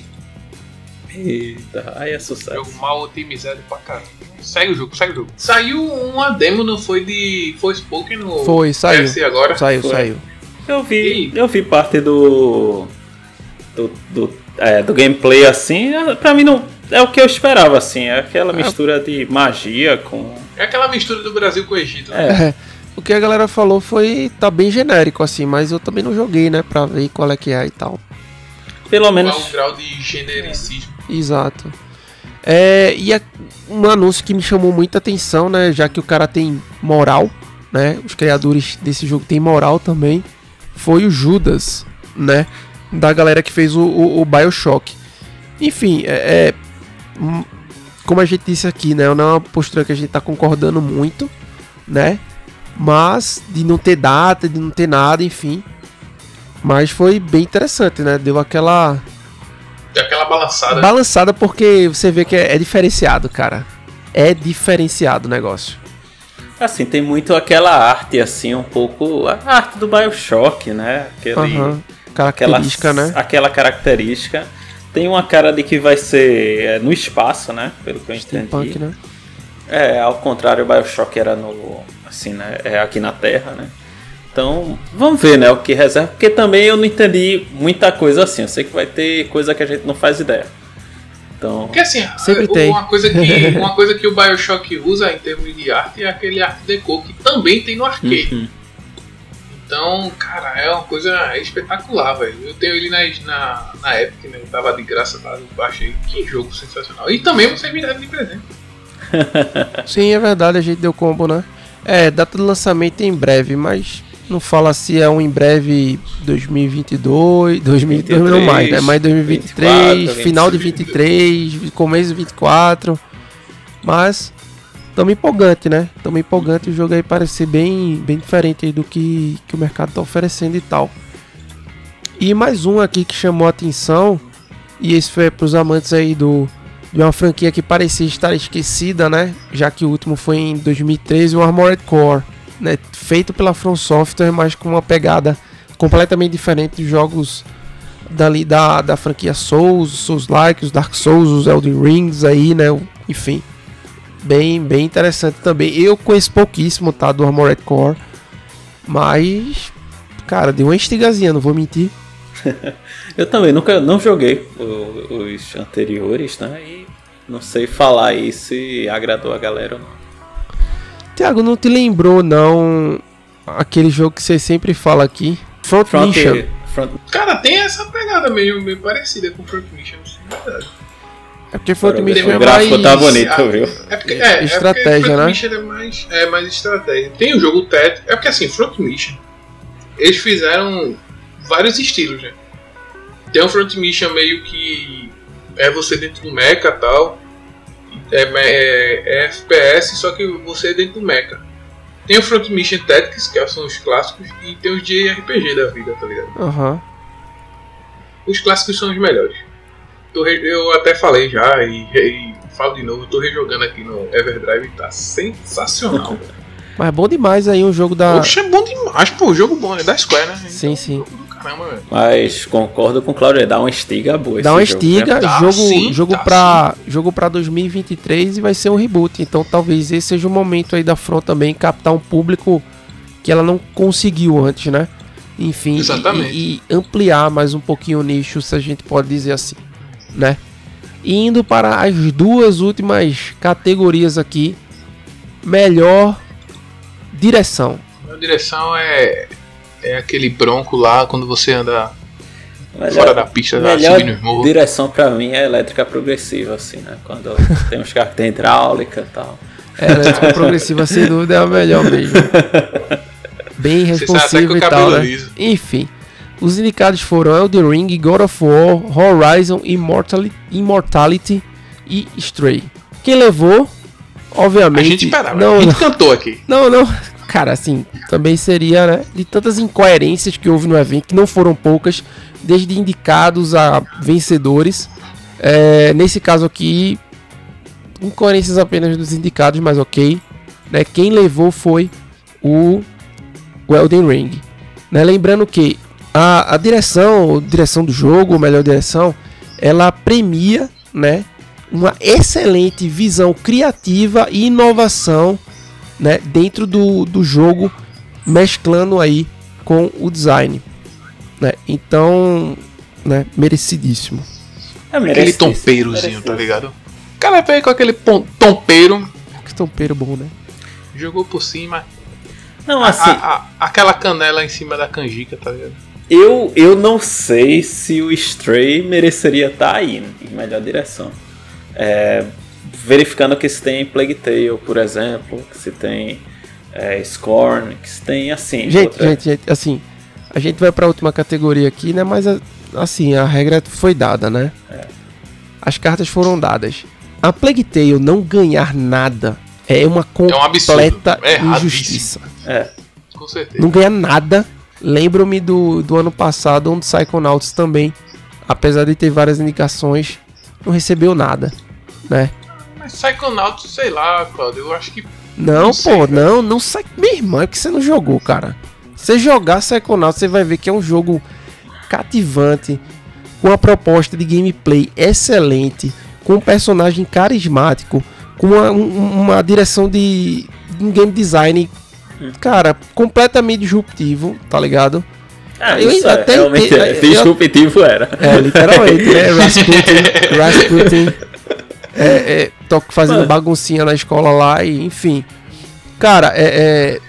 Eita, aí é sucesso. Jogo mal otimizado pra caramba. Segue o jogo, segue o jogo. Saiu uma demo, não foi de Forspoken no Foi, saiu. P S agora? Saiu, Foi. saiu. Eu vi, eu vi parte do do, do, é, do gameplay assim, pra mim não é o que eu esperava assim, é aquela mistura de magia com... É aquela mistura do Brasil com o Egito. Né? É, É, o que a galera falou foi, tá bem genérico assim, mas eu também não joguei, né, pra ver qual é que é e tal. pelo menos... Qual o grau de genericismo. Exato. É, e a, um anúncio que me chamou muita atenção, né, já que o cara tem moral, né, os criadores desse jogo tem moral também, foi o Judas, né, da galera que fez o, o, o BioShock. Enfim, é, é, hum, como a gente disse aqui, né, não é uma postura que a gente tá concordando muito, né, mas de não ter data, de não ter nada, enfim. Mas foi bem interessante, né, deu aquela... Tem aquela balançada. Balançada porque você vê que é, é diferenciado, cara. É diferenciado o negócio. Assim, tem muito aquela arte, assim, um pouco... A arte do BioShock, né? Aquele, Uhum. Característica, aquela, né? Aquela característica. Tem uma cara de que vai ser é, no espaço, né? Pelo que eu entendi. Steampunk, né? É, ao contrário, o BioShock era no... Assim, né? É aqui na Terra, né? Então, vamos ver, né? O que reserva. Porque também eu não entendi muita coisa assim. Eu sei que vai ter coisa que a gente não faz ideia. Então... Porque assim, Sempre uma, tem. Coisa que, uma coisa que o BioShock usa em termos de arte é aquele Art Deco que também tem no arcade. Uhum. Então, cara, é uma coisa espetacular, velho. Eu tenho ele na, na, na Epic, né? Eu tava de graça, tá? Eu baixei. Que jogo sensacional. E também você me deram de presente. Sim, é verdade, a gente deu combo, né? É, data de lançamento em breve, mas não fala se é um em breve dois mil e vinte e dois, dois mil e vinte e dois, não mais, é mais dois mil e vinte e três, vinte e quatro, final de vinte e três, começo de vinte e quatro. Mas tamo empolgante, né? Tamo empolgante, o jogo aí parece ser bem, bem diferente aí do que, que o mercado tá oferecendo e tal. E mais um aqui que chamou a atenção, e esse foi pros amantes aí do de uma franquia que parecia estar esquecida, né? Já que o último foi em dois mil e treze, o Armored Core, né? Feito pela From Software, mas com uma pegada completamente diferente dos jogos dali da, da franquia Souls, Souls-like, os Dark Souls, os Elden Rings aí, né? Enfim, bem, bem interessante também. Eu conheço pouquíssimo, tá? Do Armored Core, mas, cara, deu uma instigazinha, não vou mentir. Eu também nunca não joguei o, os anteriores, né? E não sei falar aí se agradou a galera ou não. Tiago, não te lembrou não aquele jogo que você sempre fala aqui? Front, Front Mission. Front... Cara, tem essa pegada meio, meio parecida com Front Mission, sim, é verdade. É porque Front Cara, Mission o é gráfico mais... tá bonito, viu? É porque, é, Estratégia, é porque Front né? Mission é mais, é mais estratégia. Tem o jogo Tetris. É porque assim, Front Mission, eles fizeram vários estilos, né? Tem um Front Mission meio que é você dentro do mecha e tal. É, é, é F P S, só que você é dentro do mecha. Tem o Front Mission Tactics, que são os clássicos, e tem os de R P G da vida, tá ligado? Uhum. Os clássicos são os melhores. Tô re... Eu até falei já e, e falo de novo, eu tô rejogando aqui no Everdrive e tá sensacional. Mas é bom demais aí um jogo da... Poxa, é bom demais, pô, jogo bom, é da Square, né? Sim, sim. Caramba, velho. Mas concordo com o Claudio, dá uma estiga boa. Dá uma esse jogo, estiga, né? Dá, jogo, sim, jogo, dá, pra, jogo pra dois mil e vinte e três e vai ser um reboot. Então talvez esse seja o momento aí da Front também captar um público que ela não conseguiu antes, né? Enfim, Exatamente. e, e ampliar mais um pouquinho o nicho, se a gente pode dizer assim, né? E indo para as duas últimas categorias aqui, melhor direção. A direção é, é aquele bronco lá quando você anda Melhor, fora da pista, da melhor subindo os morros. direção pra mim é elétrica progressiva, assim, né? Quando tem uns carros que tem hidráulica e tal. É, elétrica progressiva sem dúvida é a melhor mesmo. Bem Você sai até responsivo com o e tal, cabelo né? liso. Enfim, os indicados foram Elden Ring, God of War, Horizon, Immortality, Immortality e Stray. Quem levou, obviamente... A gente esperava, não, a gente não, cantou aqui. não, não, cara, assim, também seria, né, de tantas incoerências que houve no evento, que não foram poucas, desde indicados a vencedores, É, nesse caso aqui, incoerências apenas dos indicados, mas ok. Né? Quem levou foi o, o Elden Ring. Né? Lembrando que a, a direção, a direção do jogo, ou melhor direção, ela premia, né, uma excelente visão criativa e inovação, né, dentro do, do jogo, mesclando aí com o design. Né? Então, né, merecidíssimo. É aquele tompeirozinho, tá ligado? O cara veio com aquele pom- tompeiro. Que tompeiro bom, né? Jogou por cima. Não, assim. A, a, aquela canela em cima da canjica, tá ligado? Eu, eu não sei se o Stray mereceria estar aí, em melhor direção. É, verificando que se tem Plague Tale, por exemplo, que se tem é, Scorn, que se tem assim. Gente, outra... gente, gente, assim, a gente vai pra última categoria aqui, né? Mas assim, a regra foi dada, né? É. As cartas foram dadas. A Plague Tale não ganhar nada é uma completa é um injustiça. É. Com certeza. Não ganha nada. Lembro-me do, do ano passado, onde Psychonauts também, apesar de ter várias indicações, não recebeu nada, né? Mas Psychonauts, sei lá, Claudio, eu acho que... Não, Não pô, sei, velho. não, não sai. Meu irmão, é porque você não jogou, cara. Você jogar Psychonauts, você vai ver que é um jogo cativante, com uma proposta de gameplay excelente, com um personagem carismático, com uma, um- uma direção de, de um game design, cara, completamente disruptivo, tá ligado? Ah, Eu isso até é, realmente entendo- é, eu- disruptivo era. É, literalmente, né? Rasputin, Rasputin é, é, tô fazendo Mano. baguncinha na escola lá e, enfim. Cara, é, é-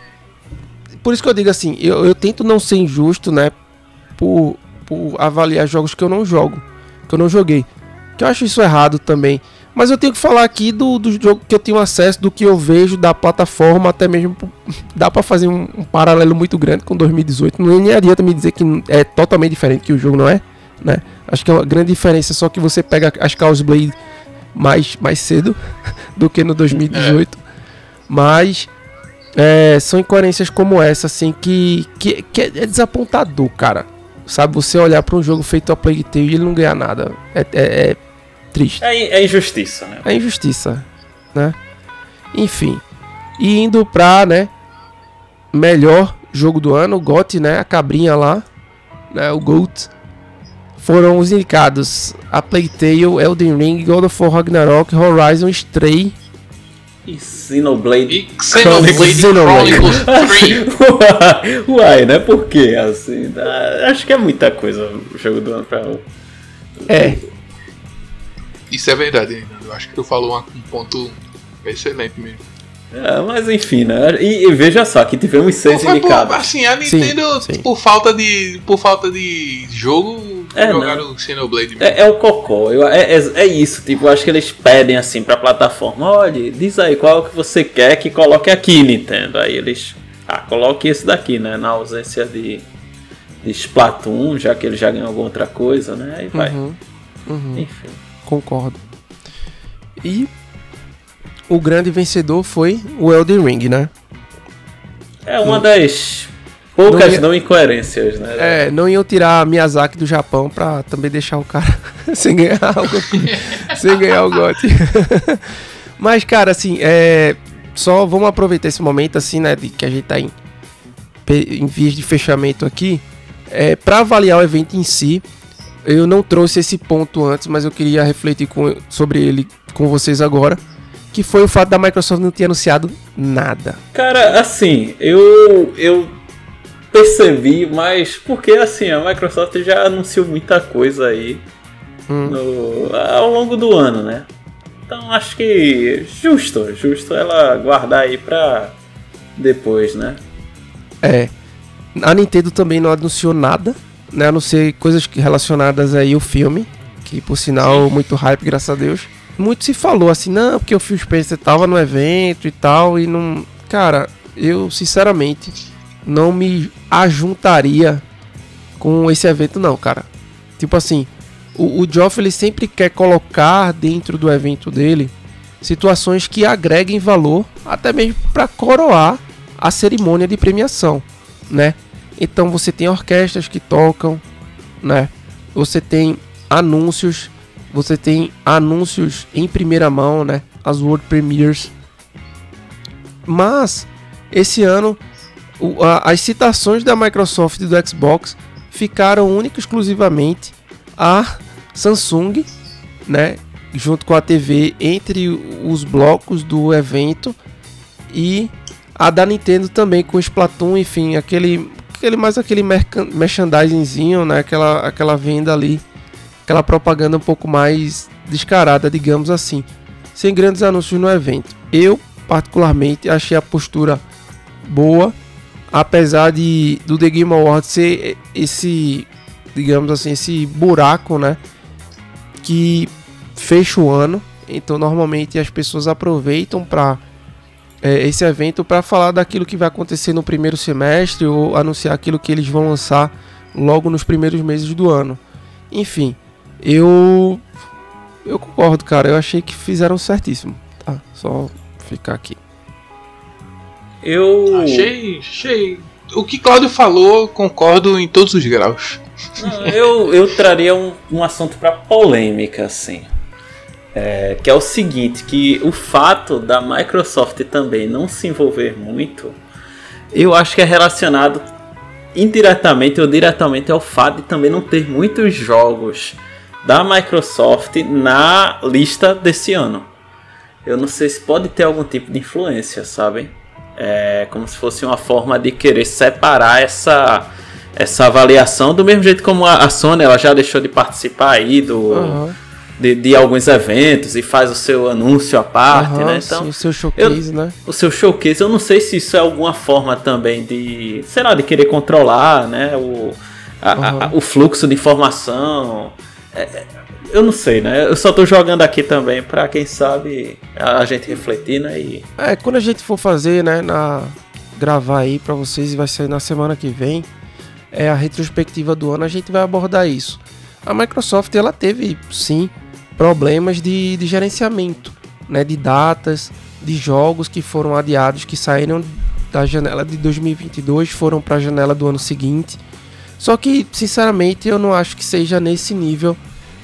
por isso que eu digo assim, eu, eu tento não ser injusto, né? Por, por avaliar jogos que eu não jogo, que eu não joguei. Que eu acho isso errado também. Mas eu tenho que falar aqui do, do jogo que eu tenho acesso, do que eu vejo da plataforma, até mesmo pro- dá pra fazer um, um paralelo muito grande com dois mil e dezoito. Não nem adianta me dizer que é totalmente diferente, que o jogo não é, né? Acho que é uma grande diferença, só que você pega as Chaos Blade mais, mais cedo do que no dois mil e dezoito. Mas é, são incoerências como essa, assim, que, que, que é é desapontador, cara. Sabe, você olhar pra um jogo feito a Plague Tale e ele não ganhar nada. É, é, é triste. É, é injustiça, né? É injustiça, né? Enfim. E indo pra, né, melhor jogo do ano, o G O T, né, a cabrinha lá, né, o GOAT. Foram os indicados a Plague Tale, Elden Ring, God of War Ragnarok, Horizon, Stray. E Xenoblade. E Xenoblade Xenoblade. Chronicles três. Uai, uai, né? Por quê? Assim, ah, acho que é muita coisa o jogo do ano pra. É, Isso é verdade, Renan. Eu acho que tu falou um ponto excelente mesmo. É, mas enfim, né? E, e veja só, que tivemos seis Foi por- indicados. assim, a Sim, Nintendo, sim. por falta de por falta de jogo, É, jogaram o Xenoblade mesmo. É, é o cocô, eu, é, é, é isso, tipo, eu acho que eles pedem assim pra plataforma, olha, diz aí qual que você quer que coloque aqui, Nintendo. Aí eles, ah, coloque esse daqui, né, na ausência de, de Splatoon, já que ele já ganhou alguma outra coisa, né, aí vai, uhum, uhum. enfim. Concordo. E o grande vencedor foi o Elden Ring, né? É uma das poucas Não ia- não incoerências, né. É, não iam tirar a Miyazaki do Japão pra também deixar o cara sem ganhar algo, sem ganhar o G O T. Mas, cara, assim, é, só vamos aproveitar esse momento, assim, né, de que a gente tá em, pe- em vias de fechamento aqui, é, para avaliar o evento em si. Eu não trouxe esse ponto antes, mas eu queria refletir com- sobre ele com vocês agora, que foi o fato da Microsoft não ter anunciado nada. Cara, assim, eu eu percebi, mas porque assim, a Microsoft já anunciou muita coisa aí Hum. no- ao longo do ano, né? Então acho que justo, justo ela guardar aí pra depois, né? É. A Nintendo também não anunciou nada, né? A não ser coisas que- relacionadas aí ao filme, que por sinal, muito hype, graças a Deus. Muito se falou assim, não, porque o Phil Spencer tava no evento e tal, e não... Cara, eu sinceramente não me ajuntaria com esse evento não, cara. Tipo assim, o, o Geoff, ele sempre quer colocar dentro do evento dele situações que agreguem valor, até mesmo para coroar a cerimônia de premiação, né? Então você tem orquestras que tocam, né? Você tem anúncios, você tem anúncios em primeira mão, né? As World Premieres. Mas esse ano o, a, as citações da Microsoft e do Xbox ficaram única e exclusivamente a Samsung, né? Junto com a T V entre os blocos do evento, e a da Nintendo também com o Splatoon, enfim, aquele, aquele mais aquele merchandisingzinho, né? Aquela, aquela venda ali, aquela propaganda um pouco mais descarada, digamos assim, sem grandes anúncios no evento. Eu particularmente achei a postura boa, apesar de do The Game Awards ser esse, digamos assim, esse buraco, né, que fecha o ano. Então normalmente as pessoas aproveitam para é, esse evento para falar daquilo que vai acontecer no primeiro semestre ou anunciar aquilo que eles vão lançar logo nos primeiros meses do ano. Enfim, eu eu concordo, cara. Eu achei que fizeram certíssimo, tá? Só ficar aqui. Eu achei, achei. O que Cláudio falou, concordo em todos os graus. Não, eu, eu traria um, um assunto para polêmica, assim. É, que é o seguinte, que o fato da Microsoft também não se envolver muito, eu acho que é relacionado indiretamente ou diretamente ao fato de também não ter muitos jogos da Microsoft na lista desse ano. Eu não sei se pode ter algum tipo de influência, sabem? É como se fosse uma forma de querer separar essa, essa avaliação, do mesmo jeito como a, a Sony ela já deixou de participar aí do, uhum. de, de alguns eventos e faz o seu anúncio à parte, uhum, né? Então, sim, o seu showcase, eu, né? O seu showcase, eu não sei se isso é alguma forma também de, sei lá, de querer controlar, né? O, a, uhum. a, o fluxo de informação. É, eu não sei, né? Eu só tô jogando aqui também pra, quem sabe, a gente refletir, né? E... É, quando a gente for fazer, né, na... gravar aí pra vocês, e vai sair na semana que vem, é a retrospectiva do ano, a gente vai abordar isso. A Microsoft, ela teve, sim, problemas de, de gerenciamento, né? De datas, de jogos que foram adiados, que saíram da janela de dois mil e vinte e dois, foram pra janela do ano seguinte. Só que, sinceramente, eu não acho que seja nesse nível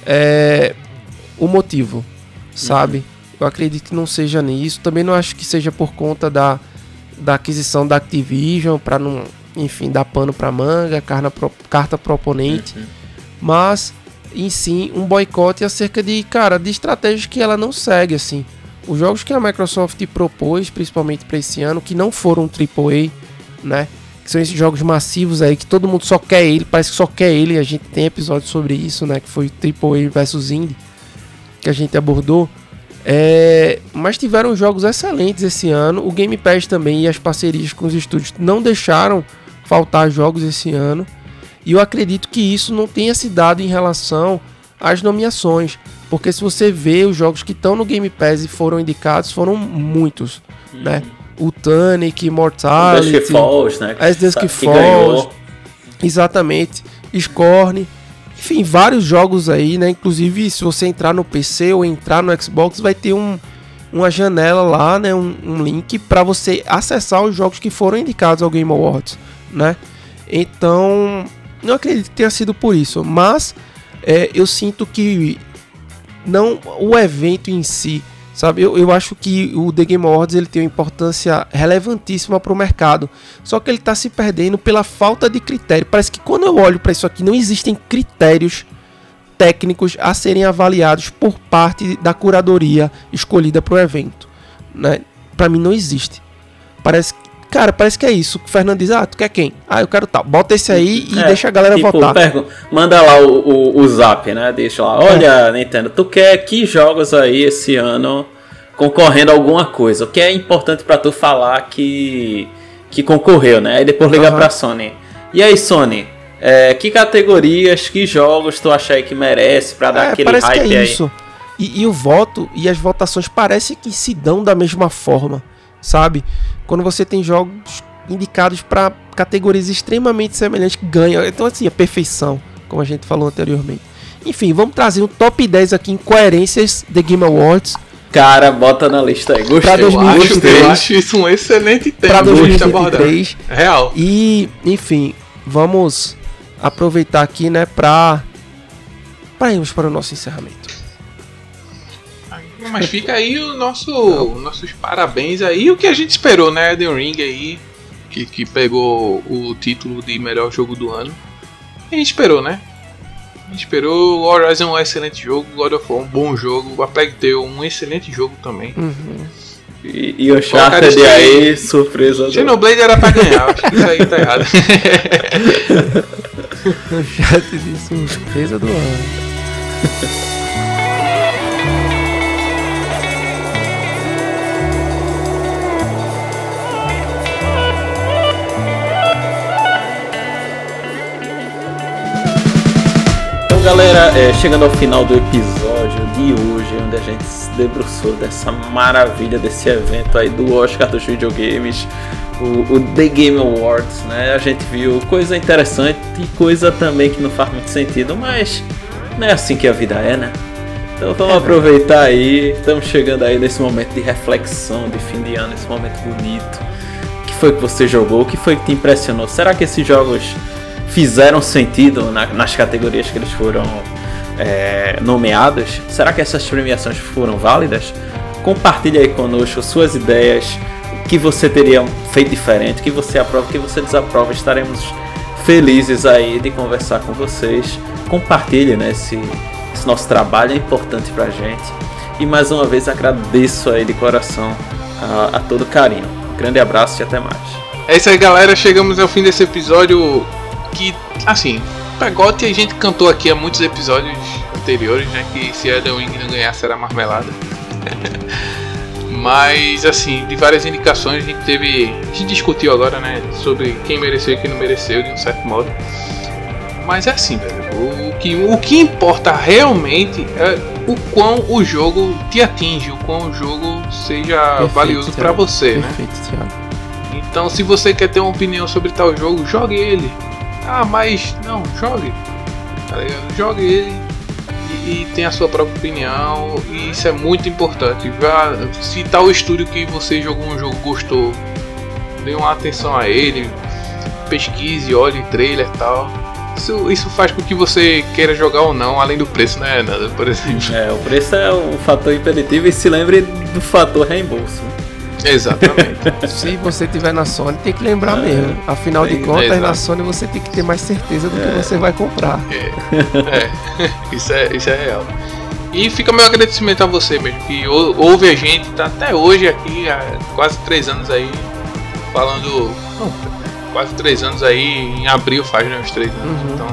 é, o motivo, sabe? Uhum. Eu acredito que não seja nisso. Também não acho que seja por conta da, da aquisição da Activision, para não, enfim, dar pano pra manga, carta, carta proponente. Uhum. Mas, em si, um boicote acerca de, cara, de estratégias que ela não segue, assim. Os jogos que a Microsoft propôs, principalmente para esse ano, que não foram triplo A, né? Que são esses jogos massivos aí, que todo mundo só quer ele, parece que só quer ele, a gente tem episódio sobre isso, né, que foi triplo A versus Indie, que a gente abordou, é... mas tiveram jogos excelentes esse ano, o Game Pass também e as parcerias com os estúdios não deixaram faltar jogos esse ano, e eu acredito que isso não tenha se dado em relação às nomeações, porque se você vê os jogos que estão no Game Pass e foram indicados, foram muitos, hum. né? O Tunic, Immortality, Dusk Falls, né? As Dusk Falls, exatamente, Scorn, enfim, vários jogos aí, né? Inclusive, se você entrar no P C ou entrar no Xbox, vai ter um, uma janela lá, né? Um, um link para você acessar os jogos que foram indicados ao Game Awards, né? Então, não acredito que tenha sido por isso, mas é, eu sinto que não o evento em si, sabe, eu, eu acho que o The Game Awards ele tem uma importância relevantíssima para o mercado, só que ele está se perdendo pela falta de critério. Parece que quando eu olho para isso aqui, não existem critérios técnicos a serem avaliados por parte da curadoria escolhida para o evento, né? Para mim não existe. Parece, cara, parece que é isso. O Fernando diz, ah, tu quer quem? Ah, eu quero tal. Bota esse aí e é, deixa a galera tipo, votar. Pergun- manda lá o, o, o zap, né? Deixa lá. Olha, é. Nintendo, tu quer que jogos aí esse ano concorrendo a alguma coisa? O que é importante pra tu falar que, que concorreu, né? Aí depois liga uhum. pra Sony. E aí, Sony, é, que categorias, que jogos tu acha aí que merece pra dar é, aquele parece hype que é aí? Isso. E, e o voto e as votações parecem que se dão da mesma forma, sabe? Quando você tem jogos indicados para categorias extremamente semelhantes que ganham. Então, assim, a perfeição, como a gente falou anteriormente. Enfim, vamos trazer um top dez aqui em coerências The Game Awards. Cara, bota na lista aí. Gostei. Pra dois mil e vinte e três. Eu acho isso um excelente tema. Para dois mil e vinte e três. Real. E, enfim, vamos aproveitar aqui, né, para para irmos para o nosso encerramento. Mas fica aí o nosso, nossos parabéns aí, o que a gente esperou, né? Elden Ring aí, que, que pegou o título de melhor jogo do ano. A gente esperou, né? A gente esperou. O Horizon é um excelente jogo, God of War um bom jogo, a Plague Tale um excelente jogo também. Uhum. E, e o Uncharted aí, surpresa. Xenoblade do... era pra ganhar, acho que isso aí tá errado. O Uncharted surpresa do ano. Galera, é, chegando ao final do episódio de hoje, onde a gente se debruçou dessa maravilha desse evento aí do Oscar dos videogames, o, o The Game Awards, né? A gente viu coisa interessante e coisa também que não faz muito sentido, mas não é assim que a vida é, né? Então vamos é, aproveitar aí, estamos chegando aí nesse momento de reflexão, de fim de ano, esse momento bonito. O que foi que você jogou? O que foi que te impressionou? Será que esses jogos fizeram sentido na, nas categorias que eles foram é, nomeados? Será que essas premiações foram válidas? Compartilhe aí conosco suas ideias, o que você teria feito diferente, o que você aprova, o que você desaprova. Estaremos felizes aí de conversar com vocês. Compartilhe, né, esse, esse nosso trabalho, é importante pra gente. E mais uma vez agradeço aí de coração a, a todo carinho. Um grande abraço e até mais. É isso aí, galera, chegamos ao fim desse episódio. Que, assim, pra G O T a gente cantou aqui há muitos episódios anteriores, né? Que se Elden Ring não ganhasse era marmelada. Mas, assim, de várias indicações a gente teve. A gente discutiu agora, né? Sobre quem mereceu e quem não mereceu, de um certo modo. Mas é assim, velho. O que, o que importa realmente é o quão o jogo te atinge, o quão o jogo seja Perfeito, valioso pra você, Perfeito, né? Thiago. Então, se você quer ter uma opinião sobre tal jogo, jogue ele. Ah, mas não, jogue, tá ligado? Jogue ele e, e tenha a sua própria opinião, e isso é muito importante. Já, se tal estúdio que você jogou um jogo gostou, dê uma atenção a ele, pesquise, olhe trailer e tal. Isso, isso faz com que você queira jogar ou não, além do preço, né, Nada, por exemplo. É, o preço é um fator impeditivo, e se lembre do fator reembolso. Exatamente. Se você tiver na Sony, tem que lembrar é, mesmo. Afinal de contas, é, na Sony você tem que ter mais certeza do é. que você vai comprar. É, é. Isso é, isso é real. E fica meu agradecimento a você mesmo, que ouve a gente, tá até hoje aqui, há quase três anos aí, falando. Não, quase três anos aí, em abril faz, né, uns três anos. Uhum. Então,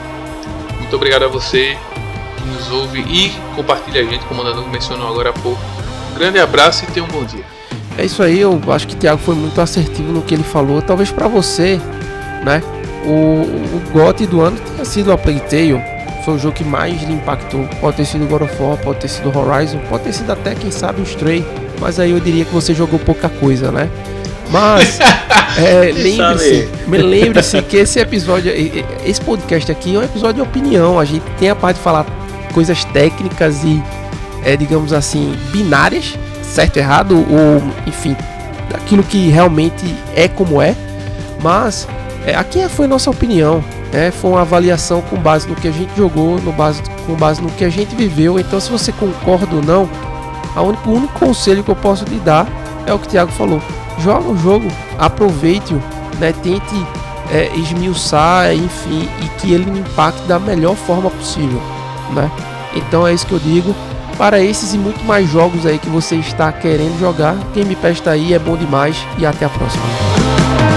muito obrigado a você que nos ouve e compartilha a gente, como o Nando mencionou agora há pouco. Um grande abraço e tenha um bom dia. É isso aí, eu acho que o Thiago foi muito assertivo no que ele falou. Talvez pra você, né, o, o G O T do ano tenha sido a Plague Tale. Foi o jogo que mais lhe impactou. Pode ter sido God of War, pode ter sido Horizon, pode ter sido até, quem sabe, o Stray. Mas aí eu diria que você jogou pouca coisa, né? Mas, é, lembre-se, lembre-se que esse episódio, esse podcast aqui é um episódio de opinião. A gente tem a parte de falar coisas técnicas e, é, digamos assim, binárias, certo, errado, ou enfim, daquilo que realmente é como é. Mas é, aqui foi nossa opinião, né? Foi uma avaliação com base no que a gente jogou, no base, com base no que a gente viveu. Então, se você concorda ou não, a único, o único conselho que eu posso lhe dar é o que o Thiago falou: joga o jogo, aproveite-o, né? Tente é, esmiuçar, enfim, e que ele impacte da melhor forma possível, né? Então é isso que eu digo. Para esses e muito mais jogos aí que você está querendo jogar, Game Pass tá aí, é bom demais, e até a próxima.